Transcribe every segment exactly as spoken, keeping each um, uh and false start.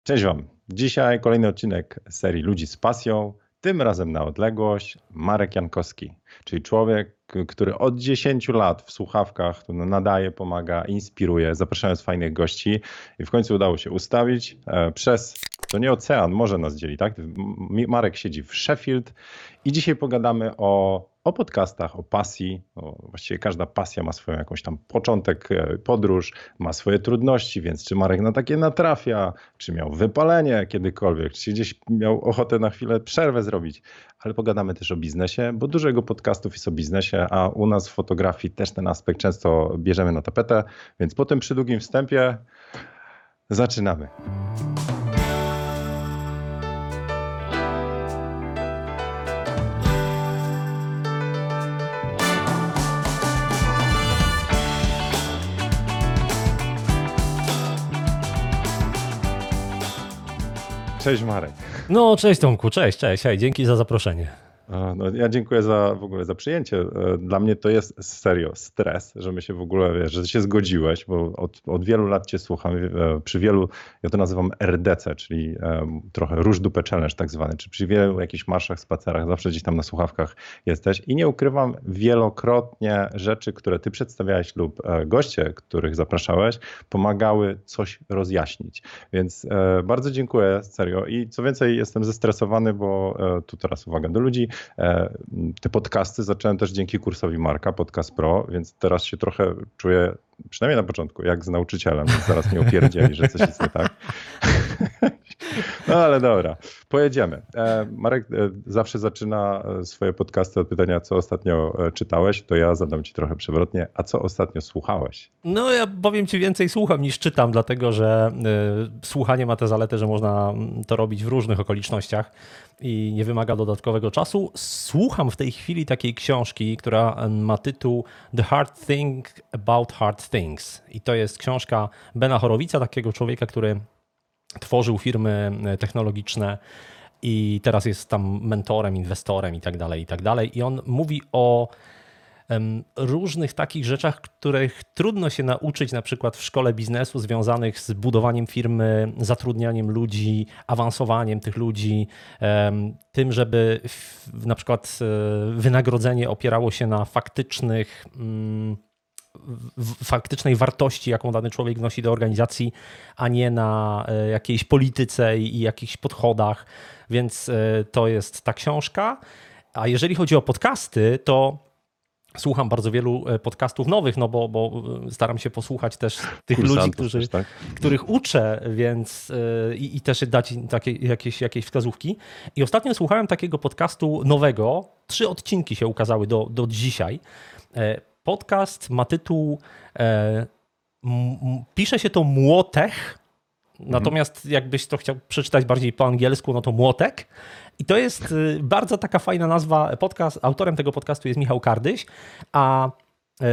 Cześć Wam. Dzisiaj kolejny odcinek serii Ludzi z pasją. Tym razem na odległość Marek Jankowski, czyli człowiek, który od dziesięciu lat w słuchawkach nadaje, pomaga, inspiruje, zapraszając fajnych gości i w końcu udało się ustawić przez, to nie ocean, morze nas dzieli, tak? Marek siedzi w Sheffield i dzisiaj pogadamy o O podcastach, o pasji. O, właściwie każda pasja ma swoją jakąś tam początek, podróż, ma swoje trudności, więc czy Marek na takie natrafia, czy miał wypalenie kiedykolwiek, czy gdzieś miał ochotę na chwilę przerwę zrobić. Ale pogadamy też o biznesie, bo dużo jego podcastów jest o biznesie, a u nas w fotografii też ten aspekt często bierzemy na tapetę, więc po tym przydługim wstępie zaczynamy. Cześć Marek. No cześć Tomku, cześć, cześć, hej, dzięki za zaproszenie. No, ja dziękuję za w ogóle za przyjęcie. Dla mnie to jest serio stres, że my się w ogóle, wiesz, że się zgodziłeś, bo od, od wielu lat cię słucham. Przy wielu, ja to nazywam R D C, czyli um, trochę róż dupę challenge tak zwany, czy przy wielu jakichś marszach, spacerach, zawsze gdzieś tam na słuchawkach jesteś i nie ukrywam, wielokrotnie rzeczy, które ty przedstawiałeś lub e, goście, których zapraszałeś, pomagały coś rozjaśnić. Więc e, bardzo dziękuję, serio. I co więcej, jestem zestresowany, bo e, tu teraz uwaga do ludzi, te podcasty zacząłem też dzięki kursowi Marka, Podcast Pro, więc teraz się trochę czuję, przynajmniej na początku, jak z nauczycielem, więc zaraz mnie opierdzieli, że coś jest nie tak. No ale dobra, pojedziemy. Marek zawsze zaczyna swoje podcasty od pytania, co ostatnio czytałeś, to ja zadam ci trochę przewrotnie, a co ostatnio słuchałeś? No ja powiem ci, więcej słucham niż czytam, dlatego że y, słuchanie ma tę zaletę, że można to robić w różnych okolicznościach i nie wymaga dodatkowego czasu. Słucham w tej chwili takiej książki, która ma tytuł The Hard Thing About Hard Things i to jest książka Bena Horowica, takiego człowieka, który tworzył firmy technologiczne i teraz jest tam mentorem, inwestorem i tak dalej, i tak dalej. I on mówi o um, różnych takich rzeczach, których trudno się nauczyć na przykład w szkole biznesu, związanych z budowaniem firmy, zatrudnianiem ludzi, awansowaniem tych ludzi, um, tym, żeby w, na przykład wynagrodzenie opierało się na faktycznych um, faktycznej wartości, jaką dany człowiek wnosi do organizacji, a nie na jakiejś polityce i jakichś podchodach, więc to jest ta książka. A jeżeli chodzi o podcasty, to słucham bardzo wielu podcastów nowych, no bo, bo staram się posłuchać też tych Kursantów ludzi, którzy, też, tak? których uczę, więc i, i też dać takie, jakieś, jakieś wskazówki. I ostatnio słuchałem takiego podcastu nowego, trzy odcinki się ukazały do, do dzisiaj. Podcast ma tytuł, e, m, pisze się to Młotech, mhm. Natomiast jakbyś to chciał przeczytać bardziej po angielsku, no to Młotek. I to jest bardzo taka fajna nazwa. Podcast, autorem tego podcastu jest Michał Kardyś, a e,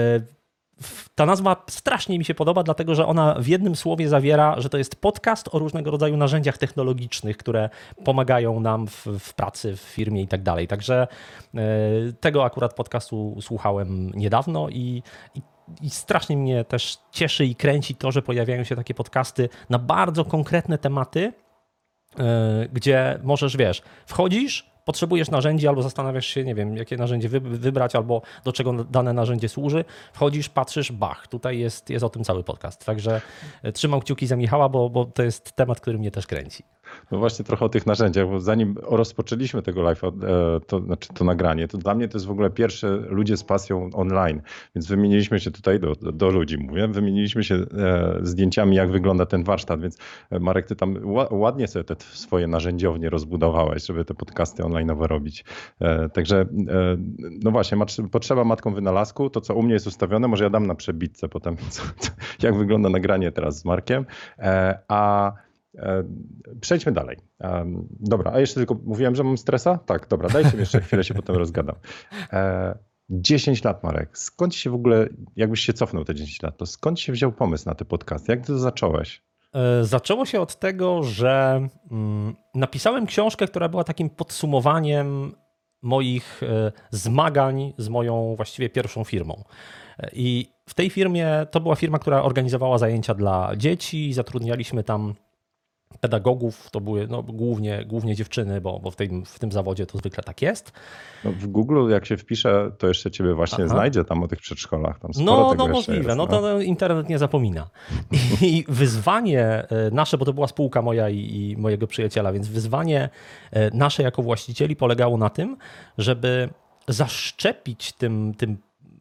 ta nazwa strasznie mi się podoba, dlatego że ona w jednym słowie zawiera, że to jest podcast o różnego rodzaju narzędziach technologicznych, które pomagają nam w, w pracy, w firmie i tak dalej. Także e, tego akurat podcastu słuchałem niedawno i, i, i strasznie mnie też cieszy i kręci to, że pojawiają się takie podcasty na bardzo konkretne tematy, e, gdzie możesz, wiesz, wchodzisz, potrzebujesz narzędzi albo zastanawiasz się, nie wiem, jakie narzędzie wybrać albo do czego dane narzędzie służy. Wchodzisz, patrzysz, bach, tutaj jest, jest o tym cały podcast. Także trzymam kciuki za Michała, bo, bo to jest temat, który mnie też kręci. No właśnie trochę o tych narzędziach, bo zanim rozpoczęliśmy tego live'a, to znaczy to nagranie, to dla mnie to jest w ogóle pierwsze ludzie z pasją online, więc wymieniliśmy się tutaj, do, do ludzi mówię, wymieniliśmy się zdjęciami, jak wygląda ten warsztat, więc Marek, ty tam ładnie sobie te swoje narzędziownie rozbudowałeś, żeby te podcasty online'owe robić. Także no właśnie, potrzeba matką wynalazku, to co u mnie jest ustawione, może ja dam na przebitce potem, co, jak wygląda nagranie teraz z Markiem, a przejdźmy dalej. Dobra, a jeszcze tylko mówiłem, że mam stresa? Tak, dobra, dajcie mi jeszcze chwilę, się potem rozgadam. dziesięć lat, Marek. Skąd się w ogóle, jakbyś się cofnął te dziesięć lat, to skąd się wziął pomysł na te podcasty? Jak ty to zacząłeś? Zaczęło się od tego, że napisałem książkę, która była takim podsumowaniem moich zmagań z moją właściwie pierwszą firmą. I w tej firmie, to była firma, która organizowała zajęcia dla dzieci, zatrudnialiśmy tam pedagogów to były no, głównie, głównie dziewczyny, bo, bo w, tym, w tym zawodzie to zwykle tak jest. No w Google jak się wpisze, to jeszcze ciebie właśnie Aha. znajdzie tam o tych przedszkolach. Tam sporo no, tego no możliwe, jest, no to no, internet nie zapomina. I wyzwanie nasze, bo to była spółka moja i, i mojego przyjaciela, więc wyzwanie nasze jako właścicieli polegało na tym, żeby zaszczepić tym, tym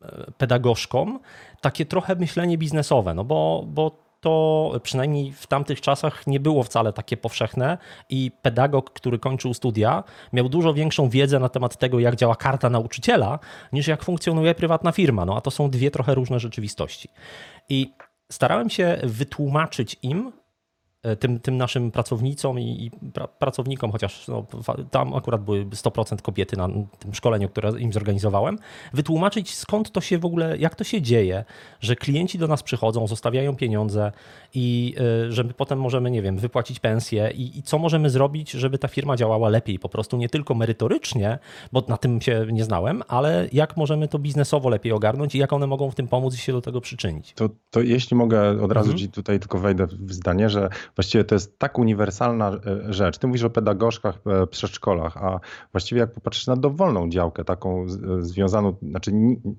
pedagogzkom takie trochę myślenie biznesowe, no bo, bo to przynajmniej w tamtych czasach nie było wcale takie powszechne i pedagog, który kończył studia, miał dużo większą wiedzę na temat tego, jak działa karta nauczyciela, niż jak funkcjonuje prywatna firma. No a to są dwie trochę różne rzeczywistości. I starałem się wytłumaczyć im, tym, tym naszym pracownicom i, i pra, pracownikom, chociaż no, tam akurat były sto procent kobiety na tym szkoleniu, które im zorganizowałem, wytłumaczyć skąd to się w ogóle, jak to się dzieje, że klienci do nas przychodzą, zostawiają pieniądze i y, że my potem możemy, nie wiem, wypłacić pensję i, i co możemy zrobić, żeby ta firma działała lepiej, po prostu nie tylko merytorycznie, bo na tym się nie znałem, ale jak możemy to biznesowo lepiej ogarnąć i jak one mogą w tym pomóc i się do tego przyczynić. To, to jeśli mogę od razu Mhm. ci tutaj tylko wejdę w zdanie, że właściwie to jest tak uniwersalna rzecz. Ty mówisz o pedagogzkach, przedszkolach, a właściwie jak popatrzysz na dowolną działkę, taką związaną, znaczy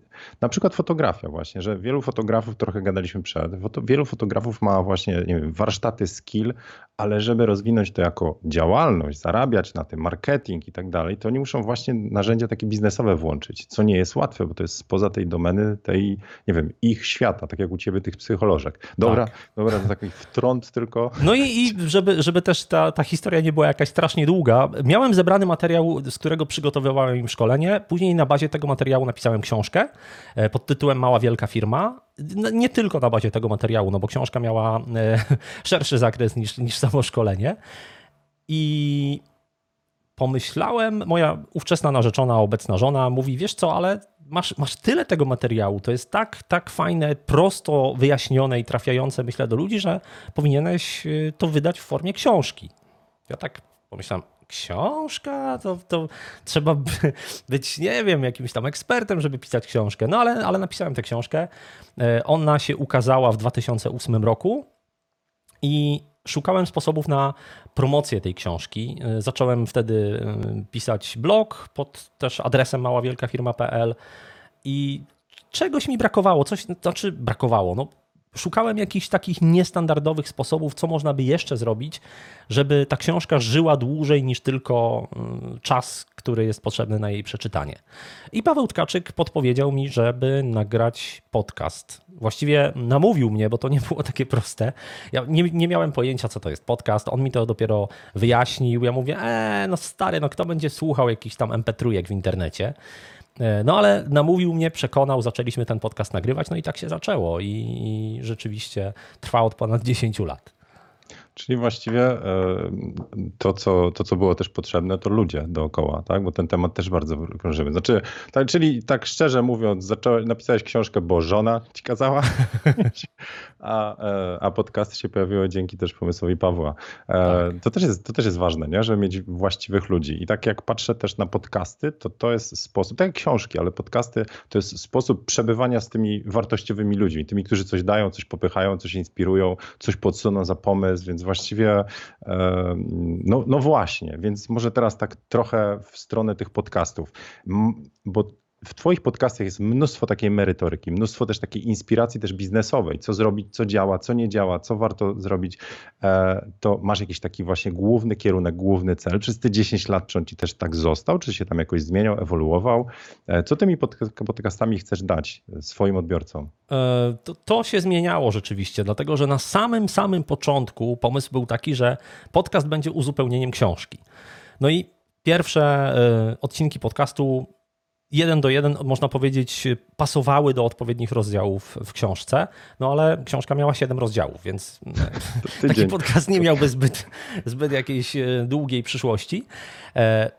na przykład fotografia właśnie, że wielu fotografów, trochę gadaliśmy przed, wielu fotografów ma właśnie, nie wiem, warsztaty skill, ale żeby rozwinąć to jako działalność, zarabiać na tym, marketing i tak dalej, to oni muszą właśnie narzędzia takie biznesowe włączyć, co nie jest łatwe, bo to jest spoza tej domeny, tej, nie wiem, ich świata, tak jak u ciebie tych psycholożek. Dobra, tak. dobra, to taki wtrąd tylko. No i, i żeby, żeby też ta, ta historia nie była jakaś strasznie długa, miałem zebrany materiał, z którego przygotowywałem im szkolenie. Później na bazie tego materiału napisałem książkę pod tytułem Mała Wielka Firma. Nie tylko na bazie tego materiału, no bo książka miała szerszy zakres niż, niż samo szkolenie. I pomyślałem, moja ówczesna narzeczona, obecna żona mówi, wiesz co, ale masz, masz tyle tego materiału, to jest tak, tak fajne, prosto wyjaśnione i trafiające, myślę, do ludzi, że powinieneś to wydać w formie książki. Ja tak pomyślałem, książka? To, to trzeba być, nie wiem, jakimś tam ekspertem, żeby pisać książkę. No ale, ale napisałem tę książkę. Ona się ukazała w dwa tysiące ósmym roku i szukałem sposobów na promocję tej książki. Zacząłem wtedy pisać blog pod też adresem mała wielka firma kropka p l i czegoś mi brakowało, coś, znaczy brakowało, no szukałem jakichś takich niestandardowych sposobów, co można by jeszcze zrobić, żeby ta książka żyła dłużej niż tylko czas, który jest potrzebny na jej przeczytanie. I Paweł Tkaczyk podpowiedział mi, żeby nagrać podcast. Właściwie namówił mnie, bo to nie było takie proste. Ja nie, nie miałem pojęcia, co to jest podcast. On mi to dopiero wyjaśnił. Ja mówię, eee, no stary, no kto będzie słuchał jakichś tam em pe trzy w internecie? No ale namówił mnie, przekonał, zaczęliśmy ten podcast nagrywać, no i tak się zaczęło i, i rzeczywiście trwa od ponad dziesięciu lat. Czyli właściwie to co, to, co było też potrzebne, to ludzie dookoła, tak? Bo ten temat też bardzo krążymy. Znaczy, tak, czyli tak szczerze mówiąc, zacząłeś, napisałeś książkę, bo żona ci kazała, a, a podcasty się pojawiły dzięki też pomysłowi Pawła. Tak. To też jest, to też jest ważne, nie? Żeby mieć właściwych ludzi. I tak jak patrzę też na podcasty, to to jest sposób, tak jak książki, ale podcasty to jest sposób przebywania z tymi wartościowymi ludźmi, tymi, którzy coś dają, coś popychają, coś inspirują, coś podsuną za pomysł, więc właściwie, no, no właśnie, więc może teraz tak trochę w stronę tych podcastów, bo w twoich podcastach jest mnóstwo takiej merytoryki, mnóstwo też takiej inspiracji też biznesowej, co zrobić, co działa, co nie działa, co warto zrobić, to masz jakiś taki właśnie główny kierunek, główny cel. Przez te dziesięć lat, czy on ci też tak został, czy się tam jakoś zmieniał, ewoluował? Co tymi podcastami chcesz dać swoim odbiorcom? To, to się zmieniało rzeczywiście, dlatego że na samym, samym początku pomysł był taki, że podcast będzie uzupełnieniem książki. No i pierwsze odcinki podcastu jeden do jeden, można powiedzieć, pasowały do odpowiednich rozdziałów w książce, no ale książka miała siedem rozdziałów, więc taki podcast nie miałby zbyt, zbyt jakiejś długiej przyszłości.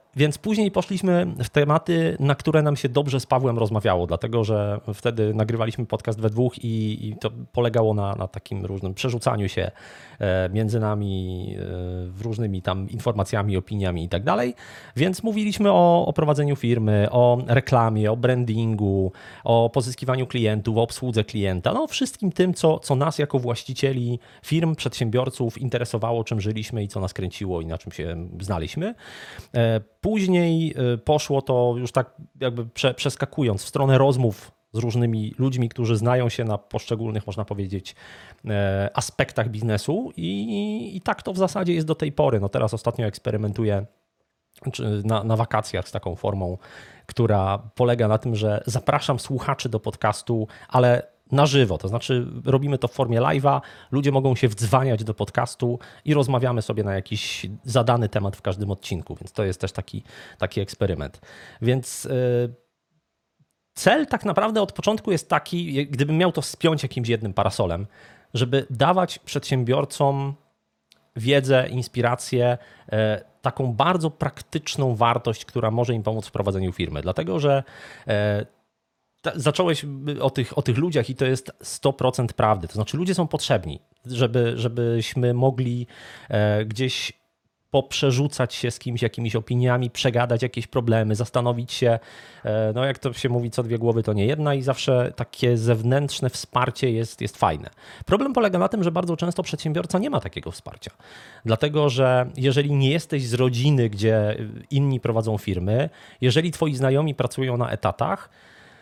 Więc później poszliśmy w tematy, na które nam się dobrze z Pawłem rozmawiało, dlatego że wtedy nagrywaliśmy podcast we dwóch i, i to polegało na, na takim różnym przerzucaniu się między nami różnymi tam informacjami, opiniami i tak dalej. Więc mówiliśmy o, o prowadzeniu firmy, o reklamie, o brandingu, o pozyskiwaniu klientów, o obsłudze klienta, no o wszystkim tym, co, co nas jako właścicieli firm, przedsiębiorców interesowało, czym żyliśmy i co nas kręciło i na czym się znaliśmy. Później poszło to już tak jakby prze, przeskakując w stronę rozmów z różnymi ludźmi, którzy znają się na poszczególnych, można powiedzieć, aspektach biznesu i, i tak to w zasadzie jest do tej pory. No teraz ostatnio eksperymentuję na, na wakacjach z taką formą, która polega na tym, że zapraszam słuchaczy do podcastu, ale na żywo, to znaczy robimy to w formie live'a, ludzie mogą się wdzwaniać do podcastu i rozmawiamy sobie na jakiś zadany temat w każdym odcinku, więc to jest też taki, taki eksperyment. Więc yy, cel tak naprawdę od początku jest taki, gdybym miał to spiąć jakimś jednym parasolem, żeby dawać przedsiębiorcom wiedzę, inspirację, yy, taką bardzo praktyczną wartość, która może im pomóc w prowadzeniu firmy, dlatego że yy, zacząłeś o tych, o tych ludziach i to jest sto procent prawdy. To znaczy ludzie są potrzebni, żeby, żebyśmy mogli gdzieś poprzerzucać się z kimś jakimiś opiniami, przegadać jakieś problemy, zastanowić się, no jak to się mówi, co dwie głowy to nie jedna i zawsze takie zewnętrzne wsparcie jest, jest fajne. Problem polega na tym, że bardzo często przedsiębiorca nie ma takiego wsparcia. Dlatego, że jeżeli nie jesteś z rodziny, gdzie inni prowadzą firmy, jeżeli twoi znajomi pracują na etatach,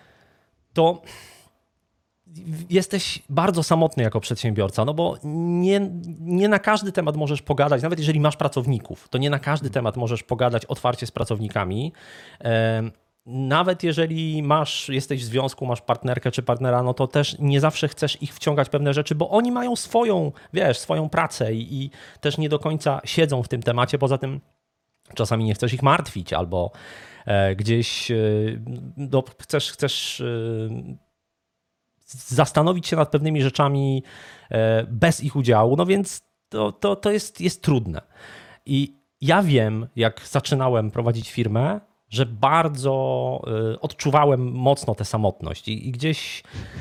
to jesteś bardzo samotny jako przedsiębiorca, no bo nie, nie na każdy temat możesz pogadać, nawet jeżeli masz pracowników, to nie na każdy temat możesz pogadać otwarcie z pracownikami. Nawet jeżeli masz, jesteś w związku, masz partnerkę czy partnera, no to też nie zawsze chcesz ich wciągać w pewne rzeczy, bo oni mają swoją, wiesz, swoją pracę i, i też nie do końca siedzą w tym temacie. Poza tym czasami nie chcesz ich martwić albo gdzieś no, chcesz, chcesz zastanowić się nad pewnymi rzeczami bez ich udziału, no więc to, to, to jest, jest trudne. I ja wiem, jak zaczynałem prowadzić firmę, że bardzo odczuwałem mocno tę samotność i, i gdzieś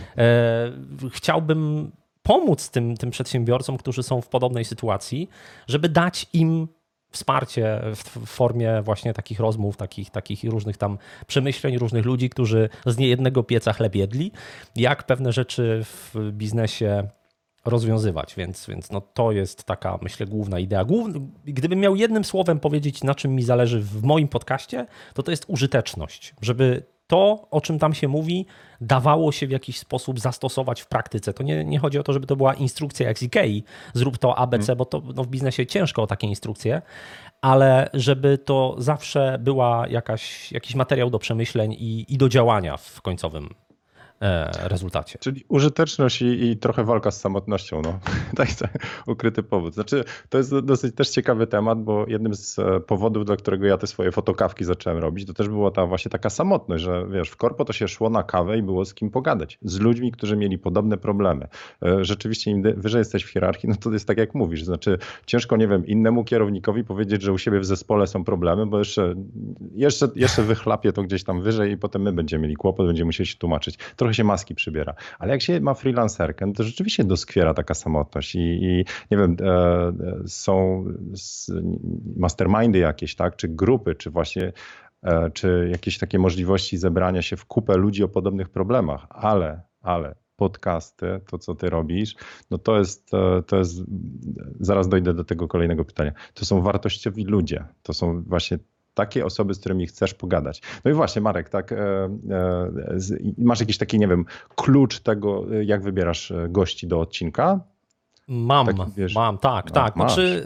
chciałbym pomóc tym, tym przedsiębiorcom, którzy są w podobnej sytuacji, żeby dać im wsparcie w formie właśnie takich rozmów, takich, takich różnych tam przemyśleń, różnych ludzi, którzy z niejednego pieca chleb jedli, jak pewne rzeczy w biznesie rozwiązywać, więc, więc no to jest taka, myślę, główna idea. Główny, gdybym miał jednym słowem powiedzieć, na czym mi zależy w moim podcaście, to to jest użyteczność, żeby to, o czym tam się mówi, dawało się w jakiś sposób zastosować w praktyce. To nie, nie chodzi o to, żeby to była instrukcja jak z Ikei, zrób to A B C, bo to no, w biznesie ciężko o takie instrukcje, ale żeby to zawsze była jakaś, jakiś materiał do przemyśleń i, i do działania w końcowym rezultacie. Czyli użyteczność i, i trochę walka z samotnością, no. Tak, tak, ukryty powód. Znaczy, to jest dosyć też ciekawy temat, bo jednym z powodów, dla którego ja te swoje fotokawki zacząłem robić, to też była ta właśnie taka samotność, że wiesz, w korpo to się szło na kawę i było z kim pogadać. Z ludźmi, którzy mieli podobne problemy. Rzeczywiście im wyżej jesteś w hierarchii, no to jest tak jak mówisz. Znaczy, ciężko, nie wiem, innemu kierownikowi powiedzieć, że u siebie w zespole są problemy, bo jeszcze, jeszcze, jeszcze wychlapie to gdzieś tam wyżej i potem my będziemy mieli kłopot, będziemy musieli się tłumaczyć. Trochę się maski przybiera. Ale jak się ma freelancerkę, no to rzeczywiście doskwiera taka samotność i, i nie wiem, e, są mastermindy jakieś, tak, czy grupy, czy właśnie e, czy jakieś takie możliwości zebrania się w kupę ludzi o podobnych problemach, ale, ale podcasty, to co ty robisz, no to jest, to jest, zaraz dojdę do tego kolejnego pytania, to są wartościowi ludzie, to są właśnie takie osoby, z którymi chcesz pogadać. No i właśnie, Marek, tak, e, e, z, masz jakiś taki, nie wiem, klucz tego, jak wybierasz gości do odcinka? Mam, tak, wiesz, mam, tak, tak. Znaczy,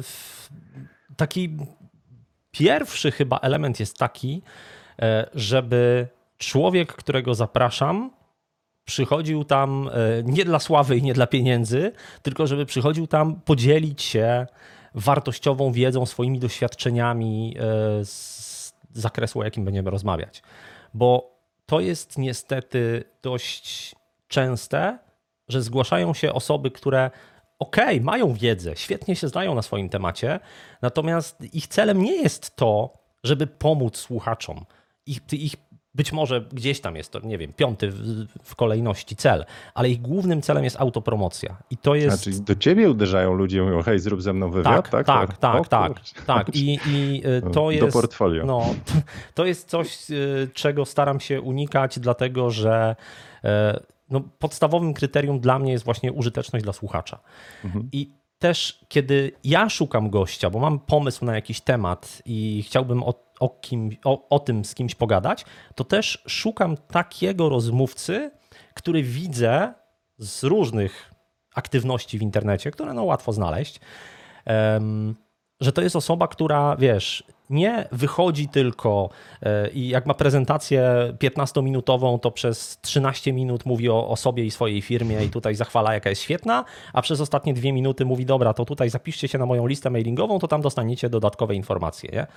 y, taki pierwszy chyba element jest taki, żeby człowiek, którego zapraszam, przychodził tam nie dla sławy i nie dla pieniędzy, tylko żeby przychodził tam podzielić się wartościową wiedzą, swoimi doświadczeniami z zakresu, o jakim będziemy rozmawiać. Bo to jest niestety dość częste, że zgłaszają się osoby, które okej, okay, mają wiedzę, świetnie się znają na swoim temacie, natomiast ich celem nie jest to, żeby pomóc słuchaczom. Ich, ich być może gdzieś tam jest to, nie wiem, piąty w, w kolejności cel, ale ich głównym celem jest autopromocja. I to jest... Znaczy do ciebie uderzają ludzie i mówią, hej, zrób ze mną wywiad, tak? tak? Tak, tak, o, tak, tak. I, i to jest... Do portfolio. No, to jest coś, czego staram się unikać, dlatego że no, podstawowym kryterium dla mnie jest właśnie użyteczność dla słuchacza. Mhm. I też kiedy ja szukam gościa, bo mam pomysł na jakiś temat i chciałbym o, o, kim, o, o tym z kimś pogadać, to też szukam takiego rozmówcy, który widzę z różnych aktywności w internecie, które no łatwo znaleźć, um, że to jest osoba, która, wiesz, nie wychodzi tylko i jak ma prezentację piętnastominutową, to przez trzynaście minut mówi o, o sobie i swojej firmie i tutaj zachwala, jaka jest świetna, a przez ostatnie dwie minuty mówi, dobra, to tutaj zapiszcie się na moją listę mailingową, to tam dostaniecie dodatkowe informacje. Nie?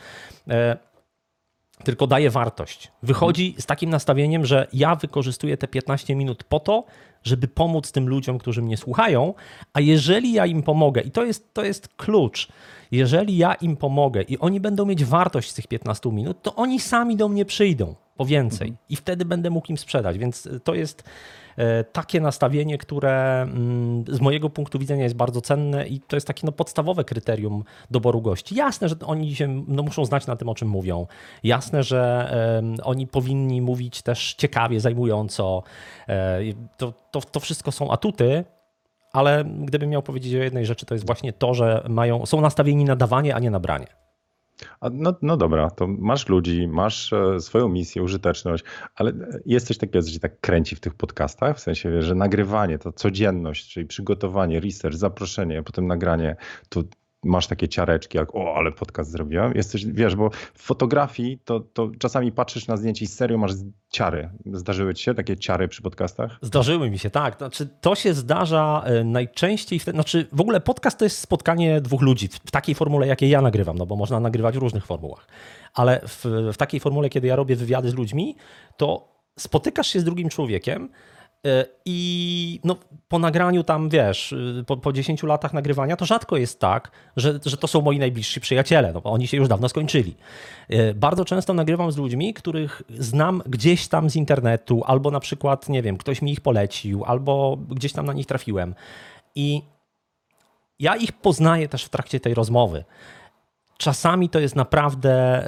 Tylko daje wartość. Wychodzi z takim nastawieniem, że ja wykorzystuję te piętnaście minut po to, żeby pomóc tym ludziom, którzy mnie słuchają, a jeżeli ja im pomogę, i to jest, to jest klucz, jeżeli ja im pomogę i oni będą mieć wartość z tych piętnastu minut, to oni sami do mnie przyjdą po więcej mhm. i wtedy będę mógł im sprzedać. Więc to jest takie nastawienie, które z mojego punktu widzenia jest bardzo cenne i to jest takie no, podstawowe kryterium doboru gości. Jasne, że oni się no, muszą znać na tym, o czym mówią. Jasne, że um, oni powinni mówić też ciekawie, zajmująco. To, to, to wszystko są atuty, ale gdybym miał powiedzieć o jednej rzeczy, to jest właśnie to, że mają, są nastawieni na dawanie, a nie na branie. A no, no dobra, to masz ludzi, masz swoją misję, użyteczność, ale jest coś takiego, co się tak kręci w tych podcastach, w sensie, że nagrywanie, to codzienność, czyli przygotowanie, research, zaproszenie, a potem nagranie, to masz takie ciareczki, jak o, ale podcast zrobiłem. Jesteś, wiesz, bo w fotografii to, to czasami patrzysz na zdjęcie i serio masz ciary. Zdarzyły ci się takie ciary przy podcastach? Zdarzyły mi się, tak. Znaczy, to się zdarza najczęściej, wtedy, znaczy w ogóle podcast to jest spotkanie dwóch ludzi w takiej formule, jakiej ja nagrywam, no bo można nagrywać w różnych formułach. Ale w, w takiej formule, kiedy ja robię wywiady z ludźmi, to spotykasz się z drugim człowiekiem, i no, po nagraniu tam, wiesz, po, po dziesięciu latach nagrywania, to rzadko jest tak, że, że to są moi najbliżsi przyjaciele, no bo oni się już dawno skończyli. Bardzo często nagrywam z ludźmi, których znam gdzieś tam z internetu, albo na przykład, nie wiem, ktoś mi ich polecił, albo gdzieś tam na nich trafiłem. I ja ich poznaję też w trakcie tej rozmowy. Czasami to jest naprawdę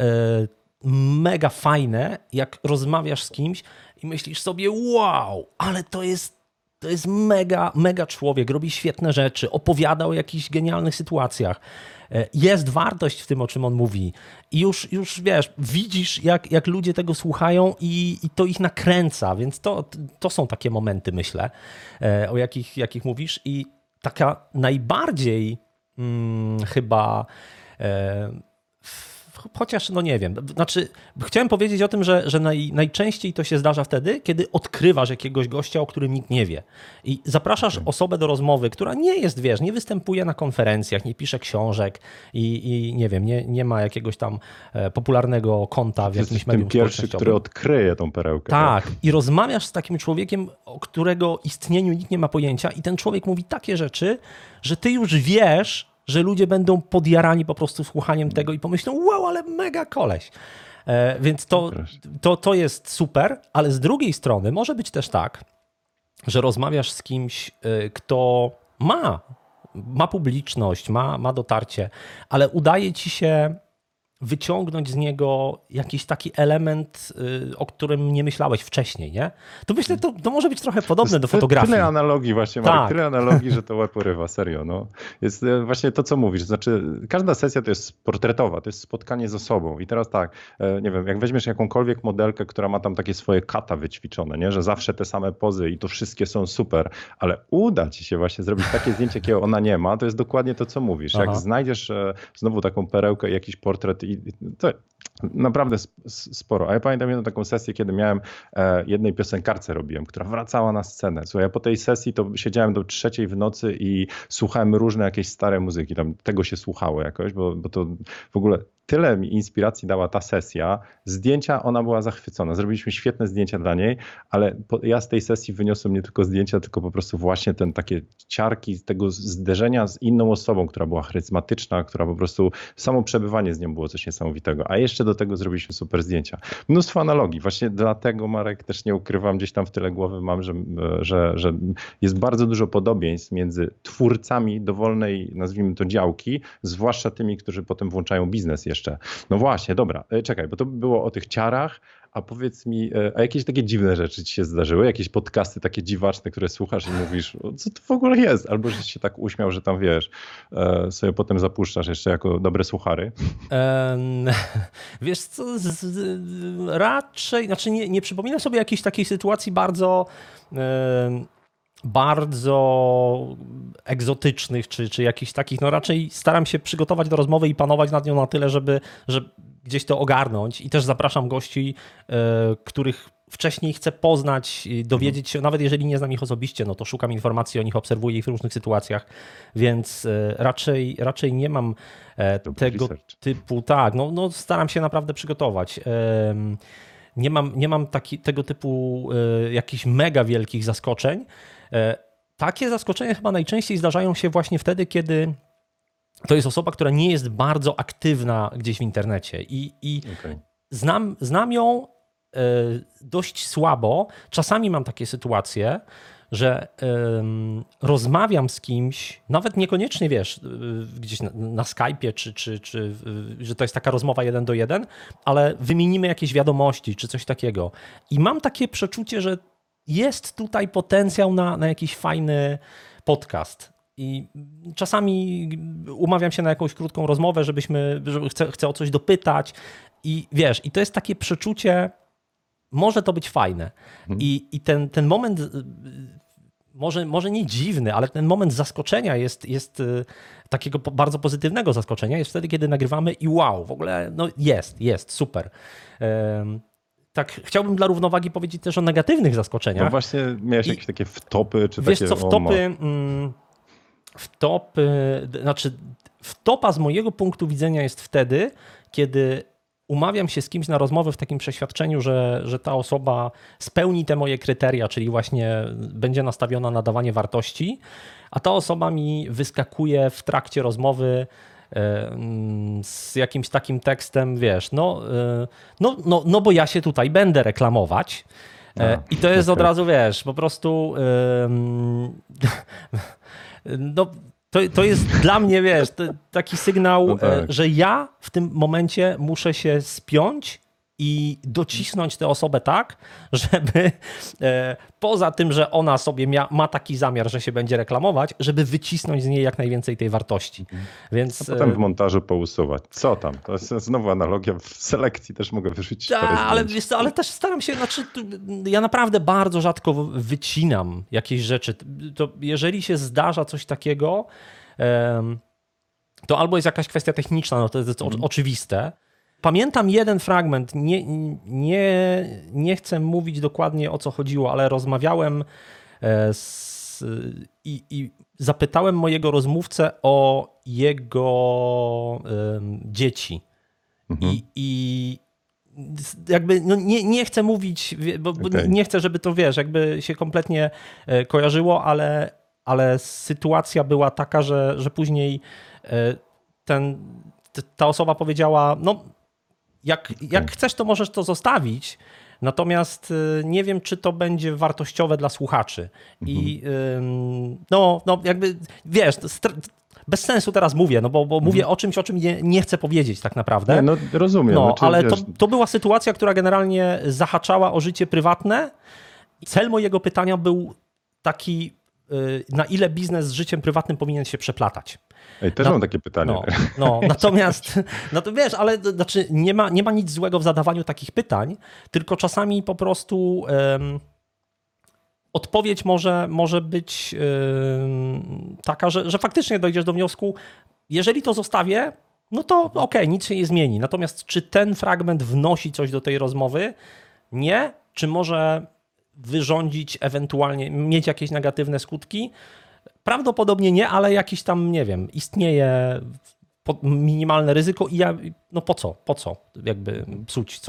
mega fajne, jak rozmawiasz z kimś i myślisz sobie, wow, ale to jest, to jest mega, mega człowiek, robi świetne rzeczy, opowiada o jakichś genialnych sytuacjach. Jest wartość w tym, o czym on mówi. I już, już wiesz, widzisz, jak, jak ludzie tego słuchają i, i to ich nakręca, więc to, to są takie momenty, myślę, o jakich, jakich mówisz. I taka najbardziej hmm, chyba... E, Chociaż, no nie wiem, znaczy chciałem powiedzieć o tym, że, że naj, najczęściej to się zdarza wtedy, kiedy odkrywasz jakiegoś gościa, o którym nikt nie wie. I zapraszasz osobę do rozmowy, która nie jest, wiesz, nie występuje na konferencjach, nie pisze książek i, i nie wiem, nie, nie ma jakiegoś tam popularnego konta w jakimś medium społecznościowym. Pierwszy, który odkryje tą perełkę. Tak, tak, i rozmawiasz z takim człowiekiem, o którego istnieniu nikt nie ma pojęcia i ten człowiek mówi takie rzeczy, że ty już wiesz, że ludzie będą podjarani po prostu słuchaniem tego i pomyślą, wow, ale mega koleś. E, więc to, to, to jest super, ale z drugiej strony może być też tak, że rozmawiasz z kimś, y, kto ma, ma publiczność, ma, ma dotarcie, ale udaje ci się wyciągnąć z niego jakiś taki element, y, o którym nie myślałeś wcześniej, nie? To myślę, to, to może być trochę podobne do fotografii. Tyle analogii właśnie, Marek, tak. tyle analogii, że to łeb urywa, serio. No. Jest właśnie to, co mówisz, znaczy każda sesja to jest portretowa, to jest spotkanie z osobą i teraz tak, nie wiem, jak weźmiesz jakąkolwiek modelkę, która ma tam takie swoje kata wyćwiczone, nie? Że zawsze te same pozy i to wszystkie są super, ale uda ci się właśnie zrobić takie zdjęcie, jakiego ona nie ma, to jest dokładnie to, co mówisz. Aha. Jak znajdziesz znowu taką perełkę, jakiś portret i to naprawdę sporo. A ja pamiętam jedną taką sesję, kiedy miałem jednej piosenkarce robiłem, która wracała na scenę. Słuchaj, ja po tej sesji to siedziałem do trzeciej w nocy i słuchałem różne jakieś stare muzyki. Tam tego się słuchało jakoś, bo, bo to w ogóle tyle mi inspiracji dała ta sesja. Zdjęcia, ona była zachwycona. Zrobiliśmy świetne zdjęcia dla niej, ale po, ja z tej sesji wyniosłem nie tylko zdjęcia, tylko po prostu właśnie ten takie ciarki tego zderzenia z inną osobą, która była charyzmatyczna, która po prostu samo przebywanie z nią było coś coś niesamowitego. A jeszcze do tego zrobiliśmy super zdjęcia. Mnóstwo analogii. Właśnie dlatego, Marek, też nie ukrywam, gdzieś tam w tyle głowy mam, że, że, że jest bardzo dużo podobieństw między twórcami dowolnej, nazwijmy to, działki, zwłaszcza tymi, którzy potem włączają biznes jeszcze. No właśnie, dobra, czekaj, bo to było o tych ciarach, a powiedz mi, a jakieś takie dziwne rzeczy ci się zdarzyły? Jakieś podcasty takie dziwaczne, które słuchasz i mówisz, co to w ogóle jest? Albo że się tak uśmiał, że tam wiesz, sobie potem zapuszczasz jeszcze jako dobre suchary? Um, wiesz co, z, z, raczej, znaczy nie, nie przypominam sobie jakiejś takiej sytuacji bardzo... Um, bardzo egzotycznych, czy, czy jakichś takich, no raczej staram się przygotować do rozmowy i panować nad nią na tyle, żeby, żeby gdzieś to ogarnąć i też zapraszam gości, y, których wcześniej chcę poznać, dowiedzieć się, nawet jeżeli nie znam ich osobiście, no to szukam informacji o nich, obserwuję ich w różnych sytuacjach, więc y, raczej, raczej nie mam e, tego research. typu, tak, no, no staram się naprawdę przygotować. Y, nie mam, nie mam taki, tego typu y, jakichś mega wielkich zaskoczeń. Takie zaskoczenia chyba najczęściej zdarzają się właśnie wtedy, kiedy to jest osoba, która nie jest bardzo aktywna gdzieś w internecie i, i okay. znam, znam ją dość słabo. Czasami mam takie sytuacje, że um, rozmawiam z kimś, nawet niekoniecznie wiesz, gdzieś na, na Skype'ie, czy, czy, czy że to jest taka rozmowa jeden do jeden, ale wymienimy jakieś wiadomości, czy coś takiego. I mam takie przeczucie, że jest tutaj potencjał na, na jakiś fajny podcast. I czasami umawiam się na jakąś krótką rozmowę, żebyśmy, żeby chcę, chcę o coś dopytać. I wiesz, i to jest takie przeczucie, może to być fajne. Hmm. I, i ten, ten moment, może, może nie dziwny, ale ten moment zaskoczenia jest, jest takiego bardzo pozytywnego zaskoczenia, jest wtedy, kiedy nagrywamy i wow, w ogóle no jest, jest, super. Um, Tak, chciałbym dla równowagi powiedzieć też o negatywnych zaskoczeniach. No właśnie miałeś I, jakieś takie wtopy, czy wiesz takie... Wiesz co, wtopy, mm, wtopy, znaczy wtopa z mojego punktu widzenia jest wtedy, kiedy umawiam się z kimś na rozmowę w takim przeświadczeniu, że, że ta osoba spełni te moje kryteria, czyli właśnie będzie nastawiona na dawanie wartości, a ta osoba mi wyskakuje w trakcie rozmowy z jakimś takim tekstem, wiesz, no, no, no, no bo ja się tutaj będę reklamować. No, i to jest okay. od razu, wiesz, po prostu no, to, to jest dla mnie, wiesz, taki sygnał, no tak. że ja w tym momencie muszę się spiąć i docisnąć tę osobę tak, żeby e, poza tym, że ona sobie mia, ma taki zamiar, że się będzie reklamować, żeby wycisnąć z niej jak najwięcej tej wartości. Więc, a potem w montażu pousuwać. Co tam? To jest znowu analogia. W selekcji też mogę wyrzucić. Ta, ale, wiesz co, ale też staram się, znaczy ja naprawdę bardzo rzadko wycinam jakieś rzeczy. To jeżeli się zdarza coś takiego, um, to albo jest jakaś kwestia techniczna, no to jest mm. oczywiste. Pamiętam jeden fragment, nie, nie, nie chcę mówić dokładnie o co chodziło, ale rozmawiałem z, i, i zapytałem mojego rozmówcę o jego um, dzieci. Mhm. I, i jakby no nie, nie chcę mówić, bo, bo okay. nie chcę, żeby to wiesz, jakby się kompletnie kojarzyło, ale, ale sytuacja była taka, że, że później ten, ta osoba powiedziała, no Jak, jak chcesz, to możesz to zostawić, natomiast nie wiem, czy to będzie wartościowe dla słuchaczy. I no, no jakby, wiesz, bez sensu teraz mówię, no bo, bo mówię o czymś, o czym nie, nie chcę powiedzieć tak naprawdę. Nie, no rozumiem. No, znaczy, ale wiesz... to, to była sytuacja, która generalnie zahaczała o życie prywatne. Cel mojego pytania był taki, na ile biznes z życiem prywatnym powinien się przeplatać. Ej, też Na, mam takie pytanie. No, no natomiast, no to wiesz, ale znaczy nie ma, nie ma nic złego w zadawaniu takich pytań, tylko czasami po prostu um, odpowiedź może, może być um, taka, że, że faktycznie dojdziesz do wniosku, jeżeli to zostawię, no to okej, okay, nic się nie zmieni. Natomiast czy ten fragment wnosi coś do tej rozmowy? Nie. Czy może wyrządzić ewentualnie, mieć jakieś negatywne skutki? Prawdopodobnie nie, ale jakiś tam, nie wiem, istnieje minimalne ryzyko i ja, no po co, po co jakby psuć coś.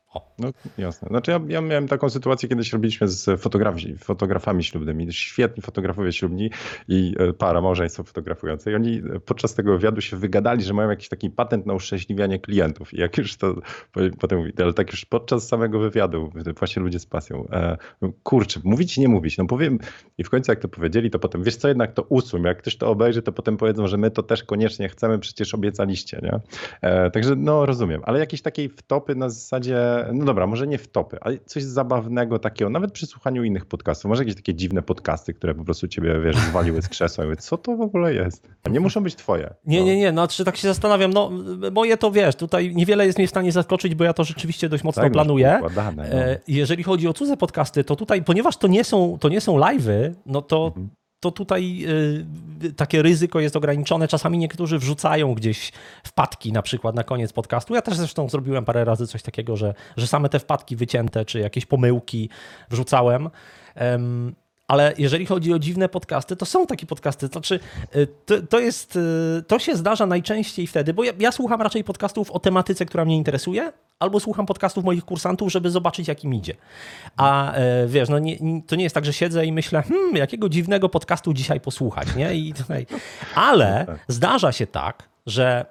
O. No jasne. Znaczy ja, ja miałem taką sytuację, kiedyś robiliśmy z fotografi, fotografami ślubnymi, świetni fotografowie ślubni i para, małżeństwo fotografujące i oni podczas tego wywiadu się wygadali, że mają jakiś taki patent na uszczęśliwianie klientów i jak już to potem mówi, ale tak już podczas samego wywiadu, właśnie ludzie z pasją, e, kurczę, mówić, nie mówić, no powiem i w końcu jak to powiedzieli, to potem wiesz co, jednak to usuń, jak ktoś to obejrzy, to potem powiedzą, że my to też koniecznie chcemy, przecież obiecaliście, nie? E, także no rozumiem, ale jakieś takiej wtopy na zasadzie, no dobra, może nie wtopy, ale coś zabawnego takiego, nawet przy słuchaniu innych podcastów, może jakieś takie dziwne podcasty, które po prostu ciebie, wiesz, zwaliły z krzesła i mówię, co to w ogóle jest? A nie muszą być twoje. Nie, no. nie, nie, no czy tak się zastanawiam, no moje to wiesz, tutaj niewiele jest mnie w stanie zaskoczyć, bo ja to rzeczywiście dość mocno Tak, masz planuję. poukładane, no. E, Jeżeli chodzi o cudze podcasty, to tutaj, ponieważ to nie są, to nie są live'y, no to Mhm. to tutaj y, takie ryzyko jest ograniczone. Czasami niektórzy wrzucają gdzieś wpadki na przykład na koniec podcastu. Ja też zresztą zrobiłem parę razy coś takiego, że, że same te wpadki wycięte czy jakieś pomyłki wrzucałem. Um, ale jeżeli chodzi o dziwne podcasty, to są takie podcasty. Znaczy, to, to, jest, to się zdarza najczęściej wtedy, bo ja, ja słucham raczej podcastów o tematyce, która mnie interesuje, albo słucham podcastów moich kursantów, żeby zobaczyć, jak im idzie. A wiesz, no nie, to nie jest tak, że siedzę i myślę, hmm, jakiego dziwnego podcastu dzisiaj posłuchać, nie? I tutaj... Ale zdarza się tak, że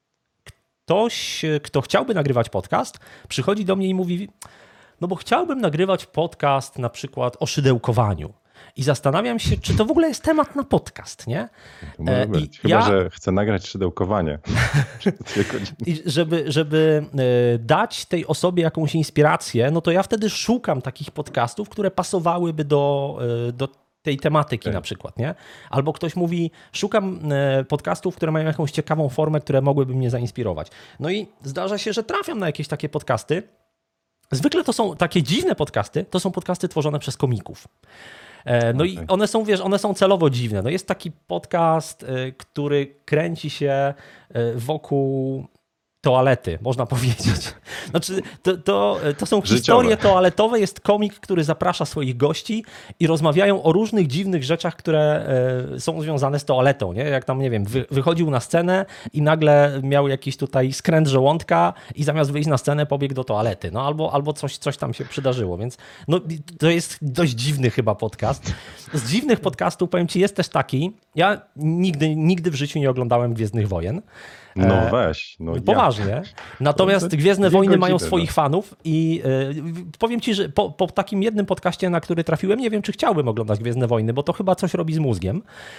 ktoś, kto chciałby nagrywać podcast, przychodzi do mnie i mówi, no bo chciałbym nagrywać podcast na przykład o szydełkowaniu. I zastanawiam się, czy to w ogóle jest temat na podcast, nie? To może być. I Chyba, ja... że chcę nagrać szydełkowanie. I żeby, żeby dać tej osobie jakąś inspirację, no to ja wtedy szukam takich podcastów, które pasowałyby do, do tej tematyki na przykład, nie? Albo ktoś mówi, szukam podcastów, które mają jakąś ciekawą formę, które mogłyby mnie zainspirować. No i zdarza się, że trafiam na jakieś takie podcasty. Zwykle to są takie dziwne podcasty, to są podcasty tworzone przez komików. No okay. I one są, wiesz, one są celowo dziwne. No jest taki podcast, który kręci się wokół toalety, można powiedzieć. Znaczy, to, to, to są Życiowe. Historie toaletowe. Jest komik, który zaprasza swoich gości i rozmawiają o różnych dziwnych rzeczach, które są związane z toaletą. Nie? Jak tam, nie wiem, wy, wychodził na scenę i nagle miał jakiś tutaj skręt żołądka i zamiast wyjść na scenę pobiegł do toalety. No albo, albo coś, coś tam się przydarzyło. Więc no, to jest dość dziwny chyba podcast. Z dziwnych podcastów, powiem ci, jest też taki. Ja nigdy, nigdy w życiu nie oglądałem Gwiezdnych Wojen. No weź. No Poważnie. Ja. Natomiast to Gwiezdne Wojny godziny, mają swoich no. fanów i y, powiem ci, że po, po takim jednym podcaście, na który trafiłem, nie wiem, czy chciałbym oglądać Gwiezdne Wojny, bo to chyba coś robi z mózgiem.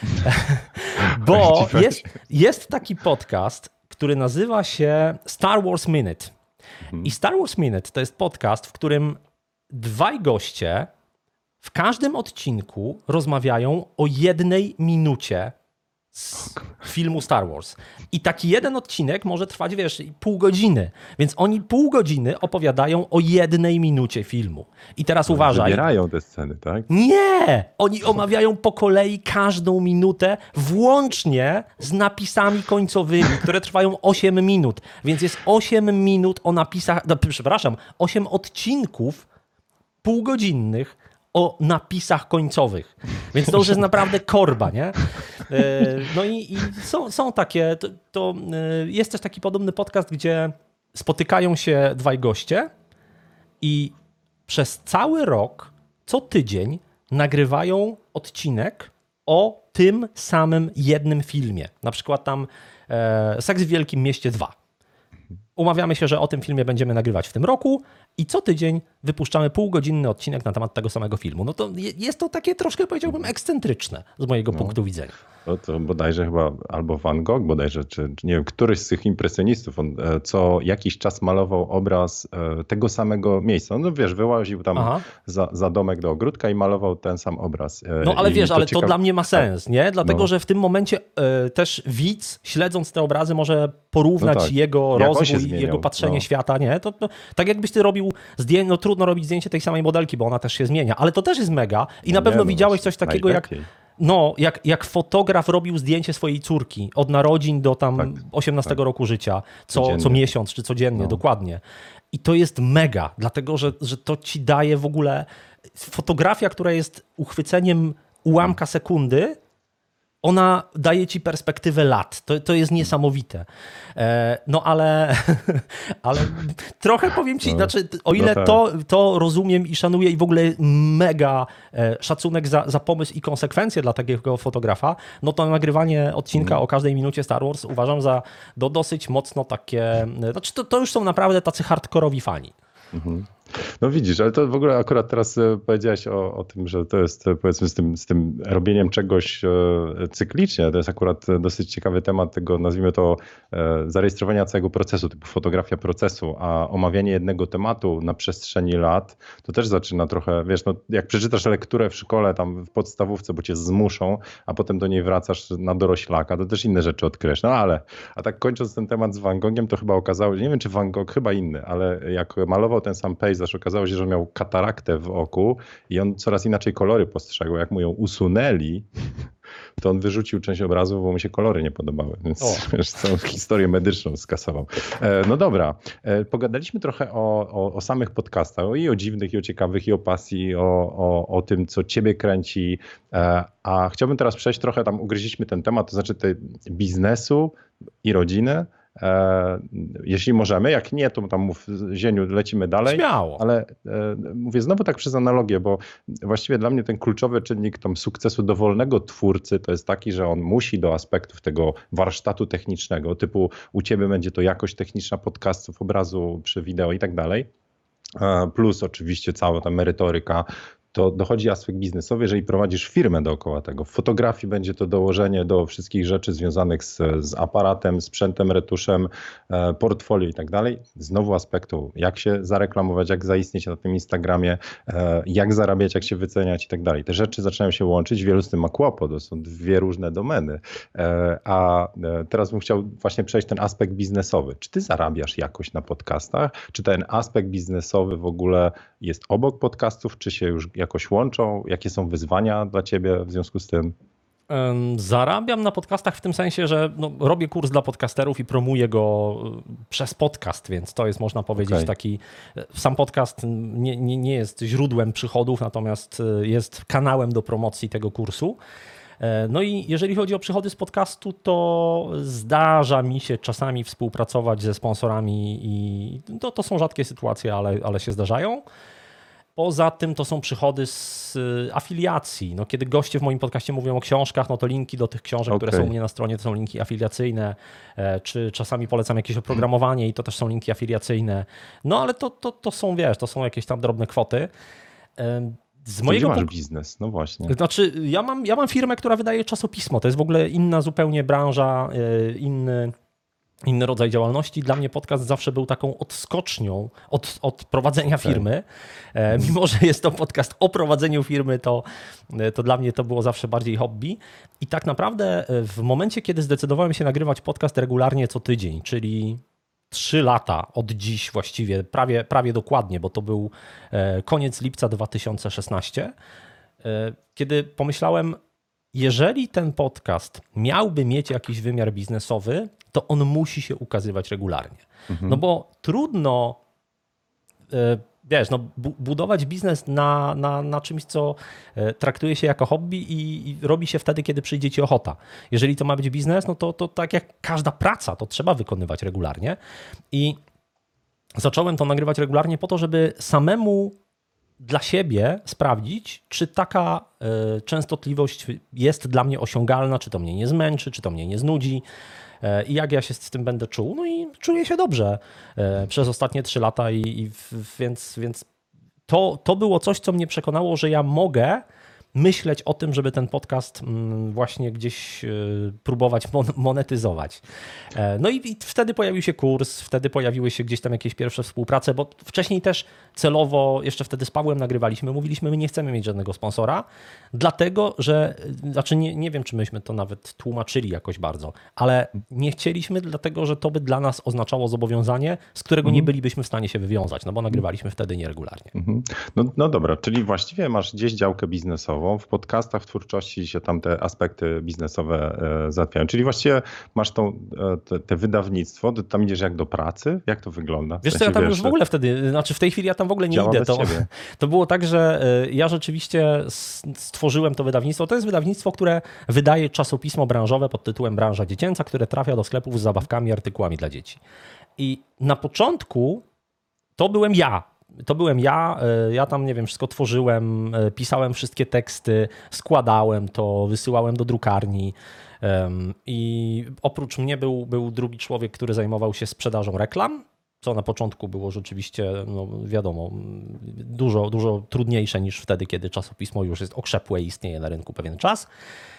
Bo jest, jest taki podcast, który nazywa się Star Wars Minute. Mhm. I Star Wars Minute to jest podcast, w którym dwaj goście w każdym odcinku rozmawiają o jednej minucie z filmu Star Wars. I taki jeden odcinek może trwać, wiesz, pół godziny. Więc oni pół godziny opowiadają o jednej minucie filmu. I teraz no, uważaj. Wybierają te sceny, tak? Nie! Oni omawiają po kolei każdą minutę, włącznie z napisami końcowymi, które trwają osiem minut. Więc jest osiem minut o napisach, no, przepraszam, osiem odcinków półgodzinnych o napisach końcowych. Więc to już jest naprawdę korba, nie? No i, i są, są takie, to, to jest też taki podobny podcast, gdzie spotykają się dwaj goście i przez cały rok, co tydzień nagrywają odcinek o tym samym jednym filmie. Na przykład tam e, Seks w Wielkim Mieście dwa. Umawiamy się, że o tym filmie będziemy nagrywać w tym roku i co tydzień wypuszczamy półgodzinny odcinek na temat tego samego filmu. No to jest to takie troszkę, powiedziałbym, ekscentryczne z mojego no. punktu widzenia. No to bodajże chyba albo Van Gogh bodajże, czy, czy nie wiem, któryś z tych impresjonistów, on co jakiś czas malował obraz tego samego miejsca. No wiesz, wyłaził tam za, za domek do ogródka i malował ten sam obraz. No ale I wiesz, to ale ciekawe... to dla mnie ma sens, nie? Dlatego, no. że w tym momencie y, też widz, śledząc te obrazy, może porównać no tak. jego Jak rozwój, jego patrzenie no. świata, nie? To, to, tak jakbyś ty robił zdjęcie, no trudno robić zdjęcie tej samej modelki, bo ona też się zmienia, ale to też jest mega i no na pewno nie, widziałeś no coś takiego najlepiej. jak... No, jak, jak fotograf robił zdjęcie swojej córki od narodzin do tam tak, osiemnastego tak. roku życia, co, co miesiąc czy codziennie, no. dokładnie. I to jest mega, dlatego że, że to ci daje w ogóle fotografia, która jest uchwyceniem ułamka sekundy, ona daje ci perspektywę lat. To, to jest niesamowite. No ale, ale trochę powiem ci, no, znaczy, o ile no tak. to, to rozumiem i szanuję i w ogóle mega szacunek za, za pomysł i konsekwencje dla takiego fotografa, no to nagrywanie odcinka mm. o każdej minucie Star Wars uważam za do dosyć mocno takie, znaczy to, to już są naprawdę tacy hardkorowi fani. Mhm. No widzisz, ale to w ogóle akurat teraz powiedziałeś o, o tym, że to jest powiedzmy z tym, z tym robieniem czegoś cyklicznie. To jest akurat dosyć ciekawy temat tego, nazwijmy to, zarejestrowania całego procesu, typu fotografia procesu, a omawianie jednego tematu na przestrzeni lat, to też zaczyna trochę, wiesz, no jak przeczytasz lekturę w szkole, tam w podstawówce, bo cię zmuszą, a potem do niej wracasz na doroślaka, to też inne rzeczy odkryjesz. No ale, a tak kończąc ten temat z Van Gogiem, to chyba okazało się, nie wiem czy Van Gogh, chyba inny, ale jak malował ten sam pejzaż, okazało się, że miał kataraktę w oku i on coraz inaczej kolory postrzegał. Jak mu ją usunęli, to on wyrzucił część obrazów, bo mu się kolory nie podobały. Więc wiesz, całą historię medyczną skasował. No dobra, pogadaliśmy trochę o, o, o samych podcastach, i o dziwnych, i o ciekawych, i o pasji, o, o, o tym, co ciebie kręci. A chciałbym teraz przejść trochę, tam ugryźliśmy ten temat, to znaczy tej biznesu i rodziny. E, jeśli możemy, jak nie, to tam mów, Zieniu, lecimy dalej. Śmiało. Ale e, mówię znowu tak przez analogię, bo właściwie dla mnie ten kluczowy czynnik tam sukcesu dowolnego twórcy to jest taki, że on musi do aspektów tego warsztatu technicznego, typu u ciebie będzie to jakość techniczna podcastów, obrazu przy wideo i tak dalej, e, plus oczywiście cała ta merytoryka, to dochodzi aspekt biznesowy, jeżeli prowadzisz firmę dookoła tego. W fotografii będzie to dołożenie do wszystkich rzeczy związanych z, z aparatem, sprzętem, retuszem, e, portfolio i tak dalej. Znowu aspektu, jak się zareklamować, jak zaistnieć na tym Instagramie, e, jak zarabiać, jak się wyceniać i tak dalej. Te rzeczy zaczynają się łączyć, wielu z tym ma kłopot, to są dwie różne domeny. E, a e, teraz bym chciał właśnie przejść ten aspekt biznesowy. Czy ty zarabiasz jakoś na podcastach? Czy ten aspekt biznesowy w ogóle jest obok podcastów, czy się już jakoś łączą? Jakie są wyzwania dla ciebie w związku z tym? Zarabiam na podcastach w tym sensie, że no, robię kurs dla podcasterów i promuję go przez podcast, więc to jest, można powiedzieć, okay. taki... Sam podcast nie, nie, nie jest źródłem przychodów, natomiast jest kanałem do promocji tego kursu. No i jeżeli chodzi o przychody z podcastu, to zdarza mi się czasami współpracować ze sponsorami i to, to są rzadkie sytuacje, ale, ale się zdarzają. Poza tym to są przychody z afiliacji. No, kiedy goście w moim podcaście mówią o książkach, no to linki do tych książek, okay. które są u mnie na stronie, to są linki afiliacyjne, czy czasami polecam jakieś oprogramowanie i to też są linki afiliacyjne. No ale to, to, to są, wiesz, to są jakieś tam drobne kwoty. Z mojego masz biznes, no właśnie. Znaczy, ja mam, ja mam firmę, która wydaje czasopismo. To jest w ogóle inna zupełnie branża, inny, inny rodzaj działalności. Dla mnie podcast zawsze był taką odskocznią od, od prowadzenia okay. firmy. Mimo że jest to podcast o prowadzeniu firmy, to, to dla mnie to było zawsze bardziej hobby. I tak naprawdę w momencie, kiedy zdecydowałem się nagrywać podcast regularnie co tydzień, czyli trzy lata od dziś właściwie, prawie, prawie dokładnie, bo to był koniec lipca dwa tysiące szesnastego, kiedy pomyślałem, jeżeli ten podcast miałby mieć jakiś wymiar biznesowy, to on musi się ukazywać regularnie. Mhm. No bo trudno, wiesz, no, budować biznes na, na, na czymś, co traktuje się jako hobby i, i robi się wtedy, kiedy przyjdzie ci ochota. Jeżeli to ma być biznes, no to, to tak jak każda praca, to trzeba wykonywać regularnie. I zacząłem to nagrywać regularnie po to, żeby samemu dla siebie sprawdzić, czy taka y, częstotliwość jest dla mnie osiągalna, czy to mnie nie zmęczy, czy to mnie nie znudzi y, i jak ja się z tym będę czuł. No i czuję się dobrze y, przez ostatnie trzy lata i, i w, więc, więc to, to było coś, co mnie przekonało, że ja mogę myśleć o tym, żeby ten podcast właśnie gdzieś próbować monetyzować. No i wtedy pojawił się kurs, wtedy pojawiły się gdzieś tam jakieś pierwsze współprace, bo wcześniej też celowo, jeszcze wtedy z Pawłem nagrywaliśmy, mówiliśmy, my nie chcemy mieć żadnego sponsora, dlatego, że, znaczy nie, nie wiem, czy myśmy to nawet tłumaczyli jakoś bardzo, ale nie chcieliśmy, dlatego, że to by dla nas oznaczało zobowiązanie, z którego mhm. nie bylibyśmy w stanie się wywiązać, no bo nagrywaliśmy wtedy nieregularnie. Mhm. No, no dobra, czyli właściwie masz gdzieś działkę biznesową, biznesową, w podcastach, w twórczości się tam te aspekty biznesowe załatwiają. Czyli właściwie masz tą, te, te wydawnictwo, tam idziesz jak do pracy? Jak to wygląda? W Wiesz co, sensie, ja tam wiesz, już w ogóle wtedy, znaczy w tej chwili ja tam w ogóle nie idę. To, to było tak, że ja rzeczywiście stworzyłem to wydawnictwo. To jest wydawnictwo, które wydaje czasopismo branżowe pod tytułem Branża Dziecięca, które trafia do sklepów z zabawkami i artykułami dla dzieci. I na początku to byłem ja. To byłem ja, ja tam, nie wiem, wszystko tworzyłem, pisałem wszystkie teksty, składałem to, wysyłałem do drukarni i oprócz mnie był, był drugi człowiek, który zajmował się sprzedażą reklam, co na początku było rzeczywiście, no wiadomo, dużo, dużo trudniejsze niż wtedy, kiedy czasopismo już jest okrzepłe i istnieje na rynku pewien czas.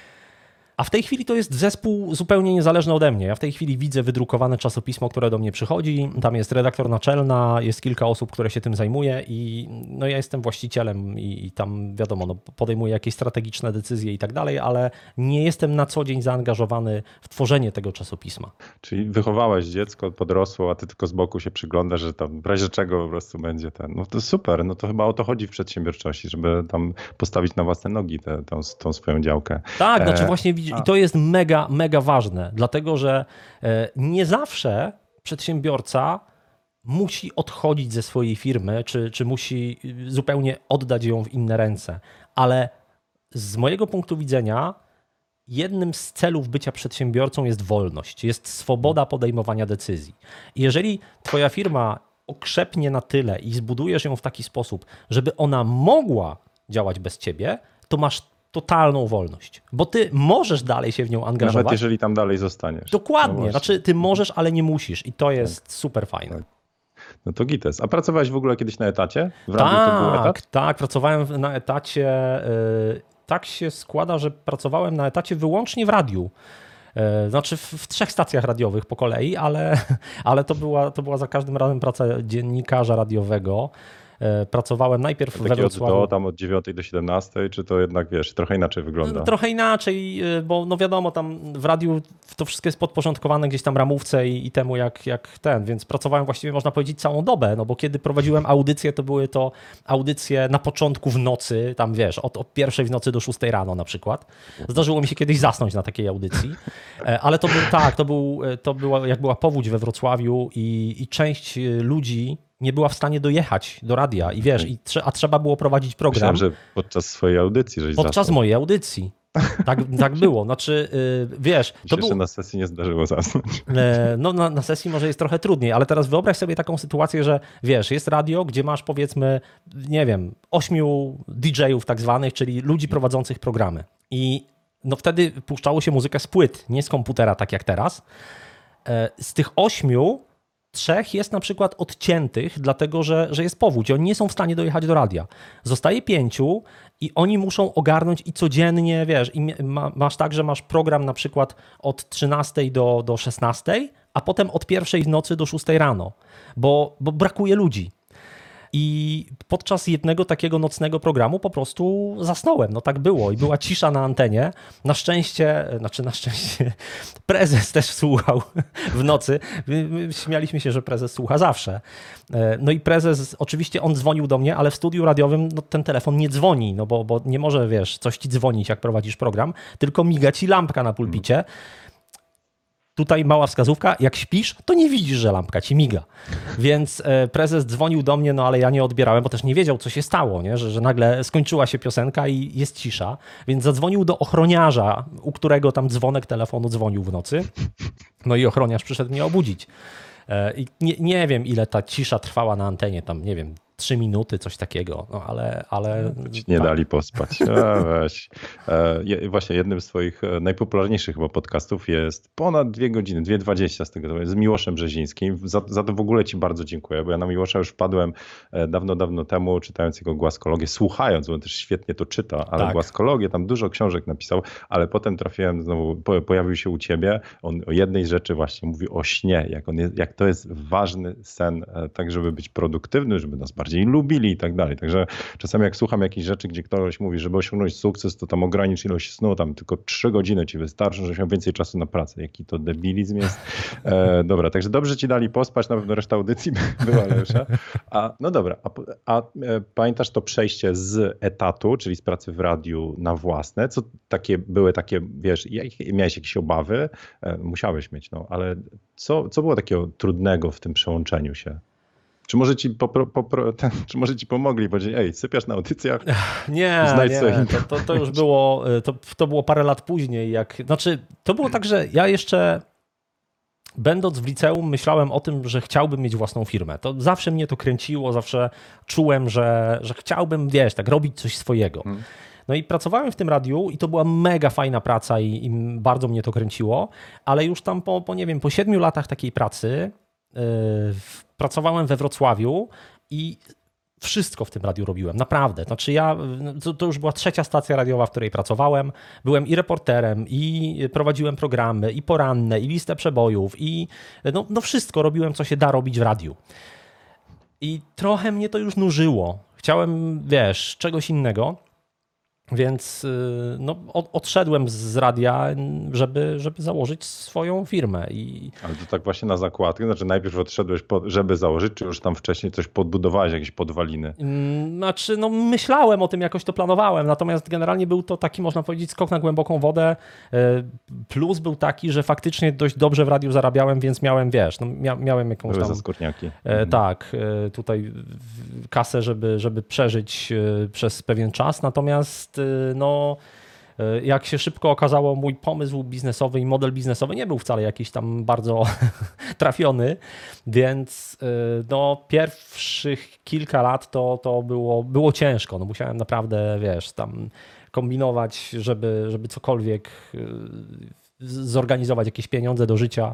A w tej chwili to jest zespół zupełnie niezależny ode mnie. Ja w tej chwili widzę wydrukowane czasopismo, które do mnie przychodzi. Tam jest redaktor naczelna, jest kilka osób, które się tym zajmuje i no ja jestem właścicielem i, i tam wiadomo, no podejmuję jakieś strategiczne decyzje i tak dalej, ale nie jestem na co dzień zaangażowany w tworzenie tego czasopisma. Czyli wychowałeś dziecko, podrosło, a ty tylko z boku się przyglądasz, że tam w razie czego po prostu będzie ten. No to super, no to chyba o to chodzi w przedsiębiorczości, żeby tam postawić na własne nogi tę tą, tą swoją działkę. Tak, znaczy właśnie widzisz, i to jest mega, mega ważne, dlatego że nie zawsze przedsiębiorca musi odchodzić ze swojej firmy, czy, czy musi zupełnie oddać ją w inne ręce, ale z mojego punktu widzenia jednym z celów bycia przedsiębiorcą jest wolność, jest swoboda podejmowania decyzji. I jeżeli twoja firma okrzepnie na tyle i zbudujesz ją w taki sposób, żeby ona mogła działać bez ciebie, to masz totalną wolność, bo ty możesz dalej się w nią angażować. Nawet jeżeli tam dalej zostaniesz. Dokładnie, no znaczy ty możesz, ale nie musisz i to jest tak. super fajne. Tak. No to gites. A pracowałeś w ogóle kiedyś na etacie? W radiu tak, to był etat? tak, pracowałem na etacie. Yy, tak się składa, że pracowałem na etacie wyłącznie w radiu. Yy, znaczy w, w trzech stacjach radiowych po kolei, ale, ale to, była, to była za każdym razem praca dziennikarza radiowego. Pracowałem najpierw we Wrocławiu. To tam od dziewiątej do siedemnastej, czy to jednak, wiesz, trochę inaczej wygląda? Trochę inaczej, bo no wiadomo, tam w radiu to wszystko jest podporządkowane gdzieś tam ramówce i, i temu jak, jak ten, więc pracowałem właściwie można powiedzieć całą dobę, no bo kiedy prowadziłem audycje, to były to audycje na początku w nocy, tam wiesz, od, od pierwszej w nocy do szóstej rano na przykład. Zdarzyło mi się kiedyś zasnąć na takiej audycji, ale to był tak, to, był, to była, jak była powódź we Wrocławiu i, i część ludzi nie była w stanie dojechać do radia i wiesz, i trze- a trzeba było prowadzić program. Myślałem, że podczas swojej audycji, żeś Podczas zasnął. mojej audycji. Tak, tak było. Znaczy, yy, wiesz... Mi się to jeszcze był... na sesji nie zdarzyło zasnąć. E, no na, na sesji może jest trochę trudniej, ale teraz wyobraź sobie taką sytuację, że wiesz, jest radio, gdzie masz powiedzmy, nie wiem, ośmiu didżejów tak zwanych, czyli ludzi prowadzących programy. I no wtedy puszczało się muzykę z płyt, nie z komputera, tak jak teraz. E, z tych ośmiu trzech jest na przykład odciętych, dlatego że, że jest powódź. Oni nie są w stanie dojechać do radia. Zostaje pięciu i oni muszą ogarnąć i codziennie, wiesz, i ma, masz tak, że masz program na przykład od trzynastej do, do szesnastej, a potem od pierwszej w nocy do szóstej rano, bo, bo brakuje ludzi. I podczas jednego takiego nocnego programu po prostu zasnąłem. No tak było i była cisza na antenie. Na szczęście, znaczy na szczęście prezes też słuchał w nocy. Śmialiśmy się, że prezes słucha zawsze. No i prezes, oczywiście on dzwonił do mnie, ale w studiu radiowym no, ten telefon nie dzwoni, no bo, bo nie może, wiesz, coś ci dzwonić, jak prowadzisz program, tylko miga ci lampka na pulpicie. Tutaj mała wskazówka, jak śpisz, to nie widzisz, że lampka ci miga. Więc prezes dzwonił do mnie, no ale ja nie odbierałem, bo też nie wiedział, co się stało, nie? Że, że nagle skończyła się piosenka i jest cisza. Więc zadzwonił do ochroniarza, u którego tam dzwonek telefonu dzwonił w nocy. No i ochroniarz przyszedł mnie obudzić. I nie, nie wiem, ile ta cisza trwała na antenie, tam nie wiem, trzy minuty, coś takiego, no ale... ale Ci nie tak. dali pospać. A, weź. E, właśnie jednym z twoich najpopularniejszych chyba podcastów jest ponad dwie godziny, dwie dwadzieścia z tego, z Miłoszem Brzezińskim. Za, za to w ogóle ci bardzo dziękuję, bo ja na Miłosza już wpadłem dawno, dawno temu, czytając jego Głaskologię, słuchając, bo on też świetnie to czyta, ale tak. Głaskologię, tam dużo książek napisał, ale potem trafiłem znowu, pojawił się u ciebie, on o jednej rzeczy właśnie mówi o śnie, jak, on jest, jak to jest ważny sen, tak żeby być produktywny, żeby nas bardziej bardziej lubili i tak dalej. Także czasami jak słucham jakichś rzeczy, gdzie ktoś mówi, żeby osiągnąć sukces, to tam ogranicz ilość snu, tam tylko trzy godziny ci wystarczy, żebyś miał więcej czasu na pracę. Jaki to debilizm jest. E, dobra, także dobrze ci dali pospać, na pewno reszta audycji była lepsza. A, no dobra, a, a e, pamiętasz to przejście z etatu, czyli z pracy w radiu na własne? Co takie były takie, wiesz, jak, miałeś jakieś obawy? E, musiałeś mieć, no, ale co, co było takiego trudnego w tym przełączeniu się? Czy może ci, popro, popro, ten, czy może ci pomogli, powiedzieć, ej, sypiasz na audycjach? Nie, znajdź nie, sobie to, to, to już było, to, to było parę lat później. Jak, znaczy, to było tak, że ja jeszcze będąc w liceum myślałem o tym, że chciałbym mieć własną firmę. To zawsze mnie to kręciło, zawsze czułem, że, że chciałbym, wiesz, tak robić coś swojego. Hmm. No i pracowałem w tym radiu i to była mega fajna praca i, i bardzo mnie to kręciło, ale już tam po, po nie wiem, po siedmiu latach takiej pracy yy, pracowałem we Wrocławiu i wszystko w tym radiu robiłem, naprawdę. Znaczy ja, to, to już była trzecia stacja radiowa, w której pracowałem. Byłem i reporterem, i prowadziłem programy, i poranne, i listę przebojów, i no, no wszystko robiłem, co się da robić w radiu. I trochę mnie to już nużyło. Chciałem, wiesz, czegoś innego. Więc no, odszedłem z radia, żeby, żeby założyć swoją firmę. I... Ale to tak właśnie na zakładkę? Znaczy najpierw odszedłeś, żeby założyć, czy już tam wcześniej coś podbudowałeś, jakieś podwaliny? Znaczy, no myślałem o tym, jakoś to planowałem, natomiast generalnie był to taki, można powiedzieć, skok na głęboką wodę. Plus był taki, że faktycznie dość dobrze w radiu zarabiałem, więc miałem, wiesz, no, mia miałem jakąś Były tam... zaskórniaki. E, tak, e, tutaj kasę, żeby, żeby przeżyć e, przez pewien czas, natomiast no, jak się szybko okazało, mój pomysł biznesowy i model biznesowy nie był wcale jakiś tam bardzo trafiony, więc no, pierwszych kilka lat to, to było, było ciężko. No, musiałem naprawdę, wiesz, tam kombinować, żeby, żeby cokolwiek zorganizować, jakieś pieniądze do życia,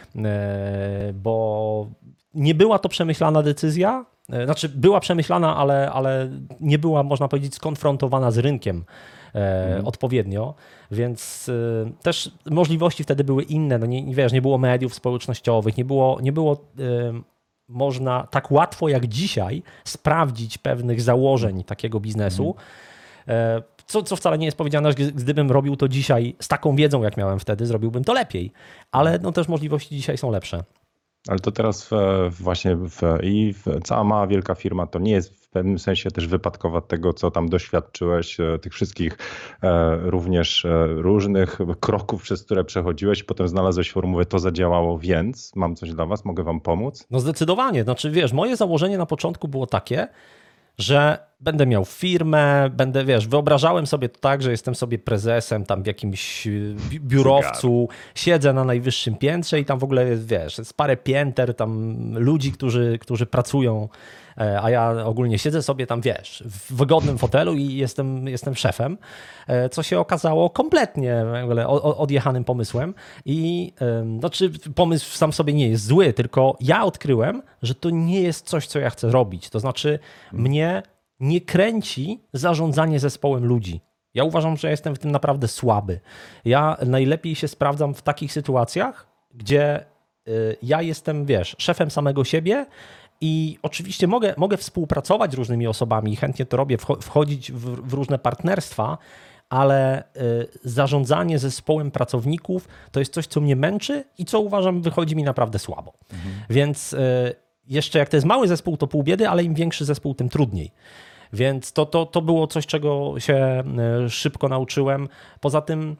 bo nie była to przemyślana decyzja. Znaczy była przemyślana, ale, ale nie była, można powiedzieć, skonfrontowana z rynkiem e, mm. odpowiednio, więc e, też możliwości wtedy były inne. No nie, wiesz, nie było mediów społecznościowych, nie było, nie było e, można tak łatwo jak dzisiaj sprawdzić pewnych założeń takiego biznesu, mm. e, co, co wcale nie jest powiedziane, że gdybym robił to dzisiaj z taką wiedzą, jak miałem wtedy, zrobiłbym to lepiej, ale no, też możliwości dzisiaj są lepsze. Ale to teraz w, właśnie w, i w, cała mała wielka firma to nie jest w pewnym sensie też wypadkowa tego, co tam doświadczyłeś, tych wszystkich e, również e, różnych kroków, przez które przechodziłeś, potem znalazłeś formulę, to zadziałało, więc mam coś dla was, mogę wam pomóc? No zdecydowanie, znaczy wiesz, moje założenie na początku było takie, że będę miał firmę, będę, wiesz, wyobrażałem sobie to tak, że jestem sobie prezesem tam w jakimś biurowcu, siedzę na najwyższym piętrze i tam w ogóle jest, wiesz, jest parę pięter, tam ludzi, którzy, którzy pracują, a ja ogólnie siedzę sobie tam, wiesz, w wygodnym fotelu i jestem, jestem szefem, co się okazało kompletnie w ogóle odjechanym pomysłem i znaczy pomysł sam sobie nie jest zły, tylko ja odkryłem, że to nie jest coś, co ja chcę robić, to znaczy mnie nie kręci zarządzanie zespołem ludzi. Ja uważam, że jestem w tym naprawdę słaby. Ja najlepiej się sprawdzam w takich sytuacjach, gdzie ja jestem, wiesz, szefem samego siebie i oczywiście mogę, mogę współpracować z różnymi osobami i chętnie to robię, wchodzić w, w różne partnerstwa, ale zarządzanie zespołem pracowników to jest coś, co mnie męczy i co uważam wychodzi mi naprawdę słabo. Mhm. Więc jeszcze jak to jest mały zespół, to pół biedy, ale im większy zespół, tym trudniej. Więc to, to, to było coś, czego się szybko nauczyłem. Poza tym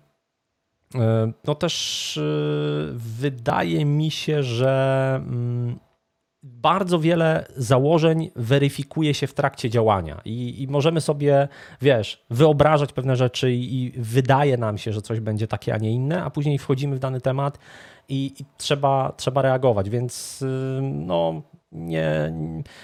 no też wydaje mi się, że bardzo wiele założeń weryfikuje się w trakcie działania i, i możemy sobie, wiesz, wyobrażać pewne rzeczy i, i wydaje nam się, że coś będzie takie, a nie inne, a później wchodzimy w dany temat i, i trzeba, trzeba reagować, więc no nie...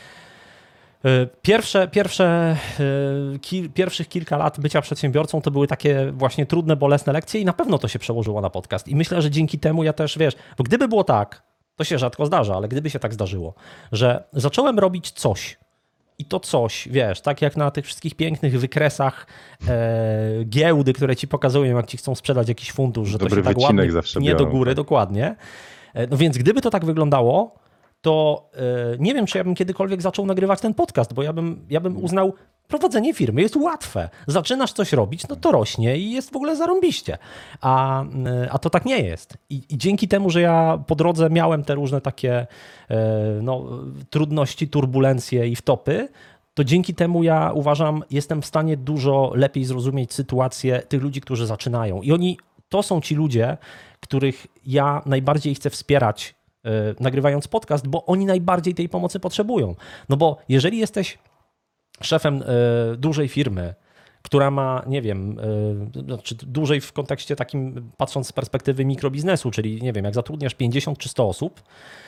Pierwsze, pierwsze, ki, pierwszych kilka lat bycia przedsiębiorcą to były takie właśnie trudne, bolesne lekcje i na pewno to się przełożyło na podcast. I myślę, że dzięki temu ja też, wiesz, bo gdyby było tak, to się rzadko zdarza, ale gdyby się tak zdarzyło, że zacząłem robić coś i to coś, wiesz, tak jak na tych wszystkich pięknych wykresach e, giełdy, które ci pokazują, jak ci chcą sprzedać jakiś fundusz, że Dobry to się tak ładnie zawsze nie biorą, do góry, tak. dokładnie. No więc gdyby to tak wyglądało, to nie wiem, czy ja bym kiedykolwiek zaczął nagrywać ten podcast, bo ja bym, ja bym uznał, prowadzenie firmy jest łatwe. Zaczynasz coś robić, no to rośnie i jest w ogóle zarąbiście. A, a to tak nie jest. I, I dzięki temu, że ja po drodze miałem te różne takie no, trudności, turbulencje i wtopy, to dzięki temu ja uważam, jestem w stanie dużo lepiej zrozumieć sytuację tych ludzi, którzy zaczynają. I oni, to są ci ludzie, których ja najbardziej chcę wspierać, yy, nagrywając podcast, bo oni najbardziej tej pomocy potrzebują. No bo jeżeli jesteś szefem y, dużej firmy, która ma, nie wiem, y, znaczy dużej w kontekście takim, patrząc z perspektywy mikrobiznesu, czyli nie wiem, jak zatrudniasz pięćdziesiąt czy sto osób,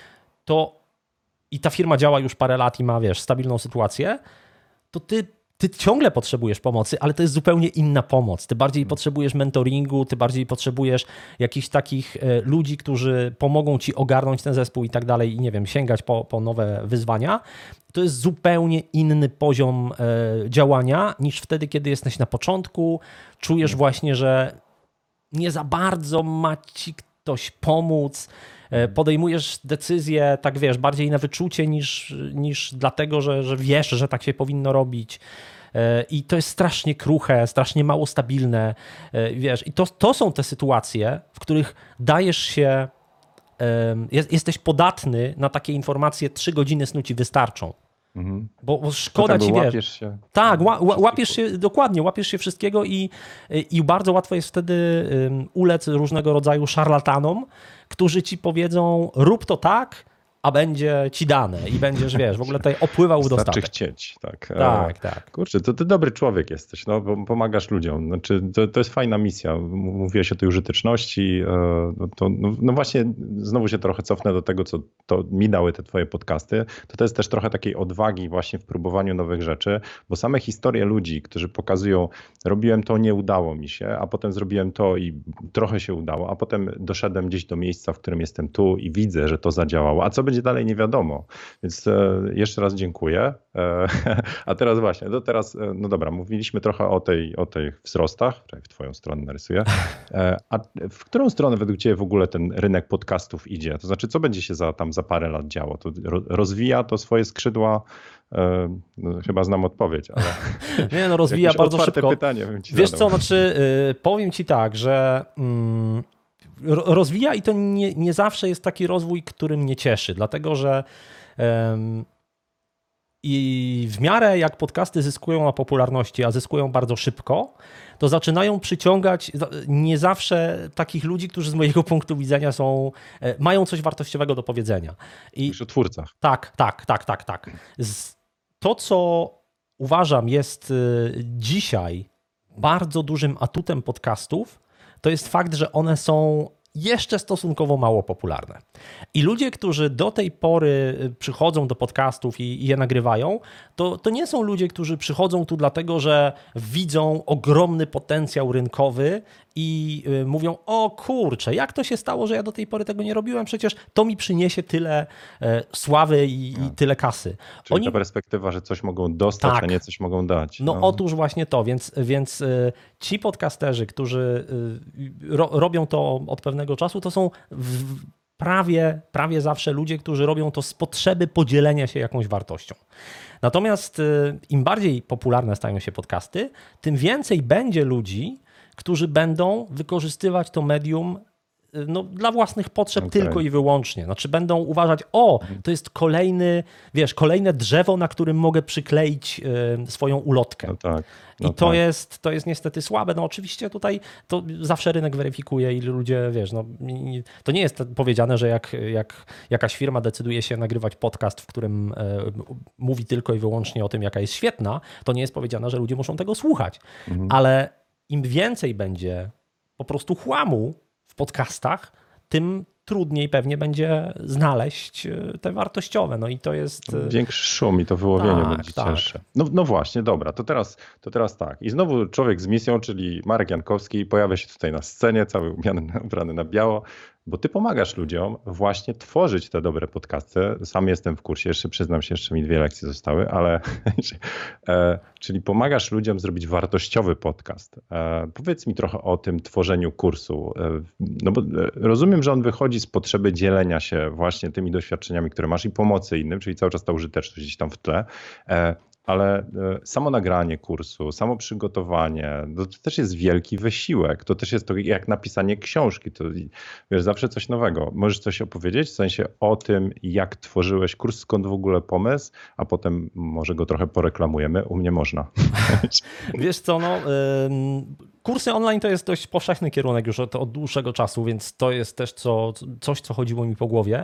to i ta firma działa już parę lat i ma, wiesz, stabilną sytuację, to ty, ty ciągle potrzebujesz pomocy, ale to jest zupełnie inna pomoc. Ty bardziej potrzebujesz mentoringu, ty bardziej potrzebujesz jakichś takich y, ludzi, którzy pomogą ci ogarnąć ten zespół i tak dalej i nie wiem, sięgać po, po nowe wyzwania. To jest zupełnie inny poziom e, działania niż wtedy, kiedy jesteś na początku, czujesz właśnie, że nie za bardzo ma ci ktoś pomóc, e, podejmujesz decyzje, tak wiesz, bardziej na wyczucie niż, niż dlatego, że, że wiesz, że tak się powinno robić. E, I to jest strasznie kruche, strasznie mało stabilne, e, wiesz. I to, to są te sytuacje, w których dajesz się jesteś podatny na takie informacje, trzy godziny snu ci wystarczą. Mhm. Bo, bo szkoda tak, ci, bo wiesz. łapiesz się. Tak, ła, łapiesz się, dokładnie, łapiesz się wszystkiego i, i bardzo łatwo jest wtedy um, ulec różnego rodzaju szarlatanom, którzy ci powiedzą, rób to tak, a będzie ci dane i będziesz, wiesz, w ogóle tutaj opływał w dostatek. Wystarczy chcieć, tak. Tak, tak. Kurczę, to ty dobry człowiek jesteś, no, bo pomagasz ludziom. Znaczy, to, to jest fajna misja. Mówiłeś o tej użyteczności. No, to, no, no właśnie, znowu się trochę cofnę do tego, co to mi dały te twoje podcasty. To to jest też trochę takiej odwagi właśnie w próbowaniu nowych rzeczy, bo same historie ludzi, którzy pokazują, robiłem to, nie udało mi się, a potem zrobiłem to i trochę się udało, a potem doszedłem gdzieś do miejsca, w którym jestem tu i widzę, że to zadziałało. A co będzie dalej, nie wiadomo. Więc e, jeszcze raz dziękuję. E, a teraz właśnie, to teraz, no dobra, mówiliśmy trochę o, tej, o tych wzrostach, czekaj, w twoją stronę narysuję. E, a w którą stronę według ciebie w ogóle ten rynek podcastów idzie? To znaczy, co będzie się za, tam za parę lat działo? To rozwija to swoje skrzydła? E, no, chyba znam odpowiedź, ale... Nie, no rozwija bardzo szybko. Pytanie bym ci Wiesz zadał. co, znaczy yy, powiem ci tak, że... Mm, rozwija i to nie, nie zawsze jest taki rozwój, który mnie cieszy, dlatego że um, i w miarę jak podcasty zyskują na popularności, a zyskują bardzo szybko, to zaczynają przyciągać nie zawsze takich ludzi, którzy z mojego punktu widzenia są, mają coś wartościowego do powiedzenia. I już o twórcach. Tak, tak, tak, tak, tak. To, co uważam jest dzisiaj bardzo dużym atutem podcastów, to jest fakt, że one są jeszcze stosunkowo mało popularne. I ludzie, którzy do tej pory przychodzą do podcastów i, i je nagrywają, to, to nie są ludzie, którzy przychodzą tu dlatego, że widzą ogromny potencjał rynkowy i y, mówią, o kurczę, jak to się stało, że ja do tej pory tego nie robiłem, przecież to mi przyniesie tyle e, sławy i, i tyle kasy. Czyli Oni... ta perspektywa, że coś mogą dostać, tak. a nie coś mogą dać. No, no. otóż właśnie to, więc, więc y, ci podcasterzy, którzy y, ro, robią to od pewnego czasu, to są w, prawie, prawie zawsze ludzie, którzy robią to z potrzeby podzielenia się jakąś wartością. Natomiast y, im bardziej popularne stają się podcasty, tym więcej będzie ludzi, którzy będą wykorzystywać to medium no, dla własnych potrzeb okay. tylko i wyłącznie. Znaczy będą uważać, o, to jest kolejny, wiesz, kolejne drzewo, na którym mogę przykleić y, swoją ulotkę. No tak, no I to, tak. jest, to jest niestety słabe. No oczywiście tutaj to zawsze rynek weryfikuje, ile ludzie, wiesz, no, to nie jest powiedziane, że jak, jak jakaś firma decyduje się nagrywać podcast, w którym y, mówi tylko i wyłącznie o tym, jaka jest świetna, to nie jest powiedziane, że ludzie muszą tego słuchać. Mhm. Ale im więcej będzie po prostu chłamu w podcastach, tym trudniej pewnie będzie znaleźć te wartościowe. No i to jest... Większy szum i to wyłowienie tak, będzie tak. cięższe. No, no właśnie, dobra, to teraz, to teraz tak. I znowu człowiek z misją, czyli Marek Jankowski, pojawia się tutaj na scenie, cały ubrany, ubrany na biało. bo ty pomagasz ludziom właśnie tworzyć te dobre podcasty. Sam jestem w kursie, jeszcze przyznam się, jeszcze mi dwie lekcje zostały, ale e, czyli pomagasz ludziom zrobić wartościowy podcast. E, powiedz mi trochę o tym tworzeniu kursu, e, no bo rozumiem, że on wychodzi z potrzeby dzielenia się właśnie tymi doświadczeniami, które masz i pomocy innym, czyli cały czas ta użyteczność gdzieś tam w tle. E, Ale samo nagranie kursu, samo przygotowanie, to też jest wielki wysiłek. To też jest to jak napisanie książki. To wiesz, zawsze coś nowego. Możesz coś opowiedzieć w sensie o tym, jak tworzyłeś kurs, skąd w ogóle pomysł, a potem może go trochę poreklamujemy. U mnie można. Wiesz co, no, kursy online to jest dość powszechny kierunek już od, od dłuższego czasu, więc to jest też co, coś, co chodziło mi po głowie.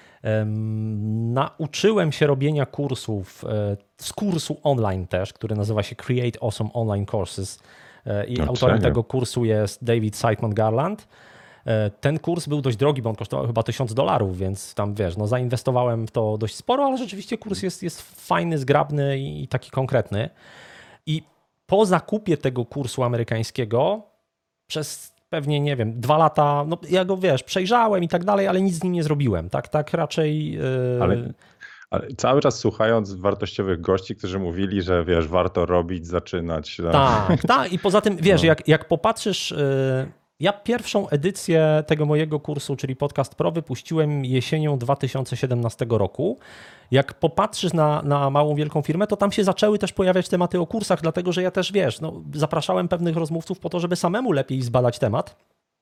Um, nauczyłem się robienia kursów e, z kursu online też, który nazywa się Create Awesome Online Courses e, i Dlaczego? autorem tego kursu jest David Siteman Garland. E, ten kurs był dość drogi, bo on kosztował chyba tysiąc dolarów, więc tam wiesz, no zainwestowałem w to dość sporo, ale rzeczywiście kurs jest, jest fajny, zgrabny i, i taki konkretny. I po zakupie tego kursu amerykańskiego przez pewnie, nie wiem, dwa lata, no ja go, wiesz, przejrzałem i tak dalej, ale nic z nim nie zrobiłem, tak, tak raczej... Yy... Ale, ale cały czas słuchając wartościowych gości, którzy mówili, że wiesz, warto robić, zaczynać. Tak, tak i poza tym, wiesz, no. jak, jak popatrzysz... Yy... Ja pierwszą edycję tego mojego kursu, czyli Podcast Pro, wypuściłem jesienią dwa tysiące siedemnastego roku. Jak popatrzysz na, na małą, wielką firmę, to tam się zaczęły też pojawiać tematy o kursach, dlatego że ja też, wiesz, no, zapraszałem pewnych rozmówców po to, żeby samemu lepiej zbadać temat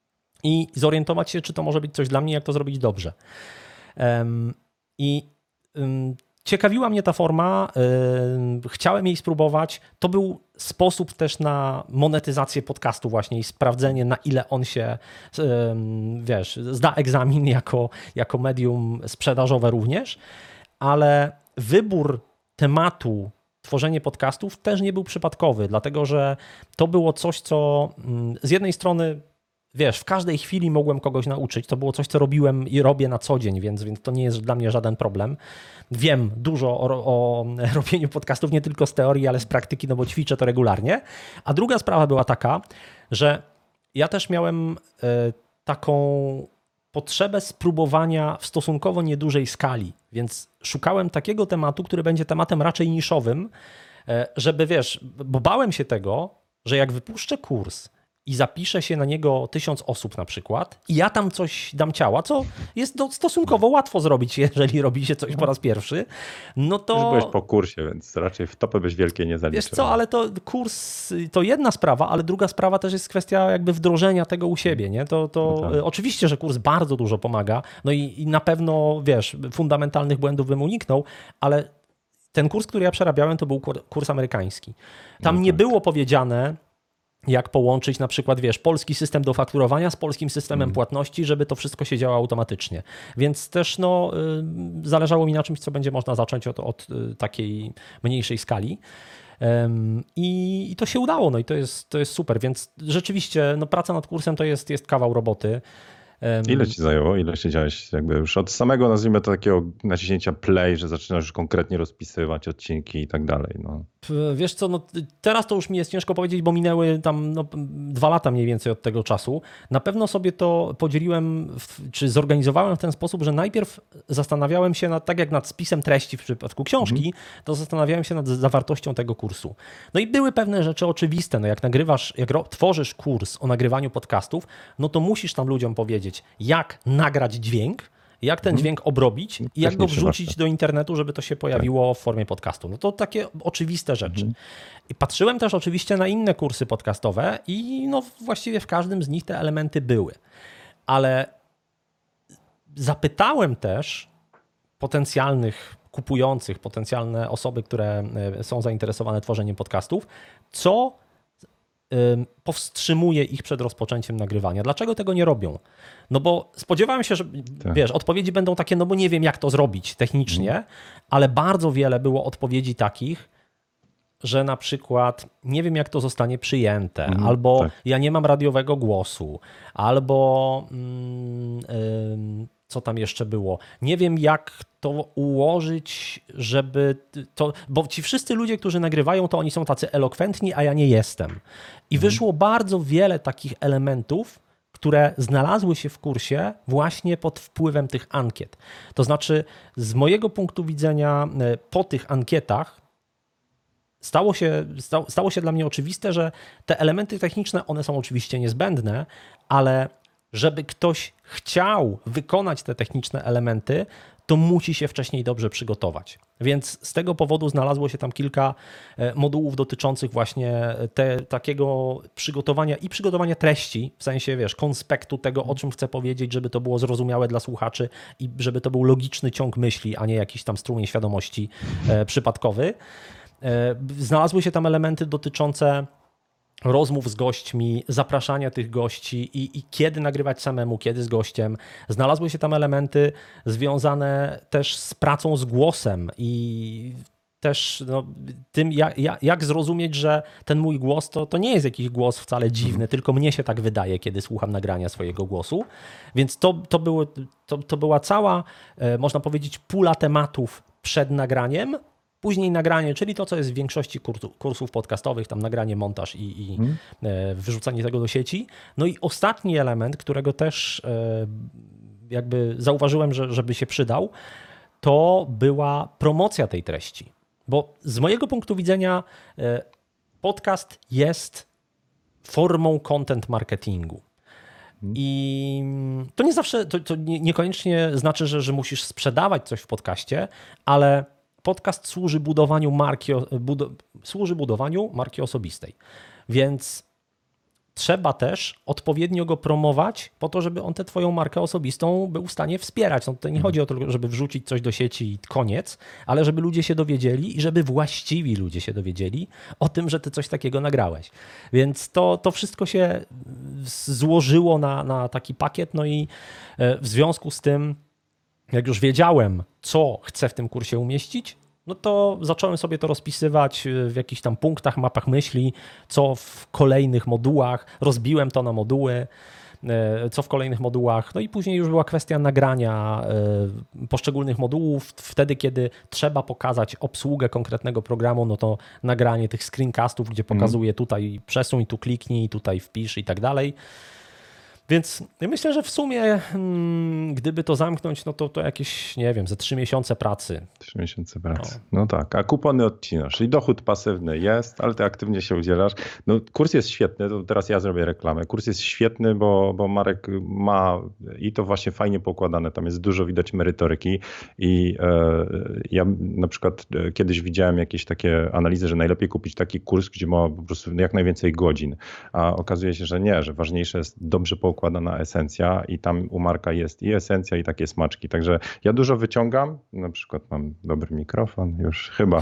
i zorientować się, czy to może być coś dla mnie, jak to zrobić dobrze. Um, I um, ciekawiła mnie ta forma, yy, chciałem jej spróbować. To był sposób też na monetyzację podcastu właśnie i sprawdzenie, na ile on się, yy, wiesz, zda egzamin jako, jako medium sprzedażowe również, ale wybór tematu, tworzenie podcastów też nie był przypadkowy, dlatego że to było coś, co yy, z jednej strony wiesz, w każdej chwili mogłem kogoś nauczyć. To było coś, co robiłem i robię na co dzień, więc, więc to nie jest dla mnie żaden problem. Wiem dużo o, o robieniu podcastów, nie tylko z teorii, ale z praktyki, no bo ćwiczę to regularnie. A druga sprawa była taka, że ja też miałem y, taką potrzebę spróbowania w stosunkowo niedużej skali, więc szukałem takiego tematu, który będzie tematem raczej niszowym, y, żeby, wiesz, bo bałem się tego, że jak wypuszczę kurs i zapisze się na niego tysiąc osób na przykład i ja tam coś dam ciała, co jest stosunkowo łatwo zrobić, jeżeli robi się coś po raz pierwszy, no to... Już byłeś po kursie, więc raczej w topy byś wielkie nie zaliczył. Wiesz co, ale to kurs to jedna sprawa, ale druga sprawa też jest kwestia jakby wdrożenia tego u siebie, nie? To, to no tak. Oczywiście, że kurs bardzo dużo pomaga, no i, i na pewno, wiesz, fundamentalnych błędów bym uniknął, ale ten kurs, który ja przerabiałem, to był kurs amerykański. Tam no nie tak. było powiedziane, jak połączyć na przykład, wiesz, polski system do fakturowania z polskim systemem mm. płatności, żeby to wszystko się działo automatycznie. Więc też no, y, zależało mi na czymś, co będzie można zacząć od, od y, takiej mniejszej skali. Um, i, I to się udało, no i to jest, to jest super, więc rzeczywiście no, praca nad kursem to jest, jest kawał roboty. Ile ci zajęło? Ile siedziałeś jakby już od samego, nazwijmy to, takiego naciśnięcia play, że zaczynasz już konkretnie rozpisywać odcinki i tak dalej? No. Wiesz co, no teraz to już mi jest ciężko powiedzieć, bo minęły tam no, dwa lata mniej więcej od tego czasu. Na pewno sobie to podzieliłem, w, czy zorganizowałem w ten sposób, że najpierw zastanawiałem się nad, tak jak nad spisem treści w przypadku książki, mhm. to zastanawiałem się nad zawartością tego kursu. No i były pewne rzeczy oczywiste, no jak nagrywasz, jak tworzysz kurs o nagrywaniu podcastów, no to musisz tam ludziom powiedzieć, jak nagrać dźwięk, jak ten dźwięk obrobić i jak go wrzucić do internetu, żeby to się pojawiło w formie podcastu. No to takie oczywiste rzeczy. Mhm. I patrzyłem też oczywiście na inne kursy podcastowe i no właściwie w każdym z nich te elementy były. Ale zapytałem też potencjalnych kupujących, potencjalne osoby, które są zainteresowane tworzeniem podcastów, co powstrzymuje ich przed rozpoczęciem nagrywania. Dlaczego tego nie robią? No bo spodziewałem się, że tak. wiesz, odpowiedzi będą takie, no bo nie wiem jak to zrobić technicznie, mm. ale bardzo wiele było odpowiedzi takich, że na przykład nie wiem jak to zostanie przyjęte, mm, albo tak. ja nie mam radiowego głosu, albo mm, yy, co tam jeszcze było, nie wiem jak to ułożyć, żeby to, bo ci wszyscy ludzie, którzy nagrywają, to oni są tacy elokwentni, a ja nie jestem. I mm. wyszło bardzo wiele takich elementów, które znalazły się w kursie właśnie pod wpływem tych ankiet. To znaczy, z mojego punktu widzenia, po tych ankietach stało się, stało się dla mnie oczywiste, że te elementy techniczne, one są oczywiście niezbędne, ale żeby ktoś chciał wykonać te techniczne elementy, to musi się wcześniej dobrze przygotować. Więc z tego powodu znalazło się tam kilka modułów dotyczących właśnie te, takiego przygotowania i przygotowania treści, w sensie, wiesz, konspektu tego, o czym chcę powiedzieć, żeby to było zrozumiałe dla słuchaczy i żeby to był logiczny ciąg myśli, a nie jakiś tam strumień świadomości e, przypadkowy. E, znalazły się tam elementy dotyczące rozmów z gośćmi, zapraszania tych gości i, i kiedy nagrywać samemu, kiedy z gościem. Znalazły się tam elementy związane też z pracą z głosem i też no, tym, jak, jak zrozumieć, że ten mój głos to, to nie jest jakiś głos wcale dziwny, mm. tylko mnie się tak wydaje, kiedy słucham nagrania swojego głosu. Więc to, to, były, to, to była cała, można powiedzieć, pula tematów przed nagraniem. Później nagranie, czyli to, co jest w większości kursów podcastowych, tam nagranie, montaż i, i hmm. wyrzucanie tego do sieci. No i ostatni element, którego też jakby zauważyłem, że, żeby się przydał, to była promocja tej treści. Bo z mojego punktu widzenia podcast jest formą content marketingu. I to nie zawsze, to, to niekoniecznie znaczy, że, że musisz sprzedawać coś w podcaście, ale podcast służy budowaniu marki, bud, służy budowaniu marki osobistej, więc trzeba też odpowiednio go promować po to, żeby on tę twoją markę osobistą był w stanie wspierać. No to nie chodzi o to, żeby wrzucić coś do sieci i koniec, ale żeby ludzie się dowiedzieli i żeby właściwi ludzie się dowiedzieli o tym, że ty coś takiego nagrałeś. Więc to, to wszystko się złożyło na, na taki pakiet, no i w związku z tym, jak już wiedziałem, co chcę w tym kursie umieścić, no to zacząłem sobie to rozpisywać w jakichś tam punktach, mapach myśli, co w kolejnych modułach, rozbiłem to na moduły, co w kolejnych modułach, no i później już była kwestia nagrania poszczególnych modułów. Wtedy, kiedy trzeba pokazać obsługę konkretnego programu, no to nagranie tych screencastów, gdzie pokazuje tutaj przesuń, tu kliknij, tutaj wpisz i tak dalej. Więc myślę, że w sumie gdyby to zamknąć, no to, to jakieś, nie wiem, ze trzy miesiące pracy. Trzy miesiące pracy. No. no tak, a kupony odcinasz i dochód pasywny jest, ale ty aktywnie się udzielasz. No kurs jest świetny, to teraz ja zrobię reklamę. Kurs jest świetny, bo, bo Marek ma i to właśnie fajnie pokładane, tam jest dużo widać merytoryki i e, ja na przykład kiedyś widziałem jakieś takie analizy, że najlepiej kupić taki kurs, gdzie ma po prostu jak najwięcej godzin, a okazuje się, że nie, że ważniejsze jest dobrze poukładane układana esencja i tam u Marka jest i esencja i takie smaczki. Także ja dużo wyciągam, na przykład mam dobry mikrofon, już chyba,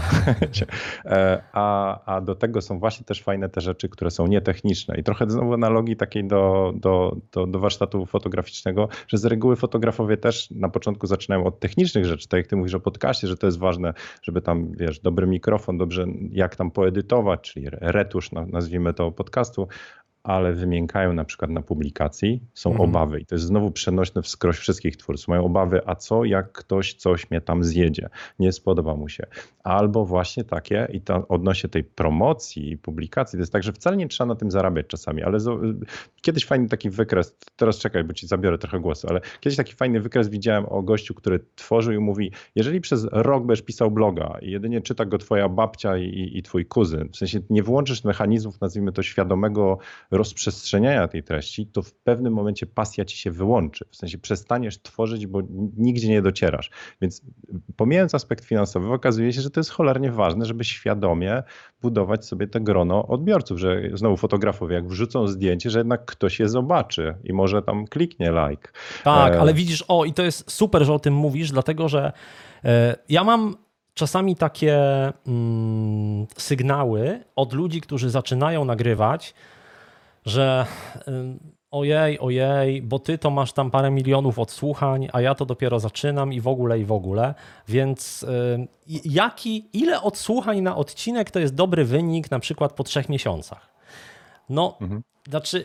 a, a do tego są właśnie też fajne te rzeczy, które są nietechniczne i trochę znowu analogii takiej do, do, do, do warsztatu fotograficznego, że z reguły fotografowie też na początku zaczynają od technicznych rzeczy, tak jak ty mówisz o podcaście, że to jest ważne, żeby tam, wiesz, dobry mikrofon, dobrze jak tam poedytować, czyli retusz, nazwijmy to, podcastu, ale wymiękają na przykład na publikacji, są mhm. obawy i to jest znowu przenośne wskroś wszystkich twórców. Mają obawy, a co jak ktoś coś mnie tam zjedzie, nie spodoba mu się. Albo właśnie takie i to odnośnie tej promocji i publikacji, to jest tak, że wcale nie trzeba na tym zarabiać czasami, ale z, kiedyś fajny taki wykres, teraz czekaj, bo ci zabiorę trochę głosu, ale kiedyś taki fajny wykres widziałem o gościu, który tworzył i mówi, jeżeli przez rok będziesz pisał bloga i jedynie czyta go twoja babcia i, i twój kuzyn, w sensie nie włączysz mechanizmów, nazwijmy to świadomego rozprzestrzeniania tej treści, to w pewnym momencie pasja ci się wyłączy. W sensie przestaniesz tworzyć, bo nigdzie nie docierasz. Więc pomijając aspekt finansowy, okazuje się, że to jest cholernie ważne, żeby świadomie budować sobie te grono odbiorców, że znowu fotografowie jak wrzucą zdjęcie, że jednak ktoś je zobaczy i może tam kliknie like. Tak, e... ale widzisz, o i to jest super, że o tym mówisz, dlatego że e, ja mam czasami takie mm, sygnały od ludzi, którzy zaczynają nagrywać, że ojej, ojej, bo ty to masz tam parę milionów odsłuchań, a ja to dopiero zaczynam i w ogóle, i w ogóle. Więc jaki, ile odsłuchań na odcinek to jest dobry wynik na przykład po trzech miesiącach? No, mhm. znaczy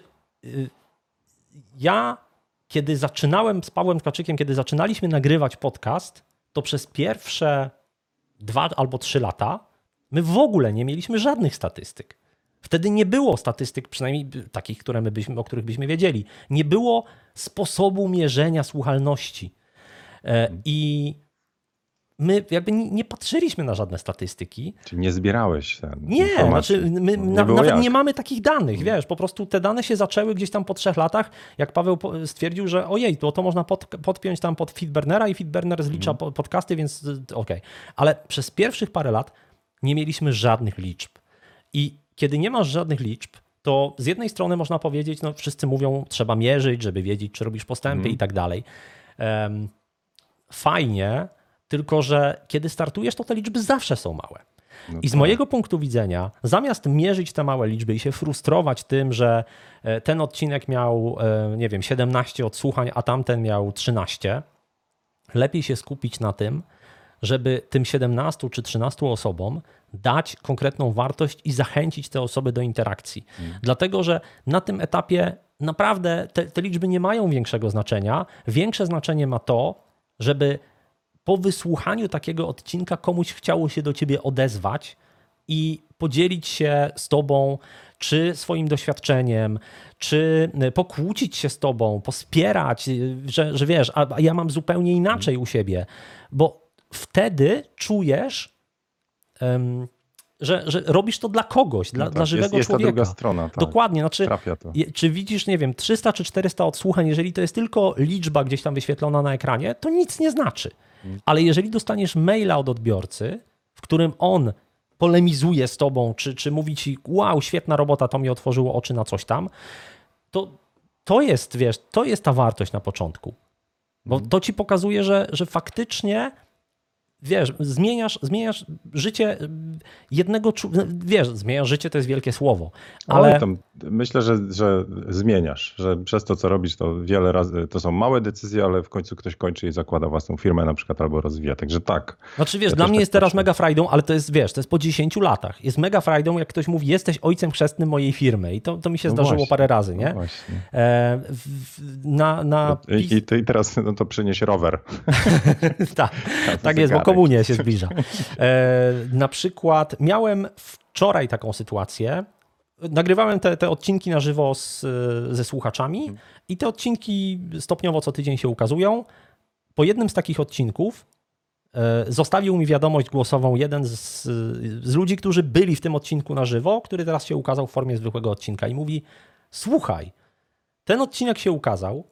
ja kiedy zaczynałem z Pawłem Tkaczykiem, kiedy zaczynaliśmy nagrywać podcast, to przez pierwsze dwa albo trzy lata my w ogóle nie mieliśmy żadnych statystyk. Wtedy nie było statystyk, przynajmniej takich, które my byśmy, o których byśmy wiedzieli. Nie było sposobu mierzenia słuchalności. I my jakby nie patrzyliśmy na żadne statystyki. Czyli nie zbierałeś ten Nie, informacji. znaczy my nie na, nawet jak. nie mamy takich danych, wiesz, po prostu te dane się zaczęły gdzieś tam po trzech latach, jak Paweł stwierdził, że ojej, to, to można pod, podpiąć tam pod Feedburnera i Feedburner zlicza hmm. podcasty, więc okej. Okay. Ale przez pierwszych parę lat nie mieliśmy żadnych liczb. I kiedy nie masz żadnych liczb, to z jednej strony można powiedzieć, no wszyscy mówią, trzeba mierzyć, żeby wiedzieć, czy robisz postępy hmm. i tak dalej. Um, fajnie, tylko że kiedy startujesz, to te liczby zawsze są małe. No I z tak. mojego punktu widzenia, zamiast mierzyć te małe liczby i się frustrować tym, że ten odcinek miał, nie wiem, siedemnaście odsłuchań, a tamten miał trzynaście, lepiej się skupić na tym, żeby tym siedemnastu czy trzynastu osobom dać konkretną wartość i zachęcić te osoby do interakcji. Hmm. Dlatego, że na tym etapie naprawdę te, te liczby nie mają większego znaczenia. Większe znaczenie ma to, żeby po wysłuchaniu takiego odcinka komuś chciało się do ciebie odezwać i podzielić się z tobą czy swoim doświadczeniem, czy pokłócić się z tobą, pospierać, że, że wiesz, a ja mam zupełnie inaczej u siebie, bo wtedy czujesz, um, że, że robisz to dla kogoś, dla, no tak, dla żywego jest, człowieka. Jest ta druga strona. Tak. Dokładnie. Znaczy, to. Czy widzisz, nie wiem, trzysta czy czterysta odsłuchań, jeżeli to jest tylko liczba gdzieś tam wyświetlona na ekranie, to nic nie znaczy. Ale jeżeli dostaniesz maila od odbiorcy, w którym on polemizuje z tobą, czy, czy mówi ci, wow, świetna robota, to mi otworzyło oczy na coś tam, to, to jest, wiesz, to jest ta wartość na początku. Bo to ci pokazuje, że, że faktycznie wiesz, zmieniasz, zmieniasz życie jednego, wiesz, zmieniasz życie to jest wielkie słowo, ale... ale tam myślę, że, że zmieniasz, że przez to, co robisz, to wiele razy, to są małe decyzje, ale w końcu ktoś kończy i zakłada własną firmę na przykład albo rozwija, także tak. Znaczy wiesz, ja dla mnie tak jest teraz patrzę. mega frajdą, ale to jest, wiesz, to jest po dziesięciu latach. Jest mega frajdą, jak ktoś mówi, jesteś ojcem chrzestnym mojej firmy i to, to mi się no zdarzyło właśnie, parę razy, nie? No właśnie. E, w, na, na... I, i, I teraz no to przynieś rower. tak, tak jest, bo komunia się zbliża. E, na przykład miałem wczoraj taką sytuację. Nagrywałem te, te odcinki na żywo z, ze słuchaczami hmm. i te odcinki stopniowo co tydzień się ukazują. Po jednym z takich odcinków e, zostawił mi wiadomość głosową jeden z, z ludzi, którzy byli w tym odcinku na żywo, który teraz się ukazał w formie zwykłego odcinka i mówi: słuchaj, ten odcinek się ukazał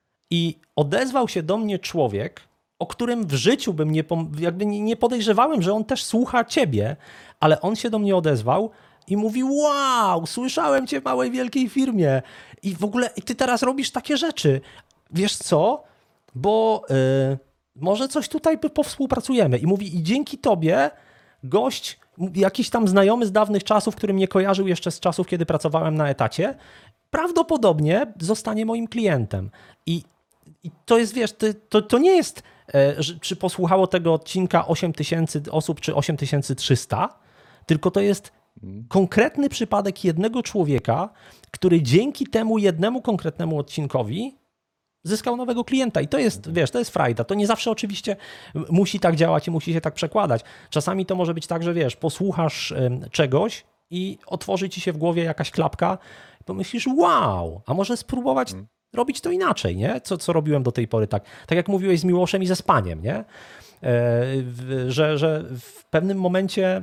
i odezwał się do mnie człowiek, o którym w życiu bym nie, jakby nie podejrzewałem, że on też słucha ciebie, ale on się do mnie odezwał i mówi: wow, słyszałem cię w małej, wielkiej firmie i w ogóle ty teraz robisz takie rzeczy. Wiesz co? Bo yy, może coś tutaj powspółpracujemy. I mówi, i dzięki tobie gość, jakiś tam znajomy z dawnych czasów, który mnie kojarzył jeszcze z czasów, kiedy pracowałem na etacie, prawdopodobnie zostanie moim klientem. I, i to jest, wiesz, to, to nie jest, yy, czy posłuchało tego odcinka osiem tysięcy osób, czy osiem tysięcy trzysta, tylko to jest konkretny przypadek jednego człowieka, który dzięki temu jednemu konkretnemu odcinkowi zyskał nowego klienta. I to jest, wiesz, to jest frajda. To nie zawsze oczywiście musi tak działać i musi się tak przekładać. Czasami to może być tak, że wiesz, posłuchasz czegoś i otworzy ci się w głowie jakaś klapka i pomyślisz: wow, a może spróbować hmm. robić to inaczej, nie? Co, co robiłem do tej pory tak. Tak jak mówiłeś z Miłoszem i ze spaniem, nie? E, że, że w pewnym momencie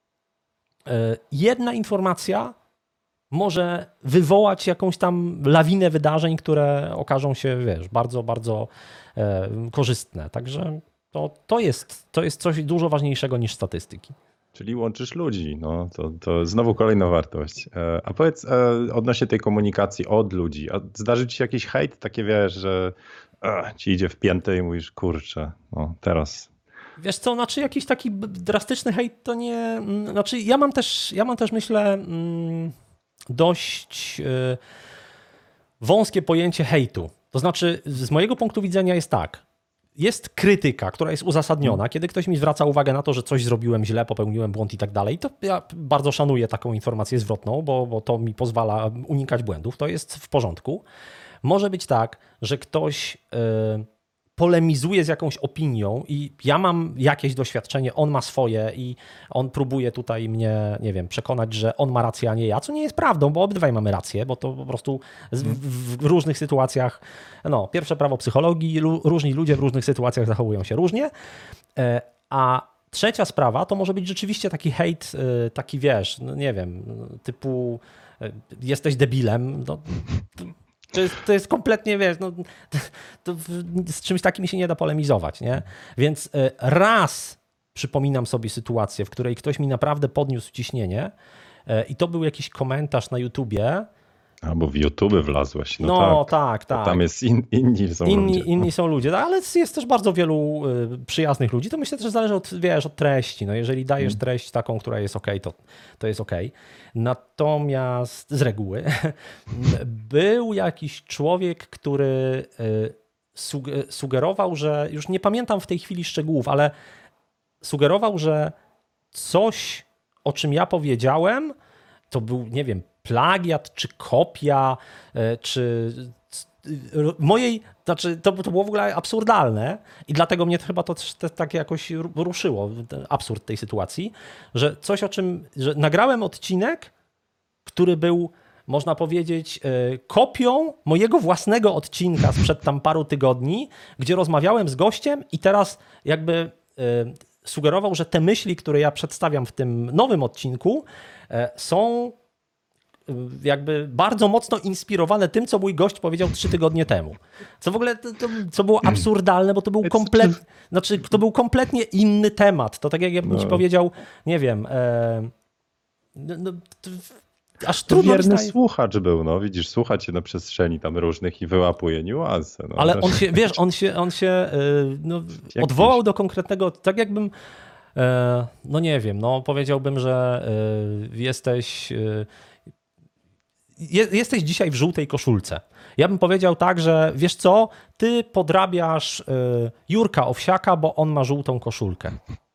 jedna informacja może wywołać jakąś tam lawinę wydarzeń, które okażą się, wiesz, bardzo, bardzo e, korzystne. Także to, to, jest, to jest coś dużo ważniejszego niż statystyki. Czyli łączysz ludzi, no to, to znowu kolejna wartość. E, a powiedz e, odnośnie tej komunikacji od ludzi, a zdarzy ci się jakiś hejt, takie wiesz, że e, ci idzie w piętę i mówisz: kurczę, no teraz... Wiesz co, znaczy jakiś taki drastyczny hejt to nie... Znaczy ja mam też, ja mam też myślę dość wąskie pojęcie hejtu. To znaczy z mojego punktu widzenia jest tak. Jest krytyka, która jest uzasadniona. Hmm. Kiedy ktoś mi zwraca uwagę na to, że coś zrobiłem źle, popełniłem błąd i tak dalej, to ja bardzo szanuję taką informację zwrotną, bo, bo to mi pozwala unikać błędów. To jest w porządku. Może być tak, że ktoś... Yy, polemizuje z jakąś opinią i ja mam jakieś doświadczenie, on ma swoje i on próbuje tutaj mnie, nie wiem, przekonać, że on ma rację, a nie ja, co nie jest prawdą, bo obydwaj mamy rację, bo to po prostu w, w różnych sytuacjach, no, pierwsze prawo psychologii, różni ludzie w różnych sytuacjach zachowują się różnie, a trzecia sprawa to może być rzeczywiście taki hejt, taki wiesz, no nie wiem, typu jesteś debilem, no, To jest, to jest kompletnie, wiesz, no, to, to z czymś takim się nie da polemizować, nie? Więc raz przypominam sobie sytuację, w której ktoś mi naprawdę podniósł ciśnienie i to był jakiś komentarz na YouTubie. Albo w YouTube wlazłeś. No, no tak, tak, tak. Tam jest in, inni są inni, ludzie. Inni są ludzie, ale jest też bardzo wielu przyjaznych ludzi. To myślę też zależy od, wiesz, od treści. No jeżeli dajesz hmm. treść taką, która jest okej, to, to jest okej. Natomiast z reguły był jakiś człowiek, który sugerował, że już nie pamiętam w tej chwili szczegółów, ale sugerował, że coś, o czym ja powiedziałem, to był, nie wiem, plagiat, czy kopia, czy mojej, znaczy to, to było w ogóle absurdalne i dlatego mnie to chyba to też tak jakoś ruszyło, ten absurd tej sytuacji, że coś o czym, że nagrałem odcinek, który był, można powiedzieć, kopią mojego własnego odcinka sprzed tam paru tygodni, gdzie rozmawiałem z gościem i teraz jakby sugerował, że te myśli, które ja przedstawiam w tym nowym odcinku, są jakby bardzo mocno inspirowane tym, co mój gość powiedział trzy tygodnie temu. Co w ogóle to, to, co było absurdalne, bo to był kompletnie, znaczy to był kompletnie inny temat. To tak jak ja bym no. ci powiedział, nie wiem, e, no, no, to, aż trudno wierny słuchacz był, no widzisz, słucha cię na przestrzeni tam różnych i wyłapuje niuanse. No. Ale on się, wiesz, on się, on się no, odwołał do konkretnego, tak jakbym, e, no nie wiem, no powiedziałbym, że e, jesteś... E, Jesteś dzisiaj w żółtej koszulce. Ja bym powiedział tak, że wiesz co, ty podrabiasz Jurka Owsiaka, bo on ma żółtą koszulkę.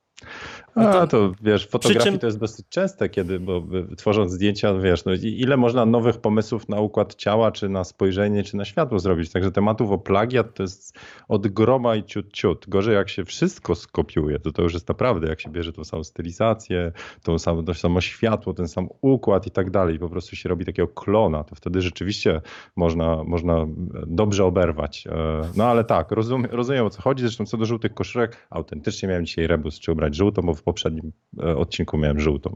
A to, to wiesz, w fotografii czym... to jest dosyć częste, kiedy, bo tworząc zdjęcia, wiesz, no, ile można nowych pomysłów na układ ciała, czy na spojrzenie, czy na światło zrobić. Także tematów o plagiat to jest od groma i ciut, ciut. Gorzej jak się wszystko skopiuje, to to już jest naprawdę, jak się bierze tą samą stylizację, tą samą, to samo światło, ten sam układ i tak dalej. Po prostu się robi takiego klona, to wtedy rzeczywiście można, można dobrze oberwać. No ale tak, rozumiem, rozumiem o co chodzi. Zresztą co do żółtych koszulek, autentycznie miałem dzisiaj rebus, czy ubrać żółtą, bo w poprzednim odcinku miałem żółtą.